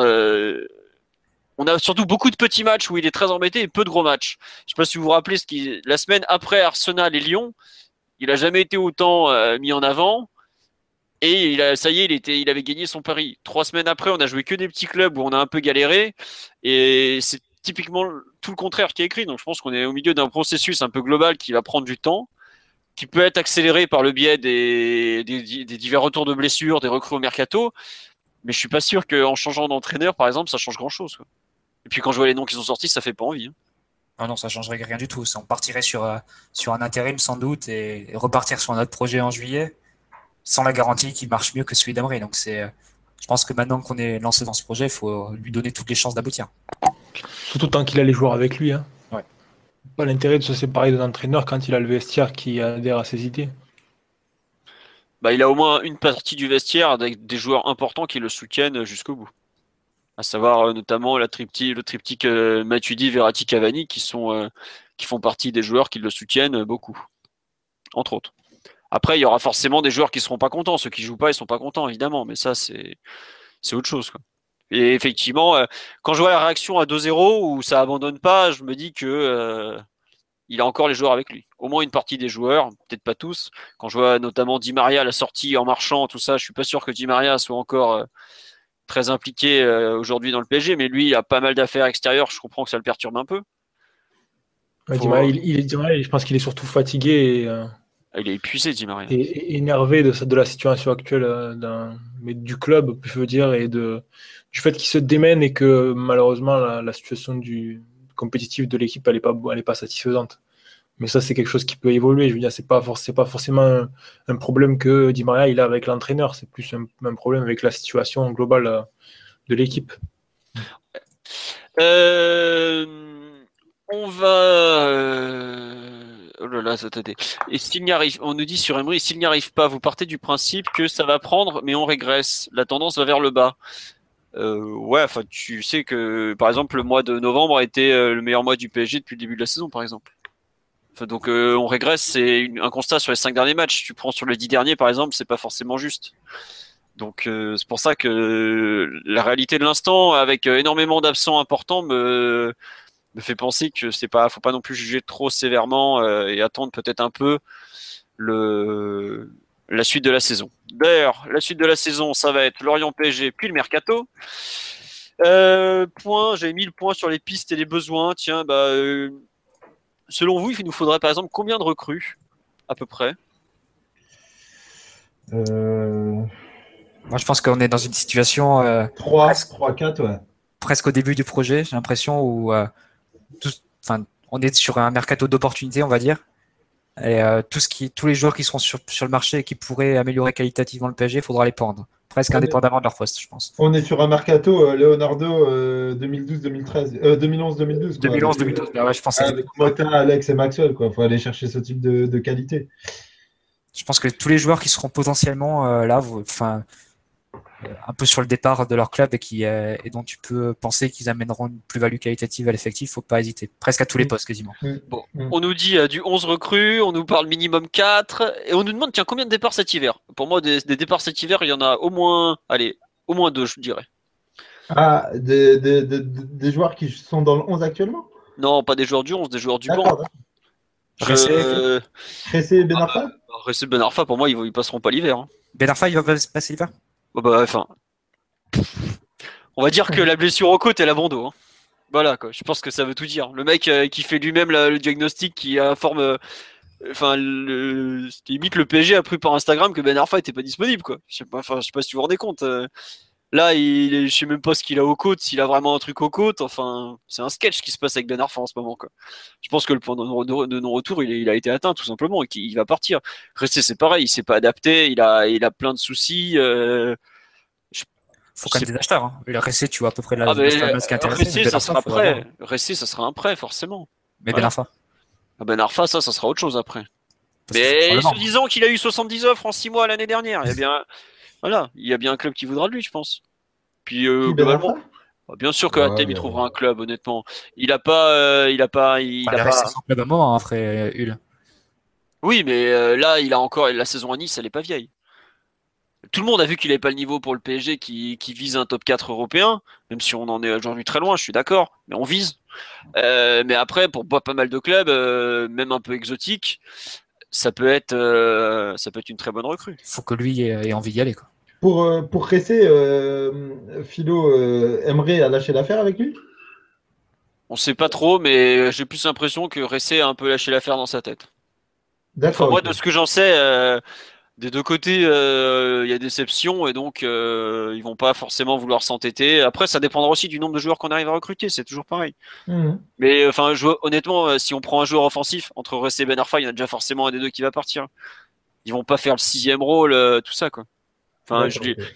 on a surtout beaucoup de petits matchs où il est très embêté et peu de gros matchs. Je ne sais pas si vous vous rappelez la semaine après Arsenal et Lyon, il n'a jamais été autant mis en avant. Et ça y est, il avait gagné son pari. 3 semaines après, on a joué que des petits clubs où on a un peu galéré. Et c'est typiquement tout le contraire qui est écrit. Donc je pense qu'on est au milieu d'un processus un peu global qui va prendre du temps, qui peut être accéléré par le biais des divers retours de blessures, des recrues au mercato. Mais je suis pas sûr qu'en changeant d'entraîneur, par exemple, ça change grand-chose, quoi. Et puis quand je vois les noms qui sont sortis, ça fait pas envie. Ah non, ça changerait rien du tout. On partirait sur un intérim sans doute et repartir sur un autre projet en juillet, sans la garantie qu'il marche mieux que celui d'Emery. Donc je pense que maintenant qu'on est lancé dans ce projet, il faut lui donner toutes les chances d'aboutir. Surtout tant qu'il a les joueurs avec lui. Hein. Ouais. Pas l'intérêt de se séparer d'un entraîneur quand il a le vestiaire qui adhère à ses idées. Bah, il a au moins une partie du vestiaire avec des joueurs importants qui le soutiennent jusqu'au bout. À savoir notamment le triptyque Matuidi, Verratti, Cavani qui font partie des joueurs qui le soutiennent beaucoup, entre autres. Après, il y aura forcément des joueurs qui seront pas contents. Ceux qui jouent pas, ils sont pas contents, évidemment. Mais ça, c'est autre chose, quoi. Et effectivement, quand je vois la réaction à 2-0 où ça abandonne pas, je me dis que il a encore les joueurs avec lui. Au moins une partie des joueurs, peut-être pas tous. Quand je vois notamment Di Maria à la sortie en marchant, tout ça, je suis pas sûr que Di Maria soit encore très impliqué aujourd'hui dans le PSG, mais lui, il a pas mal d'affaires extérieures. Je comprends que ça le perturbe un peu. Di Maria, Di Maria, je pense qu'il est surtout fatigué il est épuisé, Di Maria. et énervé de la situation actuelle mais du club, je veux dire, du fait qu'il se démène et que malheureusement la situation compétitive de l'équipe elle est pas satisfaisante. Mais ça, c'est quelque chose qui peut évoluer. Je veux dire, c'est pas forcément un problème que Di Maria il a avec l'entraîneur. C'est plus un problème avec la situation globale de l'équipe. On va. Oh là là, attendez. Et s'il n'y arrive, on nous dit sur Emery, s'il n'y arrive pas, vous partez du principe que ça va prendre, mais on régresse. La tendance va vers le bas. Ouais, enfin, tu sais que, par exemple, le mois de novembre a été le meilleur mois du PSG depuis le début de la saison, par exemple. Enfin, donc, on régresse, c'est un constat sur les 5 derniers matchs. Tu prends sur les 10 derniers, par exemple, c'est pas forcément juste. Donc, c'est pour ça que la réalité de l'instant, avec énormément d'absents importants, me fait penser que faut pas non plus juger trop sévèrement et attendre peut-être un peu la suite de la saison. D'ailleurs, la suite de la saison, ça va être Lorient PSG puis le mercato. J'avais mis le point sur les pistes et les besoins. Tiens, selon vous, il nous faudrait par exemple combien de recrues à peu près? Moi, je pense qu'on est dans une situation 3, 4, ouais. presque au début du projet, j'ai l'impression, où on est sur un mercato d'opportunités, on va dire. Et tous les joueurs qui seront sur le marché et qui pourraient améliorer qualitativement le PSG, il faudra les prendre, presque indépendamment de leur poste, je pense. On est sur un mercato Leonardo 2012-2013, 2011-2012. 2011-2012, ouais, je pense. Avec Mota, Alex et Maxwell, quoi. Faut aller chercher ce type de qualité. Je pense que tous les joueurs qui seront potentiellement là, un peu sur le départ de leur club et dont tu peux penser qu'ils amèneront une plus-value qualitative à l'effectif, faut pas hésiter. Presque à tous les postes, quasiment. Bon, on nous dit du 11 recrues, on nous parle minimum 4, et on nous demande, tiens, combien de départs cet hiver? Pour moi, des départs cet hiver, il y en a au moins 2, je dirais. Ah, des joueurs qui sont dans le 11 actuellement? Non, pas des joueurs du 11, des joueurs du banc. Cressé et Ben Arfa? Cressé et Ben Arfa, pour moi, ils passeront pas l'hiver. Hein. Ben Arfa, il va passer l'hiver? Enfin, on va dire que la blessure aux côtes est l'abandon. Hein. Voilà, quoi. Je pense que ça veut tout dire. Le mec qui fait lui-même le diagnostic, qui informe. Limite le PSG a pris par Instagram que Ben Arfa était pas disponible, quoi. Je sais pas si vous vous rendez compte. Là, je sais même pas ce qu'il a aux côtes, s'il a vraiment un truc aux côtes. Enfin, c'est un sketch qui se passe avec Ben Arfa en ce moment, quoi. Je pense que le point de non-retour, il a été atteint, tout simplement, et qu'il va partir. Rester, c'est pareil, il s'est pas adapté, il a plein de soucis. Faut quand même des acheteurs. Hein. Rester, tu vois à peu près ce qui intéresse. Rester, ça sera prêt. Rester, ça sera un prêt, forcément. Mais Ben Arfa. Ben Arfa, ça sera autre chose après. Mais se disant qu'il a eu 70 offres en 6 mois l'année dernière, il y a bien un club qui voudra de lui, je pense. Puis globalement, bien sûr que Athènes il trouvera un club, honnêtement. Il a pas son club à moment, après Hull. Oui, mais là, il a encore la saison à Nice, elle est pas vieille. Tout le monde a vu qu'il n'avait pas le niveau pour le PSG qui vise un top 4 européen, même si on en est aujourd'hui très loin, je suis d'accord, mais on vise. Mais après, pour pas mal de clubs, même un peu exotiques, ça peut être une très bonne recrue. Faut que lui ait envie d'y aller, quoi. Pour Ressé, Philo aimerait lâcher l'affaire avec lui? On sait pas trop, mais j'ai plus l'impression que Ressé a un peu lâché l'affaire dans sa tête. D'accord. Enfin, moi, de ce que j'en sais, des deux côtés, il y a déception et donc ils vont pas forcément vouloir s'entêter. Après, ça dépendra aussi du nombre de joueurs qu'on arrive à recruter, c'est toujours pareil. Mais enfin, honnêtement, si on prend un joueur offensif entre Ressé et Ben Arfa, il y en a déjà forcément un des deux qui va partir. Ils vont pas faire le 6e rôle, tout ça, quoi. Enfin,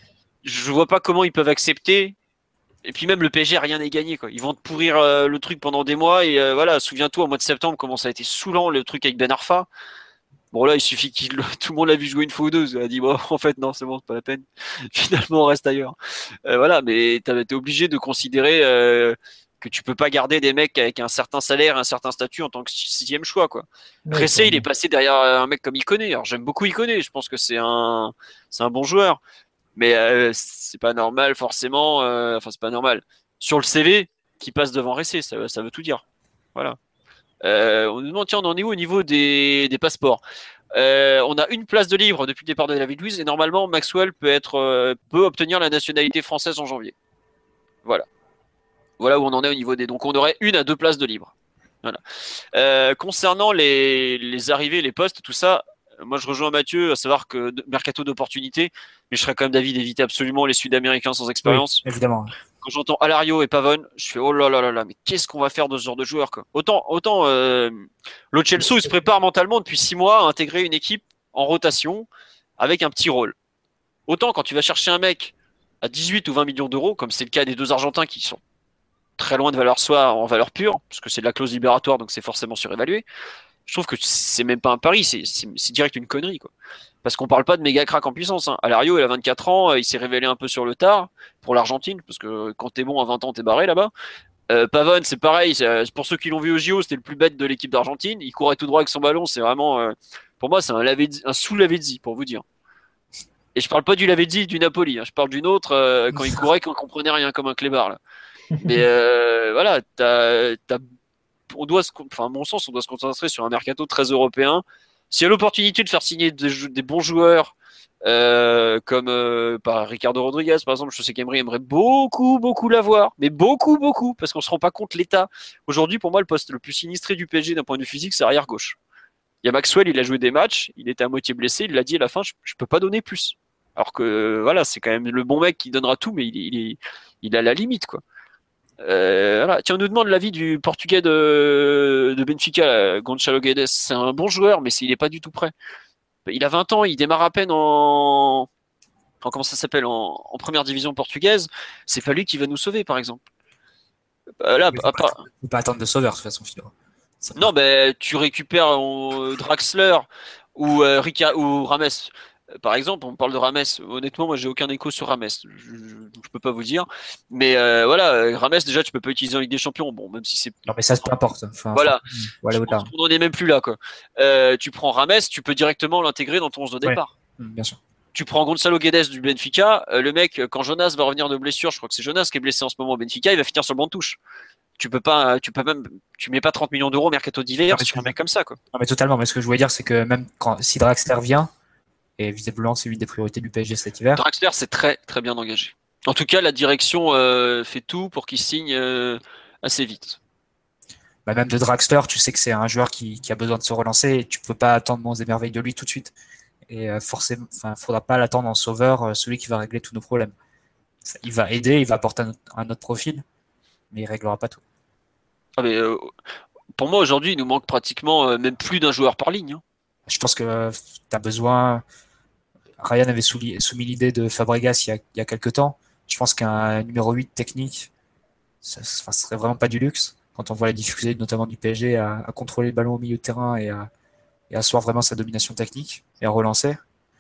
je vois pas comment ils peuvent accepter. Et puis même le PSG, rien n'est gagné, quoi. Ils vont te pourrir le truc pendant des mois et voilà. Souviens-toi au mois de septembre comment ça a été saoulant le truc avec Ben Arfa. Bon là, il suffit tout le monde l'a vu jouer une fois ou deux. Il a dit bon, en fait non, c'est bon, c'est pas la peine. Finalement, on reste ailleurs. Voilà, mais t'es obligé de considérer que tu peux pas garder des mecs avec un certain salaire, un certain statut en tant que 6e choix, quoi. Ressé, il est passé derrière un mec comme Iconé. Alors j'aime beaucoup Iconé. Je pense que c'est un bon joueur. Mais c'est pas normal forcément. Enfin, c'est pas normal. Sur le CV, qui passe devant Ressé, ça veut tout dire. Voilà. On nous demande, tiens, on en est où au niveau des passeports? On a une place de libre depuis le départ de David Luiz et normalement Maxwell peut obtenir la nationalité française en janvier. Voilà où on en est au niveau des. Donc on aurait 1 à 2 places de libre. Voilà. Concernant les arrivées, les postes, tout ça, moi je rejoins Mathieu, à savoir que mercato d'opportunité, mais je serais quand même d'avis d'éviter absolument les Sud-Américains sans expérience. Oui, évidemment. Quand j'entends Alario et Pavone, je fais oh là là là là, mais qu'est-ce qu'on va faire de ce genre de joueurs, quoi. Autant Lo Celso, il se prépare mentalement depuis 6 mois à intégrer une équipe en rotation avec un petit rôle. Autant quand tu vas chercher un mec à 18 ou 20 millions d'euros, comme c'est le cas des 2 Argentins qui sont très loin de valeur soit en valeur pure, parce que c'est de la clause libératoire, donc c'est forcément surévalué. Je trouve que c'est même pas un pari, c'est direct une connerie, quoi. Parce qu'on parle pas de méga crack en puissance. Hein. Alario, il a 24 ans, il s'est révélé un peu sur le tard pour l'Argentine, parce que quand t'es bon à 20 ans, t'es barré là-bas. Pavone, c'est pareil, pour ceux qui l'ont vu au JO, c'était le plus bête de l'équipe d'Argentine. Il courait tout droit avec son ballon, c'est vraiment, pour moi, c'est un sous-Lavezzi, pour vous dire. Et je parle pas du Lavezzi du Napoli, hein. Je parle d'une autre quand il courait, quand il comprenait rien comme un clébard là. Mais voilà, on doit à mon sens, on doit se concentrer sur un mercato très européen. S'il y a l'opportunité de faire signer des bons joueurs, comme par Ricardo Rodriguez, par exemple, je sais qu'Emery aimerait beaucoup, beaucoup l'avoir, mais beaucoup, beaucoup, parce qu'on se rend pas compte l'état. Aujourd'hui, pour moi, le poste le plus sinistré du PSG d'un point de vue physique, c'est arrière gauche. Il y a Maxwell, il a joué des matchs, il était à moitié blessé, il l'a dit à la fin, je peux pas donner plus. Alors que voilà, c'est quand même le bon mec qui donnera tout, mais il est à la limite, quoi. Voilà. Tiens, on nous demande l'avis du Portugais de Benfica, là, Gonçalo Guedes. C'est un bon joueur, mais il n'est pas du tout prêt. Il a 20 ans, il démarre à peine comment ça s'appelle, en première division portugaise. C'est pas lui qui va nous sauver, par exemple. Là, Il ne faut pas attendre de sauveur, de toute façon, Philo. Non, ben tu récupères Draxler ou Rames. Par exemple, on parle de Rames. Honnêtement, moi, j'ai aucun écho sur Rames. Je peux pas vous dire. Mais voilà, Rames, déjà, tu peux pas utiliser en Ligue des Champions. Bon, même si c'est. Non, mais ça, peu importe. Enfin, voilà. Voilà, on n'en est même plus là, quoi. Tu prends Rames, tu peux directement l'intégrer dans ton 11 de départ. Ouais, bien sûr. Tu prends Gonçalo Guedes du Benfica. Le mec, quand Jonas va revenir de blessure, je crois que c'est Jonas qui est blessé en ce moment au Benfica, il va finir sur le banc de touche. Tu mets pas 30 millions d'euros mercato d'hiver sur un mec comme ça, quoi. Non, mais totalement. Mais ce que je voulais dire, c'est que même si Draxler vient, et visiblement c'est une des priorités du PSG cet hiver. Draxler, c'est très très bien engagé. En tout cas, la direction fait tout pour qu'il signe assez vite. Bah, même de Draxler, tu sais que c'est un joueur qui a besoin de se relancer et tu peux pas attendre monts et merveilles de lui tout de suite. Et forcément, faudra pas l'attendre en sauveur, celui qui va régler tous nos problèmes. Il va aider, il va apporter un autre profil, mais il réglera pas tout. Ah, mais, pour moi, aujourd'hui, il nous manque pratiquement même plus d'un joueur par ligne. Hein. Je pense que tu as besoin. Ryan avait soumis l'idée de Fabregas il y a quelques temps. Je pense qu'un numéro 8 technique, ça serait vraiment pas du luxe. Quand on voit la difficulté notamment du PSG à contrôler le ballon au milieu de terrain et à asseoir vraiment sa domination technique et à relancer.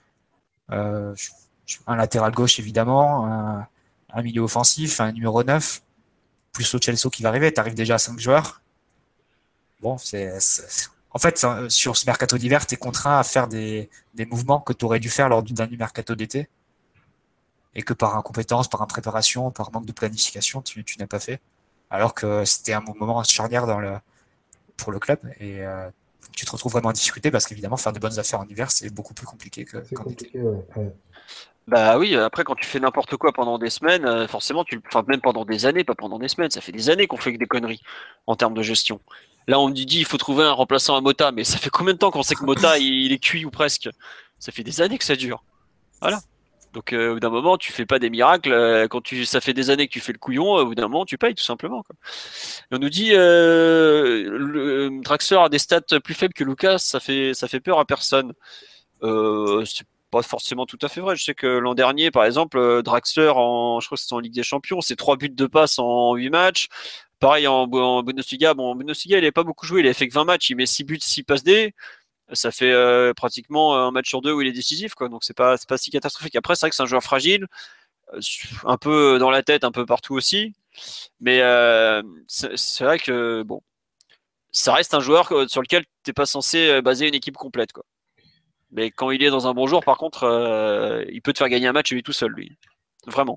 Un latéral gauche évidemment, un milieu offensif, un numéro 9, plus Lo Celso qui va arriver, tu arrives déjà à 5 joueurs. Bon, en fait, sur ce mercato d'hiver, tu es contraint à faire des mouvements que tu aurais dû faire lors du dernier mercato d'été et que par incompétence, par impréparation, par manque de planification, tu n'as pas fait. Alors que c'était un moment charnière pour le club et tu te retrouves vraiment en difficulté parce qu'évidemment, faire de bonnes affaires en hiver, c'est beaucoup plus compliqué qu'en été. Ouais. Bah oui, après quand tu fais n'importe quoi pendant des semaines, forcément, même pendant des années, pas pendant des semaines, ça fait des années qu'on fait que des conneries en termes de gestion. Là, on me dit il faut trouver un remplaçant à Mota, mais ça fait combien de temps qu'on sait que Mota il est cuit ou presque? Ça fait des années que ça dure. Voilà. Donc au bout d'un moment, tu fais pas des miracles. Ça fait des années que tu fais le couillon, au bout d'un moment, tu payes tout simplement, quoi. Et on nous dit Draxler a des stats plus faibles que Lucas, ça fait peur à personne. C'est pas forcément tout à fait vrai. Je sais que l'an dernier, par exemple, Draxler, je crois que c'était en Ligue des Champions, c'est 3 buts de passe en 8 matchs. Pareil en Bundesliga. Bon, en Bundesliga, il n'avait pas beaucoup joué, il avait fait que 20 matchs, il met 6 buts, 6 passes D. Ça fait pratiquement un match sur deux où il est décisif, quoi. Donc c'est pas si catastrophique. Après, c'est vrai que c'est un joueur fragile, un peu dans la tête, un peu partout aussi. Mais c'est vrai que bon, ça reste un joueur sur lequel t'es pas censé baser une équipe complète, quoi. Mais quand il est dans un bon jour, par contre, il peut te faire gagner un match lui tout seul, lui. Vraiment.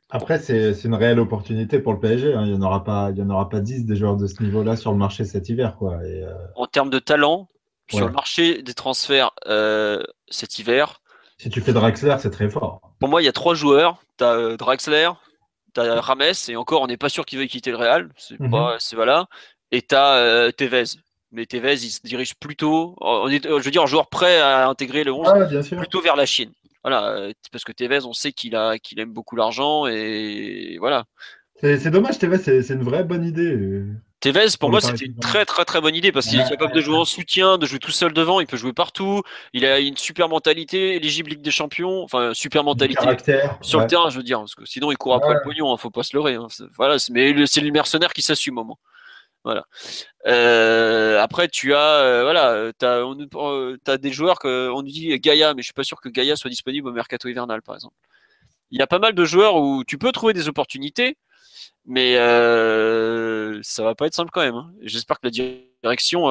Après, c'est une réelle opportunité pour le PSG. Hein. Il y en aura pas 10 des joueurs de ce niveau-là sur le marché cet hiver, quoi. En termes de talent, sur Ouais. le marché des transferts cet hiver, Si tu fais Draxler, c'est très fort. pour moi, il y a 3 joueurs. Tu as Draxler, tu as Rames, et encore, on n'est pas sûr qu'il veuille quitter le Real. C'est voilà. Et tu as Tevez. Mais Tevez, il se dirige plutôt, je veux dire, en joueur prêt à intégrer le 11, Ah, bien sûr. plutôt vers la Chine. Voilà, parce que Tevez, on sait qu'il aime beaucoup l'argent, et voilà. C'est dommage, TV, c'est une vraie bonne idée. Tevez, pour Pour moi, le Paris c'était une Saint-Germain. très très très bonne idée parce qu'il est capable de jouer en soutien, de jouer tout seul devant, il peut jouer partout, il a une super mentalité, éligible Ligue des Champions, enfin super Du mentalité caractère. sur le terrain, je veux dire, parce que sinon il court après le Ouais. pognon, faut pas se leurrer. Voilà, mais c'est le mercenaire qui s'assume au moins. Voilà. Après, tu as voilà, t'as des joueurs que on nous dit Gaïa, mais je suis pas sûr que Gaïa soit disponible au mercato hivernal, par exemple. Il y a pas mal de joueurs où tu peux trouver des opportunités, mais ça va pas être simple quand même. Hein. J'espère que la direction,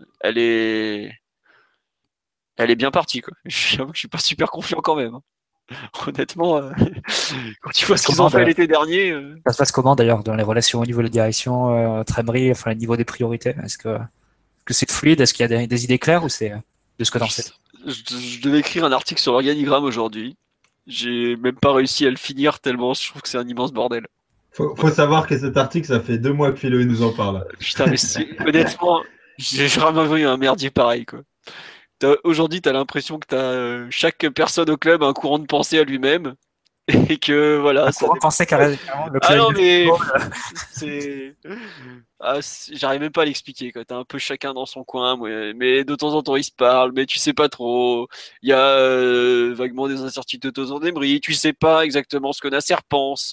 elle est bien partie. Quoi. J'avoue que je suis pas super confiant quand même. Hein. Honnêtement, quand tu vois ce qu'ils ont fait l'été dernier. Ça se passe comment d'ailleurs dans les relations au niveau de la direction, Trémery, enfin, le niveau des priorités? Est-ce que c'est fluide? Est-ce qu'il y a des idées claires ou c'est de ce que t'en sais? Je devais écrire un article sur l'organigramme aujourd'hui. J'ai même pas réussi à le finir tellement je trouve que c'est un immense bordel. Faut savoir que cet article, ça fait 2 mois que Philo nous en parle. Putain, mais honnêtement, j'ai vraiment vu un merdier pareil, quoi. Aujourd'hui, t'as l'impression que chaque personne au club a un courant de pensée à lui-même et que voilà. On pensait carrément le Ah club. non, mais c'est. J'arrive même pas à l'expliquer, quoi. T'as un peu chacun dans son coin, mais de temps en temps ils se parlent, mais tu sais pas trop. Il y a vaguement des incertitudes autour d'Emery, tu sais pas exactement ce que Nasser pense.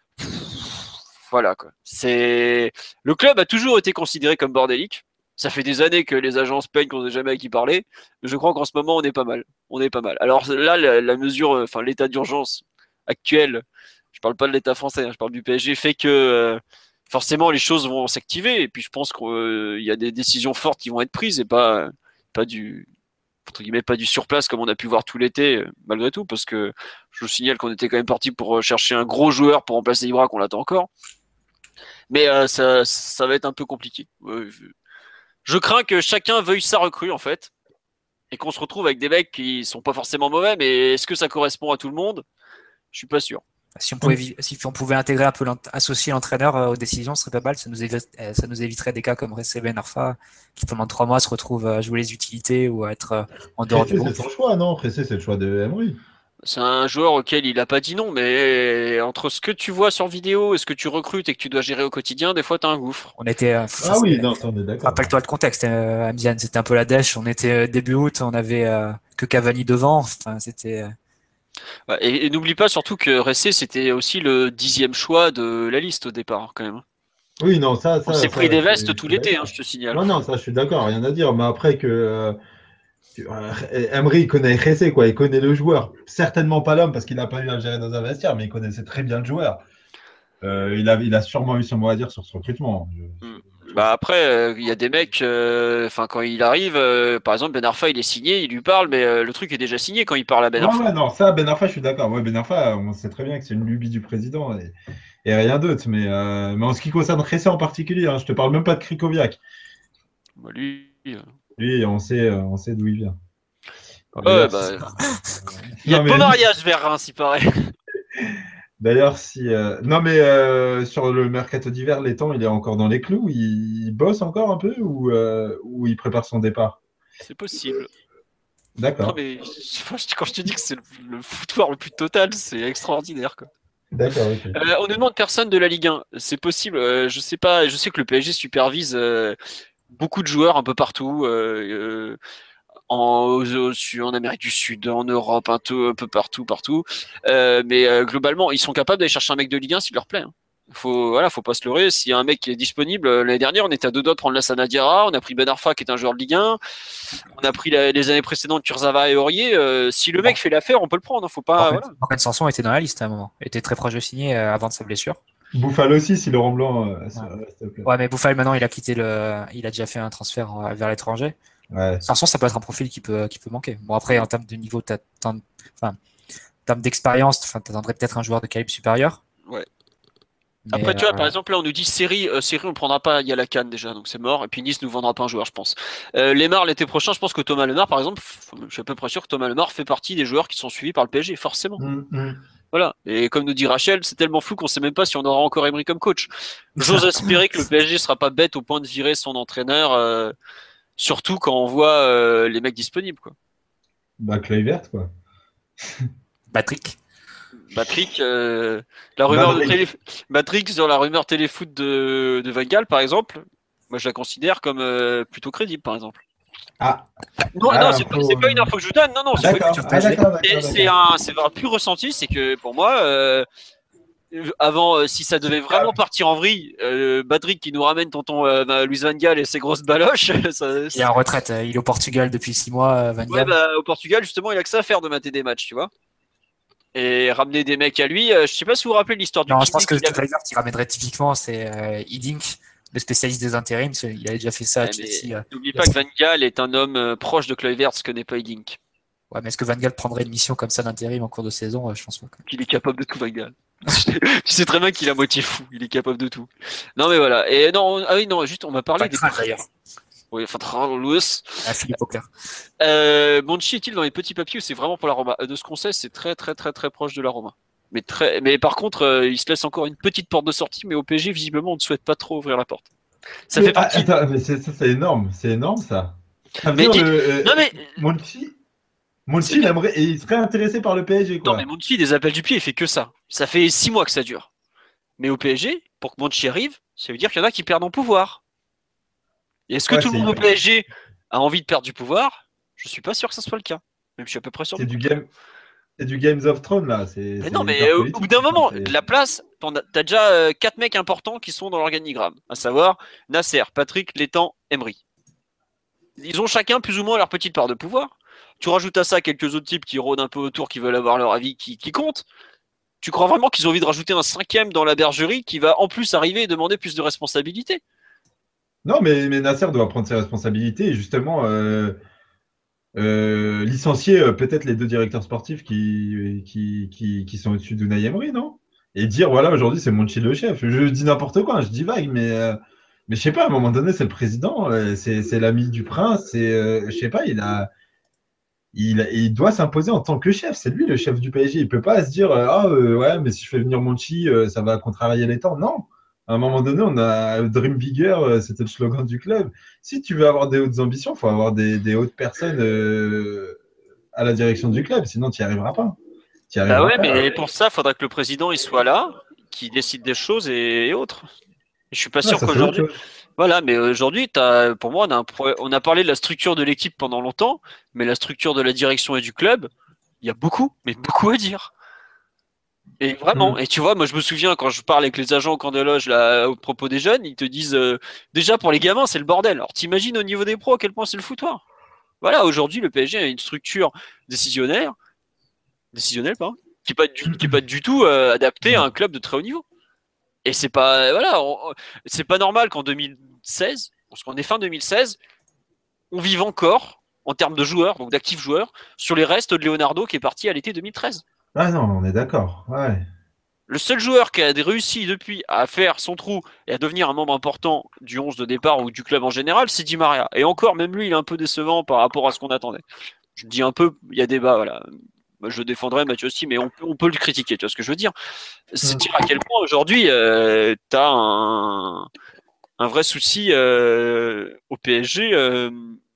Voilà, quoi. Le club a toujours été considéré comme bordélique. Ça fait des années que les agences peignent qu'on ne sait jamais à qui parler. Je crois qu'en ce moment, on est pas mal. On est pas mal. Alors là, la mesure, enfin l'état d'urgence actuel, je parle pas de l'état français, hein, je parle du PSG, fait que forcément les choses vont s'activer. Et puis je pense qu'il y a des décisions fortes qui vont être prises et pas du entre guillemets pas du surplace comme on a pu voir tout l'été malgré tout, parce que je vous signale qu'on était quand même parti pour chercher un gros joueur pour remplacer Ibra, qu'on l'attend encore. Mais ça va être un peu compliqué. Je crains que chacun veuille sa recrue en fait, et qu'on se retrouve avec des mecs qui sont pas forcément mauvais, mais est-ce que ça correspond à tout le monde? Je suis pas sûr. Si on pouvait intégrer un peu associer l'entraîneur aux décisions, ce serait pas mal. Ça nous éviterait des cas comme Ressé Ben Arfa, qui pendant 3 mois se retrouve à jouer les utilités ou à être en dehors du groupe. C'est son choix, non? Pressé, c'est le choix de Emery. C'est un joueur auquel il a pas dit non, mais entre ce que tu vois sur vidéo et ce que tu recrutes et que tu dois gérer au quotidien, des fois t'as un gouffre. On était. Ah oui, non, ça on est d'accord. Rappelle-toi le contexte, Amziane, c'était un peu la dèche. On était début août, on avait que Cavani devant. Enfin, c'était. Ouais, et n'oublie pas surtout que Ressé c'était aussi le 10e choix de la liste au départ quand même. Oui, non, On s'est pris des je vestes suis tout l'été, d'accord. je te signale. Non, ça, je suis d'accord, rien à dire. Mais après Emery, il connaît Ressé, quoi. Il connaît le joueur. Certainement pas l'homme parce qu'il n'a pas eu à le gérer dans un vestiaire, mais il connaissait très bien le joueur. Il a sûrement eu son mot à dire sur ce recrutement. Bah après, il y a des mecs, quand il arrive, par exemple Ben Arfa, il est signé, il lui parle, mais le truc est déjà signé quand il parle à Ben Arfa. Ouais, non, ça, Ben Arfa, je suis d'accord. Ouais, Ben Arfa, on sait très bien que c'est une lubie du président et rien d'autre. Mais en ce qui concerne Ressé en particulier, hein, je te parle même pas de Krikoviak. Bah, lui. Lui, on sait d'où il vient. Ouais, bah, il y a de beaux mariages vers Reims, il paraît. D'ailleurs, non, mais sur le mercato d'hiver, Létang, il est encore dans les clous. Il bosse encore un peu ou il prépare son départ? C'est possible. D'accord. Non, mais quand je te dis que c'est le foutoir le plus total, c'est extraordinaire, quoi. D'accord, ok. On ne demande personne de la Ligue 1. C'est possible. Je sais pas. Je sais que le PSG supervise beaucoup de joueurs un peu partout. En Amérique du Sud, en Europe, un peu partout. Mais globalement, ils sont capables d'aller chercher un mec de Ligue 1 s'il leur plaît. Hein. Faut pas se leurrer. S'il y a un mec qui est disponible, l'année dernière, on était à 2 doigts de prendre Lassana Diarra, on a pris Ben Arfa qui est un joueur de Ligue 1, on a pris les années précédentes Kurzawa et Aurier. Si le mec fait l'affaire, on peut le prendre. Faut pas. Morgan Sanson était dans la liste à un moment, était très proche de signer avant de sa blessure. Bouffal aussi, si Laurent Blanc. Ouais, mais Bouffal maintenant, il a déjà fait un transfert vers l'étranger. Ouais. Sanson, ça peut être un profil qui peut manquer. Bon, après, en termes de niveau, en termes d'expérience, t'attendrais peut-être un joueur de calibre supérieur. Ouais. Mais, Après, tu vois, par exemple, là, on nous dit série, on ne prendra pas, il y a la CAN déjà, donc c'est mort. Et puis Nice nous vendra pas un joueur, je pense. Lemar, l'été prochain, je pense que Thomas Lemar, par exemple, je suis à peu près sûr que Thomas Lemar fait partie des joueurs qui sont suivis par le PSG, forcément. Voilà. Et comme nous dit Rachel, c'est tellement flou qu'on sait même pas si on aura encore Emery comme coach. J'ose espérer que le PSG sera pas bête au point de virer son entraîneur, surtout quand on voit les mecs disponibles, quoi. Bah, Kluivert, quoi. Patrick. Patrick, la rumeur Patrick. Patrick sur la rumeur téléfoot de Van Gaal, par exemple, moi je la considère comme plutôt crédible, par exemple. Ah, Non, c'est pas une info que je vous donne, non, c'est d'accord. c'est un pur ressenti, c'est que pour moi, avant, si ça devait vraiment partir en vrille, Patrick qui nous ramène tonton Luis Van Gaal et ses grosses baloches, Il est en retraite, il est au Portugal depuis 6 mois, Van ouais, Gaal. au Portugal, justement, il a que ça à faire de mater des matchs, tu vois. Et ramener des mecs à lui, je sais pas si vous vous rappelez l'histoire du Non, je pense que kiné qu'il Kluivert qui ramènerait typiquement, c'est Hiddink, le spécialiste des intérims. Il avait déjà fait ça à Ouais, mais Chelsea. n'oublie pas que Van Gaal est un homme proche de Kluivert, ce que n'est pas Hiddink. Ouais, mais est-ce que Van Gaal prendrait une mission comme ça d'intérim en cours de saison? Je pense pas. Il est capable de tout, Van Gaal. Tu sais très bien qu'il est à moitié fou, il est capable de tout. Non mais voilà. Et non, ah oui, non, juste on m'a parlé des d'ailleurs. Oui, enfin, Louis. Philippe Auclair. Monchi est-il dans les petits papiers ou c'est vraiment pour la Roma? De ce qu'on sait, c'est très très très très proche de la Roma. Mais par contre, il se laisse encore une petite porte de sortie, mais au PSG, visiblement, on ne souhaite pas trop ouvrir la porte. Ça fait partie. Attends, mais c'est énorme, ça. Ça veut Mais dire non mais Monchi, il serait intéressé par le PSG, non mais quoi. Monchi, des appels du pied, il fait que ça. Ça fait 6 mois que ça dure. Mais au PSG, pour que Monchi arrive, ça veut dire qu'il y en a qui perdent en pouvoir. Et est-ce que tout le monde au PSG a envie de perdre du pouvoir? Je suis pas sûr que ça soit le cas. Même je suis à peu près sûr. C'est du Games of Thrones, là. Mais non, mais au bout d'un moment, de la place, t'as déjà 4 mecs importants qui sont dans l'organigramme, à savoir Nasser, Patrick, Létang, Emery. Ils ont chacun plus ou moins leur petite part de pouvoir. Tu rajoutes à ça quelques autres types qui rôdent un peu autour, qui veulent avoir leur avis, qui comptent. Tu crois vraiment qu'ils ont envie de rajouter un 5e dans la bergerie qui va en plus arriver et demander plus de responsabilités? Non, mais Nasser doit prendre ses responsabilités et justement licencier peut-être les 2 directeurs sportifs qui sont au-dessus d'Unai Emery, non? Et dire, voilà, aujourd'hui, c'est Monchi le chef. Je dis n'importe quoi, je dis vague, mais je sais pas, à un moment donné, c'est le président, c'est l'ami du prince, je sais pas, il doit s'imposer en tant que chef. C'est lui le chef du PSG. Il peut pas se dire, ouais, mais si je fais venir Monchi, ça va contrarier les temps. Non. À un moment donné, on a Dream Bigger, c'était le slogan du club. Si tu veux avoir des hautes ambitions, il faut avoir des hautes personnes à la direction du club, sinon tu n'y arriveras pas. Bah ouais, mais pour ça, il faudra que le président il soit là, qui décide des choses et autres. Et je suis pas sûr qu'aujourd'hui. Voilà, mais aujourd'hui, pour moi, on a parlé de la structure de l'équipe pendant longtemps, mais la structure de la direction et du club, il y a beaucoup, mais beaucoup à dire. Et vraiment, et tu vois, moi je me souviens quand je parle avec les agents au camp de loge là, au propos des jeunes, ils te disent déjà pour les gamins c'est le bordel. Alors t'imagines au niveau des pros à quel point c'est le foutoir. Voilà, aujourd'hui le PSG a une structure décisionnelle, pardon, qui est pas du tout adaptée à un club de très haut niveau. Et c'est pas voilà, c'est pas normal qu'en 2016, parce qu'on est fin 2016, on vive encore en termes de joueurs, donc d'actifs joueurs, sur les restes de Leonardo qui est parti à l'été 2013. Ah non, on est d'accord. Ouais. Le seul joueur qui a réussi depuis à faire son trou et à devenir un membre important du 11 de départ ou du club en général, c'est Di Maria. Et encore, même lui, il est un peu décevant par rapport à ce qu'on attendait. Je dis un peu, il y a débat, voilà. Moi, je défendrais Mathieu aussi, mais on peut le critiquer, tu vois ce que je veux dire. C'est dire à quel point aujourd'hui, tu as un vrai souci au PSG,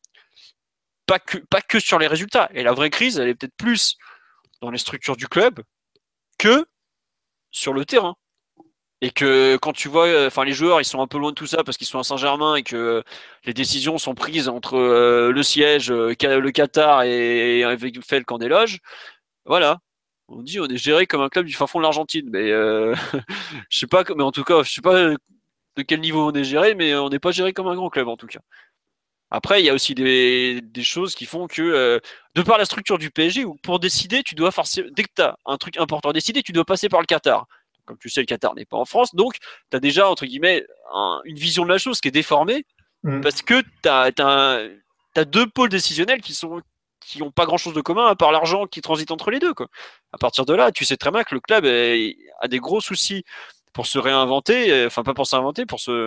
pas que sur les résultats. Et la vraie crise, elle est peut-être plus dans les structures du club que sur le terrain. Et que quand tu vois, les joueurs, ils sont un peu loin de tout ça parce qu'ils sont à Saint-Germain et que les décisions sont prises entre le siège, le Qatar et avec fait le camp des loges. Voilà. On dit on est géré comme un club du fin fond de l'Argentine, mais je sais pas, mais en tout cas, je sais pas de quel niveau on est géré, mais on n'est pas géré comme un grand club en tout cas. Après, il y a aussi des choses qui font que, de par la structure du PSG, où pour décider, tu dois forcément, dès que tu as un truc important à décider, tu dois passer par le Qatar. Comme tu sais, le Qatar n'est pas en France, donc tu as déjà, entre guillemets, une vision de la chose qui est déformée, parce que tu as 2 pôles décisionnels qui qui n'ont pas grand-chose de commun à part l'argent qui transite entre les deux, quoi. À partir de là, tu sais très bien que le club a des gros soucis pour se réinventer, enfin pas pour s'inventer,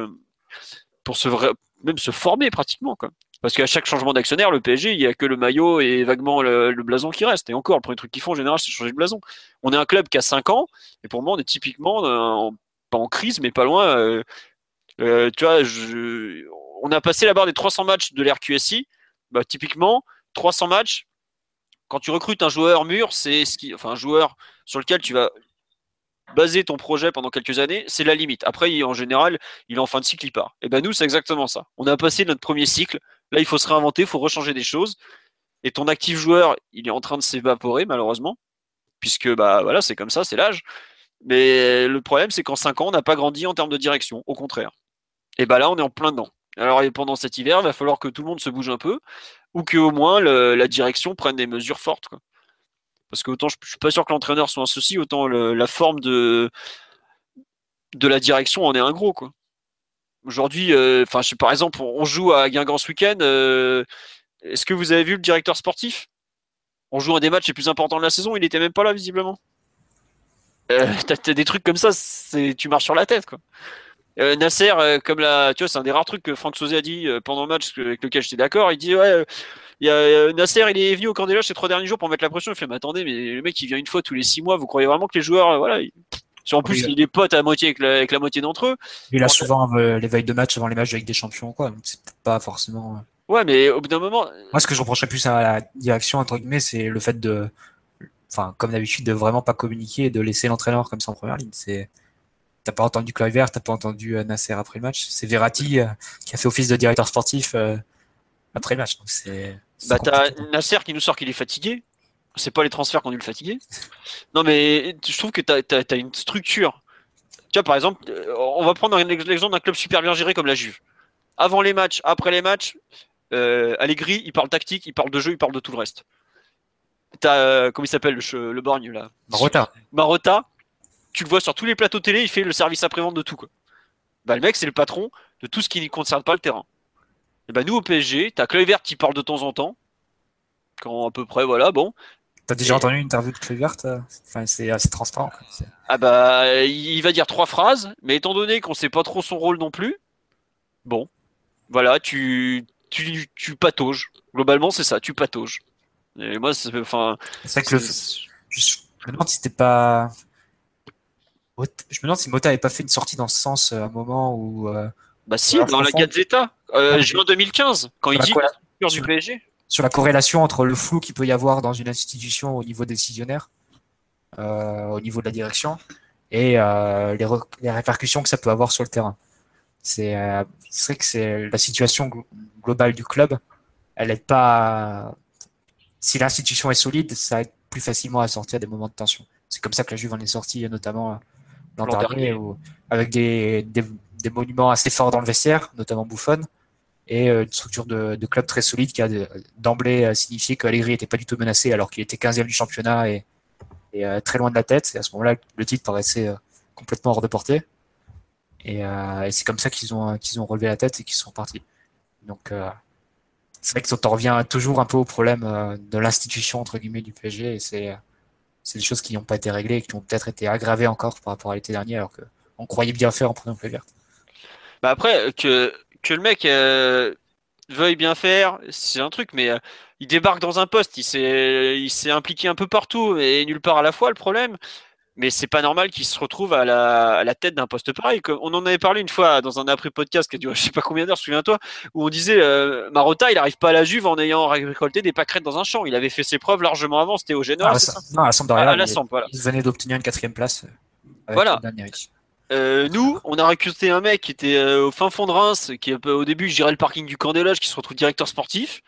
même se former pratiquement, quoi. Parce qu'à chaque changement d'actionnaire, le PSG, il n'y a que le maillot et vaguement le blason qui reste. Et encore, le premier truc qu'ils font en général, c'est changer le blason. On est un club qui a 5 ans, et pour moi, on est typiquement, pas en crise, mais pas loin. Tu vois, on a passé la barre des 300 matchs de l'RQSI. Bah, typiquement, 300 matchs, quand tu recrutes un joueur mûr, un joueur sur lequel tu vas baser ton projet pendant quelques années, c'est la limite. Après, en général, il est en fin de cycle, il part. Et ben nous, c'est exactement ça. On a passé notre premier cycle. Là, il faut se réinventer, il faut rechanger des choses. Et ton actif joueur, il est en train de s'évaporer, malheureusement, puisque bah voilà, c'est comme ça, c'est l'âge. Mais le problème, c'est qu'en 5 ans, on n'a pas grandi en termes de direction, au contraire. Et bah là, on est en plein dedans. Alors, pendant cet hiver, il va falloir que tout le monde se bouge un peu, ou qu'au moins la direction prenne des mesures fortes, quoi. Parce que autant je suis pas sûr que l'entraîneur soit un souci, autant la forme de la direction en est un gros, quoi. Aujourd'hui, par exemple, on joue à Guingamp ce week-end. Est-ce que vous avez vu le directeur sportif? On joue un des matchs les plus importants de la saison, il était même pas là visiblement. T'as des trucs comme ça, tu marches sur la tête, quoi. Nasser, tu vois, c'est un des rares trucs que Franck Sauzet a dit pendant le match avec lequel j'étais d'accord. Il dit ouais, Nasser, il est venu au camp des loges ces 3 derniers jours pour mettre la pression. Il fait mais attendez, mais le mec il vient une fois tous les 6 mois. Vous croyez vraiment que les joueurs, voilà, en plus il est pote à moitié avec la moitié d'entre eux. Il a souvent les veilles de match avant les matchs avec des champions, quoi. Donc c'est peut-être pas forcément. Ouais, mais au bout d'un moment. Moi, ce que je reprocherais plus à la direction entre guillemets, c'est le fait comme d'habitude, de vraiment pas communiquer et de laisser l'entraîneur comme ça en première ligne. T'as pas entendu Kluivert, t'as pas entendu Nasser après le match. C'est Verratti qui a fait office de directeur sportif après le match. Donc t'as Nasser qui nous sort qu'il est fatigué. C'est pas les transferts qui ont dû le fatiguer. Non, mais je trouve que t'as une structure. Tu vois, par exemple, on va prendre l'exemple d'un club super bien géré comme la Juve. Avant les matchs, après les matchs, Allegri, il parle tactique, il parle de jeu, il parle de tout le reste. T'as, comment il s'appelle, le borgne, là? Marotta. Tu le vois sur tous les plateaux télé, il fait le service après-vente de tout, quoi. Bah, le mec, c'est le patron de tout ce qui ne concerne pas le terrain. Et bah, nous, au PSG, t'as Kluivert qui parle de temps en temps. Quand à peu près, voilà, bon. T'as déjà entendu une interview de Kluivert? Enfin, c'est assez transparent, quoi. Ah bah, il va dire 3 phrases, mais étant donné qu'on sait pas trop son rôle non plus, bon, voilà, tu patauges. Globalement, c'est ça, tu patauges. Et moi, c'est vrai que je me demande si c'était pas. Je me demande si Mota avait pas fait une sortie dans ce sens à un moment où. Bah si, dans la Gazzetta, juin 2015, quand il dit du PSG. Sur la corrélation entre le flou qu'il peut y avoir dans une institution au niveau décisionnaire, au niveau de la direction, et les répercussions que ça peut avoir sur le terrain. C'est vrai que c'est la situation globale du club. Elle n'aide pas. Si l'institution est solide, ça aide plus facilement à sortir des moments de tension. C'est comme ça que la Juve en est sortie, notamment l'an dernier, avec des monuments assez forts dans le vestiaire, notamment Buffon, et une structure de club très solide qui a d'emblée signifié qu'Allegri n'était pas du tout menacé alors qu'il était 15e du championnat et très loin de la tête. Et à ce moment-là, le titre paraissait complètement hors de portée. Et c'est comme ça qu'ils ont relevé la tête et qu'ils sont partis. Donc c'est vrai que ça en revient toujours un peu au problème de l'institution entre guillemets du PSG, et c'est des choses qui n'ont pas été réglées et qui ont peut-être été aggravées encore par rapport à l'été dernier, alors qu'on croyait bien faire en prenant Kluivert. Bah après, que le mec veuille bien faire, c'est un truc, mais il débarque dans un poste, il s'est impliqué un peu partout et nulle part à la fois, le problème. Mais c'est pas normal qu'il se retrouve à la tête d'un poste pareil. On en avait parlé une fois dans un après-podcast qui a duré je sais pas combien d'heures, souviens-toi, où on disait Marotta, il arrive pas à la Juve en ayant récolté des pâquerettes dans un champ. Il avait fait ses preuves largement avant, c'était au Genoa, c'est ça? Non, à la Sampdoria, voilà. Il venait d'obtenir une 4e place. Voilà. Nous, on a recruté un mec qui était au fin fond de Reims, qui au début gérait le parking du camp des loges, qui se retrouve directeur sportif.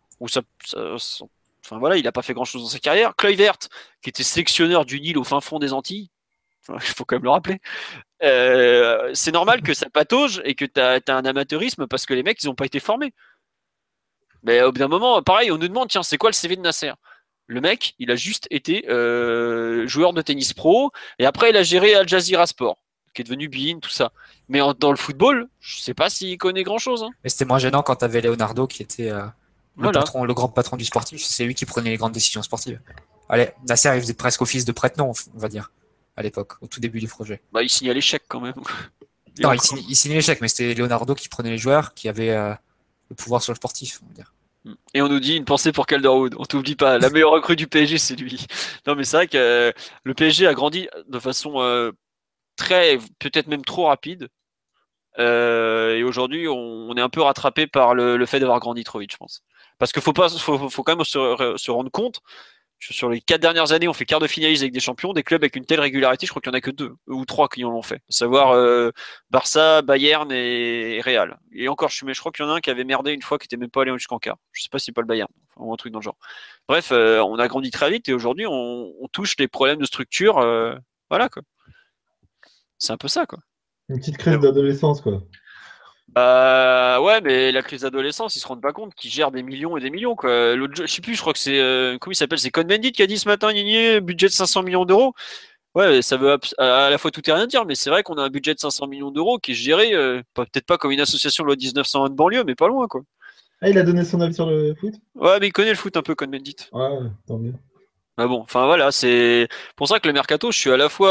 Enfin voilà, il n'a pas fait grand-chose dans sa carrière. Kluivert, qui était sélectionneur du Nil au fin fond des Antilles, il faut quand même le rappeler. C'est normal que ça patauge et que tu as un amateurisme parce que les mecs, ils n'ont pas été formés. Mais au bout d'un moment, pareil, on nous demande, tiens, c'est quoi le CV de Nasser? Le mec, il a juste été joueur de tennis pro et après, il a géré Al Jazeera Sport, qui est devenu beIN, tout ça. Mais dans le football, je sais pas s'il connaît grand-chose. Hein. Mais c'était moins gênant quand tu avais Leonardo qui était Voilà. Le grand patron du sportif, c'est lui qui prenait les grandes décisions sportives. Allez, Nasser, il faisait presque office de prête-nom, on va dire, à l'époque, au tout début du projet. Bah, il signait l'échec quand même. Non, il signait l'échec, mais c'était Leonardo qui prenait les joueurs, qui avait le pouvoir sur le sportif, on va dire. Et on nous dit une pensée pour Calderwood. On t'oublie pas, la meilleure recrue du PSG, c'est lui. Non, mais c'est vrai que le PSG a grandi de façon très, peut-être même trop rapide. Et aujourd'hui, on est un peu rattrapé par le fait d'avoir grandi trop vite, je pense. Parce qu'il faut quand même se rendre compte. Sur les 4 dernières années, on fait quart de finaliste avec des champions, des clubs avec une telle régularité, je crois qu'il n'y en a que 2 ou 3 qui en l'ont fait. À savoir Barça, Bayern et Real. Et encore, je crois qu'il y en a un qui avait merdé une fois, qui n'était même pas allé jusqu'en quart. Je sais pas si c'est pas le Bayern, ou un truc dans le genre. Bref, on a grandi très vite et aujourd'hui, on touche les problèmes de structure. Voilà, quoi. C'est un peu ça, quoi. Une petite crise d'adolescence, quoi. Ouais, mais la crise d'adolescence, ils se rendent pas compte qu'ils gèrent des millions et des millions, quoi. Je sais plus, je crois que c'est, comment il s'appelle? C'est Cohn-Bendit qui a dit ce matin, budget de 500 millions d'euros. Ouais, ça veut à la fois tout et rien dire, mais c'est vrai qu'on a un budget de 500 millions d'euros qui est géré, peut-être pas comme une association loi 1901 de banlieue, mais pas loin, quoi. Ah, il a donné son avis sur le foot? Ouais, mais il connaît le foot un peu, Cohn-Bendit. Ouais, tant mieux. Bah bon, enfin voilà, c'est pour ça que le mercato, je suis à la fois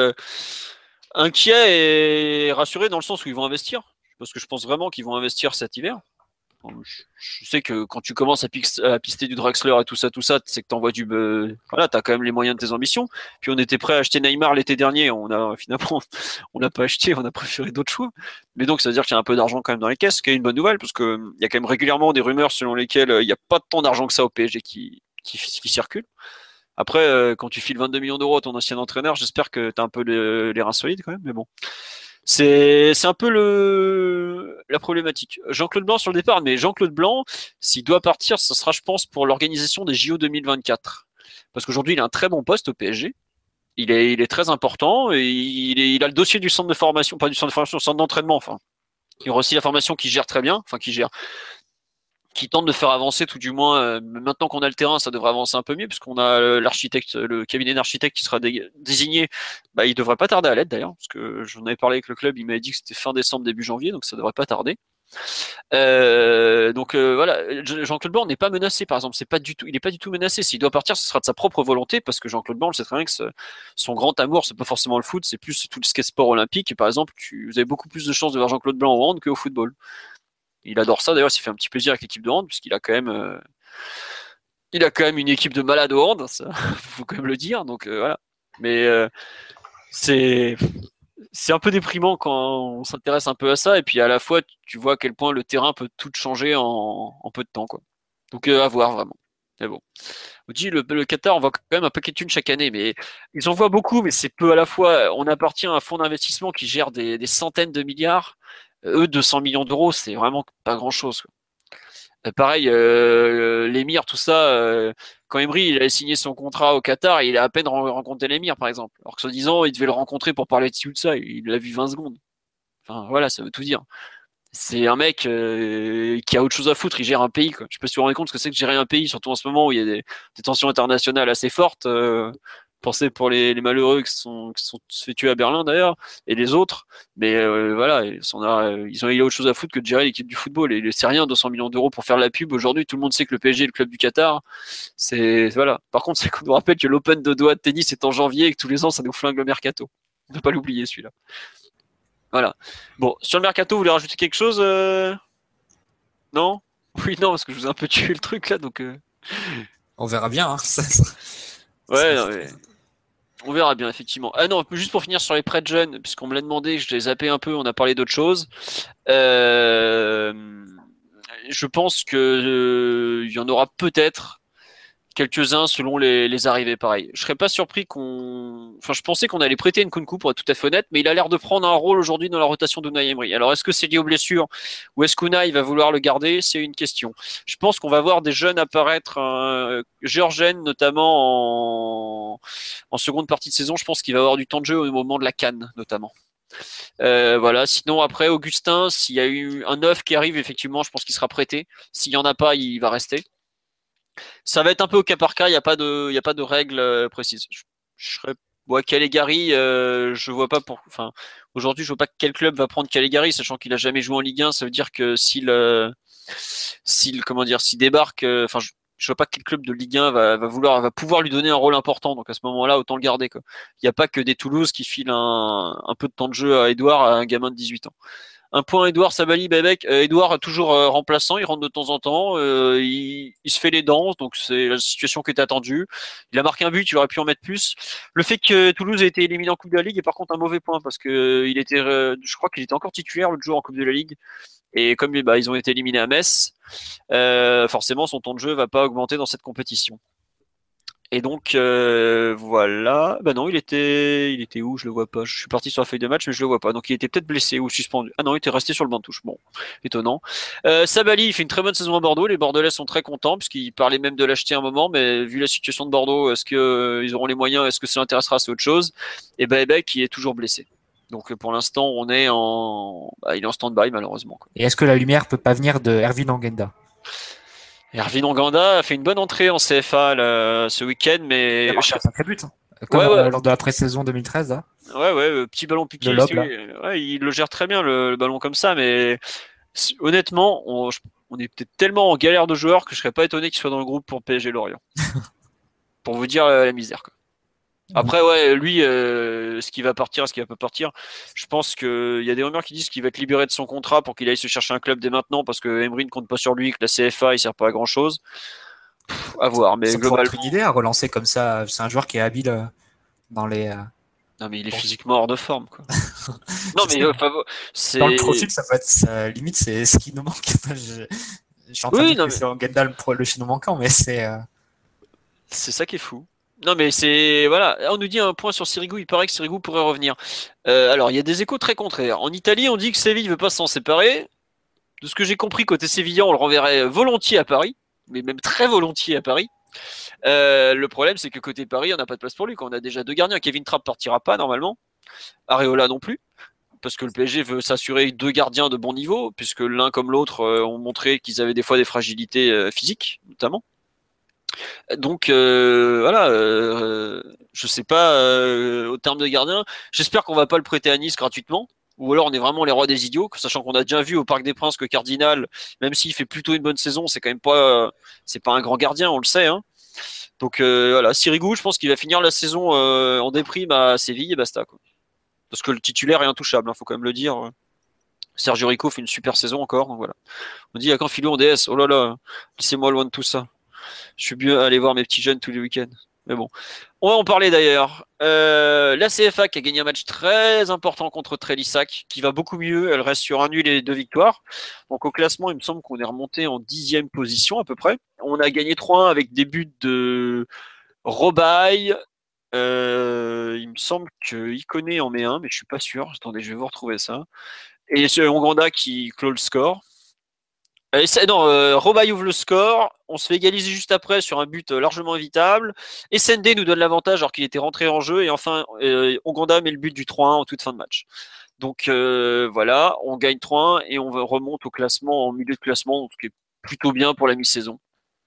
inquiet et rassuré dans le sens où ils vont investir, parce que je pense vraiment qu'ils vont investir cet hiver. Je sais que quand tu commences à pister du Draxler et tout ça, c'est que t'envoies voilà, t'as quand même les moyens de tes ambitions. Puis on était prêt à acheter Neymar l'été dernier, finalement, on n'a pas acheté, on a préféré d'autres choix. Mais donc ça veut dire qu'il y a un peu d'argent quand même dans les caisses, ce qui est une bonne nouvelle, parce que il y a quand même régulièrement des rumeurs selon lesquelles il n'y a pas tant d'argent que ça au PSG qui circule. Après, quand tu files 22 millions d'euros à ton ancien entraîneur, j'espère que tu as un peu les reins solides quand même, mais bon. C'est un peu la problématique. Jean-Claude Blanc sur le départ, mais Jean-Claude Blanc, s'il doit partir, ce sera, je pense, pour l'organisation des JO 2024. Parce qu'aujourd'hui, il a un très bon poste au PSG. Il est très important et il a le dossier du centre de formation, pas du centre de formation, du centre d'entraînement, enfin. Il aura aussi la formation qui gère très bien, enfin qui tente de faire avancer, tout du moins, maintenant qu'on a le terrain, ça devrait avancer un peu mieux, puisqu'on a l'architecte, le cabinet d'architecte qui sera désigné, bah, il devrait pas tarder à l'être d'ailleurs, parce que j'en avais parlé avec le club, il m'avait dit que c'était fin décembre, début janvier, donc ça devrait pas tarder. Voilà, Jean-Claude Blanc n'est pas menacé, par exemple, il n'est pas du tout menacé. S'il doit partir, ce sera de sa propre volonté, parce que Jean-Claude Blanc, on le sait très bien que son grand amour, c'est pas forcément le foot, c'est plus tout ce qui est sport olympique. Et par exemple, vous avez beaucoup plus de chances de voir Jean-Claude Blanc au hand qu'au football. Il adore ça, d'ailleurs, il s'est fait un petit plaisir avec l'équipe de hand, puisqu'il a quand même, une équipe de malades au hand, ça, faut quand même le dire. Donc voilà. Mais c'est un peu déprimant quand on s'intéresse un peu à ça, et puis à la fois, tu vois à quel point le terrain peut tout changer en peu de temps, quoi. Donc à voir vraiment. Mais bon. On dit le Qatar envoie quand même un paquet de thunes chaque année, mais ils envoient beaucoup, mais c'est peu à la fois. On appartient à un fonds d'investissement qui gère des centaines de milliards. Eux, 200 millions d'euros, c'est vraiment pas grand-chose, quoi. Pareil, l'émir, tout ça, quand Emery il a signé son contrat au Qatar, il a à peine rencontré l'émir, par exemple. Alors que soi-disant, il devait le rencontrer pour parler de ci ou de ça, il l'a vu 20 secondes. Enfin, voilà, ça veut tout dire. C'est un mec qui a autre chose à foutre, il gère un pays, quoi. Je sais pas si vous vous rendez compte ce que c'est que gérer un pays, surtout en ce moment où il y a des tensions internationales assez fortes. Pensez pour les malheureux qui sont se fait tuer à Berlin d'ailleurs, et les autres. Mais voilà, il a autre chose à foutre que de gérer l'équipe du football. Et c'est rien, 200 millions d'euros pour faire la pub. Aujourd'hui, tout le monde sait que le PSG est le club du Qatar. Voilà. Par contre, c'est qu'on nous rappelle que l'Open de Doha de tennis est en janvier et que tous les ans, ça nous flingue le mercato. On ne peut pas l'oublier celui-là. Voilà. Bon, sur le mercato, vous voulez rajouter quelque chose Non. Oui, non, parce que je vous ai un peu tué le truc là, donc. On verra bien. Hein. Ouais, non, mais... on verra bien, effectivement. Ah non, juste pour finir sur les prêts de jeunes, puisqu'on me l'a demandé, je l'ai zappé un peu, on a parlé d'autre chose. Je pense que il y en aura peut-être quelques-uns selon les arrivées, pareil. Je serais pas surpris je pensais qu'on allait prêter Nkunku pour être tout à fait honnête, mais il a l'air de prendre un rôle aujourd'hui dans la rotation d'Unai Emery. Alors, est-ce que c'est lié aux blessures ou est-ce qu'Unai va vouloir le garder? C'est une question. Je pense qu'on va voir des jeunes apparaître, Georgen notamment en seconde partie de saison. Je pense qu'il va avoir du temps de jeu au moment de la CAN, notamment. Voilà. Sinon, après, Augustin, s'il y a eu un neuf qui arrive, effectivement, je pense qu'il sera prêté. S'il y en a pas, il va rester. Ça va être un peu au cas par cas, il n'y a pas de règles précises. Je serais, Calegari, je vois pas aujourd'hui, je vois pas quel club va prendre Calegari, sachant qu'il a jamais joué en Ligue 1. Ça veut dire que s'il s'il débarque, je vois pas quel club de Ligue 1 va pouvoir lui donner un rôle important. Donc à ce moment-là, autant le garder, quoi. Il n'y a pas que des Toulouse qui filent un peu de temps de jeu à Edouard, à un gamin de 18 ans. Un point Edouard Sabali, Bebek. Edouard toujours remplaçant, il rentre de temps en temps, il se fait les dents, donc c'est la situation qui était attendue. Il a marqué un but, il aurait pu en mettre plus. Le fait que Toulouse ait été éliminé en Coupe de la Ligue est par contre un mauvais point parce que je crois qu'il était encore titulaire l'autre jour en Coupe de la Ligue. Et comme ils ont été éliminés à Metz, forcément son temps de jeu va pas augmenter dans cette compétition. Et donc voilà, non, il était où? Je le vois pas. Je suis parti sur la feuille de match, mais je le vois pas. Donc il était peut-être blessé ou suspendu. Ah non, il était resté sur le banc de touche. Bon, étonnant. Sabali, il fait une très bonne saison à Bordeaux. Les Bordelais sont très contents puisqu'ils parlaient même de l'acheter un moment, mais vu la situation de Bordeaux, est-ce que ils auront les moyens? Est-ce que ça l'intéressera? C'est autre chose. Et qui est toujours blessé. Donc pour l'instant, il est en stand-by malheureusement, quoi. Et est-ce que la lumière peut pas venir de Erwin Angenda? Erwin Anganda a fait une bonne entrée en CFA ce week-end, mais il a marqué un sacré but, hein. Comme lors de la pré-saison 2013 là. Ouais, petit ballon piqué. Il le gère très bien le ballon comme ça, mais honnêtement, on est peut-être tellement en galère de joueurs que je serais pas étonné qu'il soit dans le groupe pour PSG Lorient. Pour vous dire la misère, quoi. Après, lui, est-ce qu'il va partir, est-ce qu'il va pas partir? Je pense qu'il y a des rumeurs qui disent qu'il va être libéré de son contrat pour qu'il aille se chercher un club dès maintenant parce que Emery ne compte pas sur lui, que la CFA il sert pas à grand chose. À voir, mais globalement. C'est une idée à relancer comme ça. C'est un joueur qui est habile dans les. Non, mais il est physiquement hors de forme, quoi. Non, mais c'est. Dans le profil, ça peut être limite, c'est ce qui nous manque. Je suis en train de dire que c'est Angenda le chaînon manquant, mais c'est. C'est ça qui est fou. Non, mais c'est. Voilà, on nous dit un point sur Sirigu, il paraît que Sirigu pourrait revenir. Alors, il y a des échos très contraires. En Italie, on dit que Séville ne veut pas s'en séparer. De ce que j'ai compris, côté sévillan, on le renverrait volontiers à Paris, mais même très volontiers à Paris. Le problème, c'est que côté Paris, on n'a pas de place pour lui. Quand on a déjà 2 gardiens, Kevin Trapp partira pas normalement. Areola non plus. Parce que le PSG veut s'assurer 2 gardiens de bon niveau, puisque l'un comme l'autre ont montré qu'ils avaient des fois des fragilités physiques, notamment. Donc je sais pas au terme de gardien. J'espère qu'on va pas le prêter à Nice gratuitement, ou alors on est vraiment les rois des idiots, sachant qu'on a déjà vu au Parc des Princes que Cardinal, même s'il fait plutôt une bonne saison, c'est quand même pas, c'est pas un grand gardien, on le sait, hein. Donc Sirigu, je pense qu'il va finir la saison en déprime à Séville et basta, quoi. Parce que le titulaire est intouchable, hein, faut quand même le dire. Sergio Rico fait une super saison encore, donc voilà. On dit à quand Philo en DS? Oh là là, laissez-moi loin de tout ça. Je suis mieux à aller voir mes petits jeunes tous les week-ends. Mais bon. On va en parler d'ailleurs. La CFA qui a gagné un match très important contre Trélissac, qui va beaucoup mieux. Elle reste sur un nul et 2 victoires. Donc au classement, il me semble qu'on est remonté en 10e position à peu près. On a gagné 3-1 avec des buts de Robaille. Il me semble que Ikoné en met un, mais je suis pas sûr. Attendez, je vais vous retrouver ça. Et c'est Onganda qui clôt le score. Robaille ouvre le score, on se fait égaliser juste après sur un but largement évitable, et Sendé nous donne l'avantage alors qu'il était rentré en jeu, et enfin Onganda met le but du 3-1 en toute fin de match. Donc voilà, on gagne 3-1 et on remonte au classement, en milieu de classement, ce qui est plutôt bien pour la mi-saison.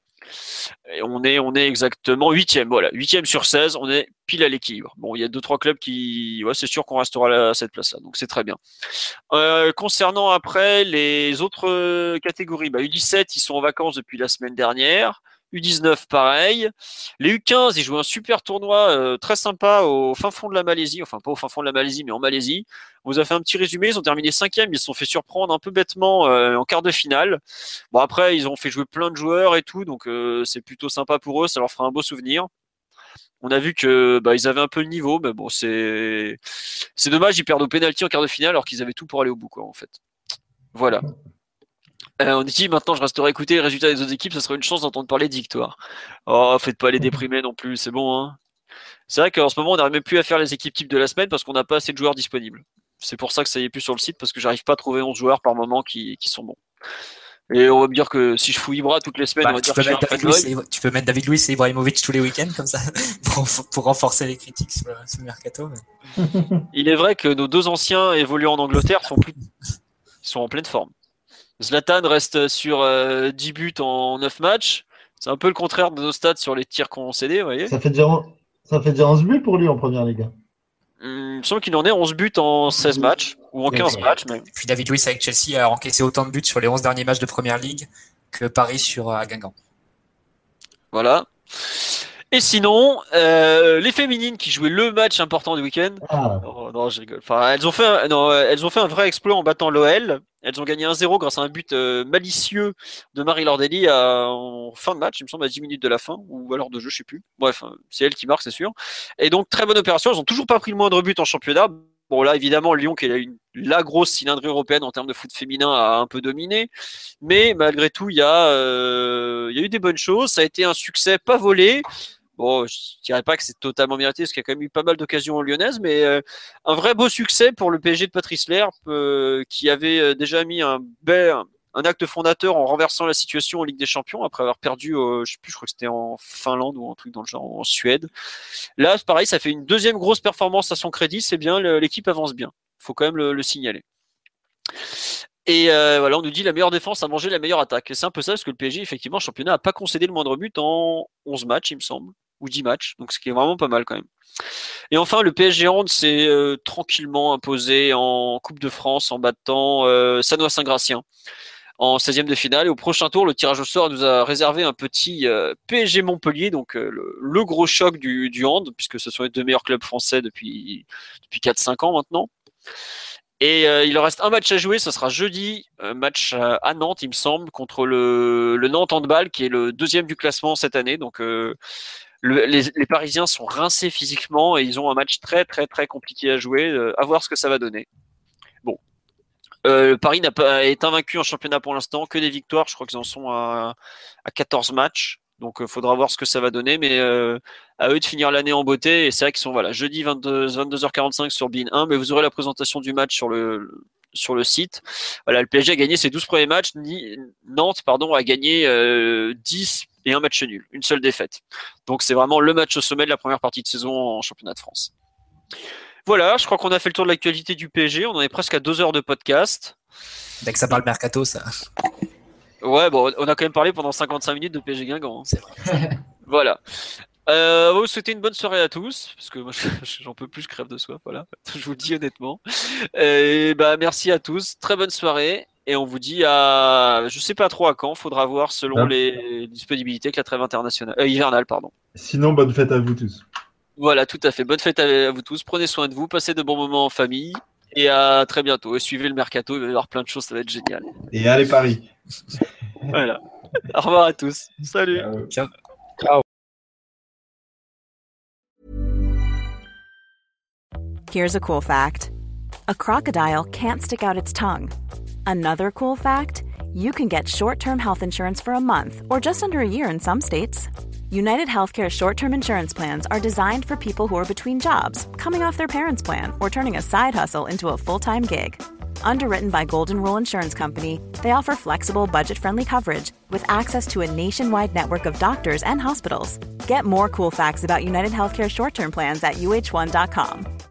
Et on est exactement 8e, voilà, 8e sur 16, on est pile à l'équilibre. Bon, il y a 2-3 clubs qui, c'est sûr qu'on restera à cette place-là, donc c'est très bien. Concernant après les autres catégories, U17, ils sont en vacances depuis la semaine dernière. U19, pareil. Les U15, ils jouent un super tournoi très sympa au fin fond de la Malaisie. Enfin, pas au fin fond de la Malaisie, mais en Malaisie. On vous a fait un petit résumé. Ils ont terminé 5e. Ils se sont fait surprendre un peu bêtement en quart de finale. Bon, après, ils ont fait jouer plein de joueurs et tout. Donc, c'est plutôt sympa pour eux. Ça leur fera un beau souvenir. On a vu que ils avaient un peu le niveau. Mais bon, c'est dommage. Ils perdent au pénalty en quart de finale alors qu'ils avaient tout pour aller au bout, quoi, en fait. Voilà. On dit maintenant je resterai à écouter les résultats des autres équipes, ça serait une chance d'entendre parler de victoire. Oh, faites pas les déprimer non plus, c'est bon, hein. C'est vrai qu'en ce moment on n'arrive même plus à faire les équipes types de la semaine parce qu'on n'a pas assez de joueurs disponibles. C'est pour ça que ça y est plus sur le site, parce que j'arrive pas à trouver 11 joueurs par moment qui sont bons. Et on va me dire que si je fous Ibra toutes les semaines, on va dire que tu peux mettre David Luiz et Ibrahimovic tous les week-ends comme ça pour renforcer les critiques sur le mercato. Mais... Il est vrai que nos 2 anciens évoluant en Angleterre sont en pleine forme. Zlatan reste sur 10 buts en 9 matchs. C'est un peu le contraire de nos stats sur les tirs concédés, vous voyez. Ça fait déjà 11 buts pour lui en première ligue. Il me semble qu'il en est 11 buts en 16 matchs. ou en 15 matchs même. Puis David Luiz avec Chelsea a encaissé autant de buts sur les 11 derniers matchs de Première Ligue que Paris à Guingamp. Voilà. Et sinon, les féminines qui jouaient le match important du week-end. Oh, non, je rigole. Enfin, elles ont fait un vrai exploit en battant l'OL. Elles ont gagné 1-0 grâce à un but malicieux de Marie Lordelli en fin de match, il me semble à 10 minutes de la fin, ou à l'heure de jeu, je sais plus. Bref, c'est elle qui marque, c'est sûr. Et donc, très bonne opération. Elles ont toujours pas pris le moindre but en championnat. Bon, là, évidemment, Lyon, qui est la grosse cylindrée européenne en termes de foot féminin, a un peu dominé. Mais malgré tout, il y a eu des bonnes choses. Ça a été un succès pas volé. Bon, je dirais pas que c'est totalement mérité, parce qu'il y a quand même eu pas mal d'occasions lyonnaises, mais un vrai beau succès pour le PSG de Patrice Lerp, qui avait déjà mis un acte fondateur en renversant la situation en Ligue des Champions, après avoir perdu, je sais plus, je crois que c'était en Finlande ou un truc dans le genre, en Suède. Là, pareil, ça fait une deuxième grosse performance à son crédit, c'est bien, l'équipe avance bien. Faut quand même le signaler. Et voilà, on nous dit la meilleure défense a mangé la meilleure attaque. Et c'est un peu ça, parce que le PSG, effectivement, le championnat n'a pas concédé le moindre but en 11 matchs, il me semble, ou 10 matchs, donc ce qui est vraiment pas mal quand même. Et enfin, le PSG Hand s'est tranquillement imposé en Coupe de France en battant Sannois Saint-Gratien en 16e de finale. Et au prochain tour, le tirage au sort nous a réservé un petit PSG Montpellier, donc le gros choc du hand, puisque ce sont les deux meilleurs clubs français depuis 4-5 ans maintenant. Et il leur reste un match à jouer, ce sera jeudi, match à Nantes, il me semble, contre le Nantes Handball, qui est le deuxième du classement cette année. Donc les Parisiens sont rincés physiquement et ils ont un match très très très compliqué à jouer. À voir ce que ça va donner. Bon, Paris est invaincu en championnat pour l'instant, que des victoires. Je crois qu'ils en sont à 14 matchs. Donc faudra voir ce que ça va donner, mais à eux de finir l'année en beauté. Et c'est vrai qu'ils sont jeudi 22h45 sur BeIN 1, mais vous aurez la présentation du match sur le site. Voilà, le PSG a gagné ses 12 premiers matchs. Nantes, a gagné 10 et un match nul, une seule défaite. Donc c'est vraiment le match au sommet de la première partie de saison en championnat de France. Voilà, je crois qu'on a fait le tour de l'actualité du PSG. On en est presque à 2 heures de podcast. Dès que ça parle mercato, ça. Ouais, bon, on a quand même parlé pendant 55 minutes de PSG Guingamp. Hein. C'est vrai. Voilà. On va vous souhaiter une bonne soirée à tous, parce que moi j'en peux plus, je crève de soif, voilà. Je vous le dis honnêtement. Et merci à tous, très bonne soirée, et on vous dit je sais pas trop à quand, faudra voir selon les disponibilités que la trêve hivernale, pardon. Sinon, bonne fête à vous tous. Voilà, tout à fait, bonne fête à vous tous, prenez soin de vous, passez de bons moments en famille, et à très bientôt. Et suivez le mercato, il va y avoir plein de choses, ça va être génial. Et allez Paris. Voilà. Au revoir à tous. Salut. Ciao. Here's a cool fact. A crocodile can't stick out its tongue. Another cool fact, you can get short-term health insurance for a month or just under a year in some states. United Healthcare short-term insurance plans are designed for people who are between jobs, coming off their parents' plan, or turning a side hustle into a full-time gig. Underwritten by Golden Rule Insurance Company, they offer flexible, budget-friendly coverage with access to a nationwide network of doctors and hospitals. Get more cool facts about United Healthcare short-term plans at uh1.com.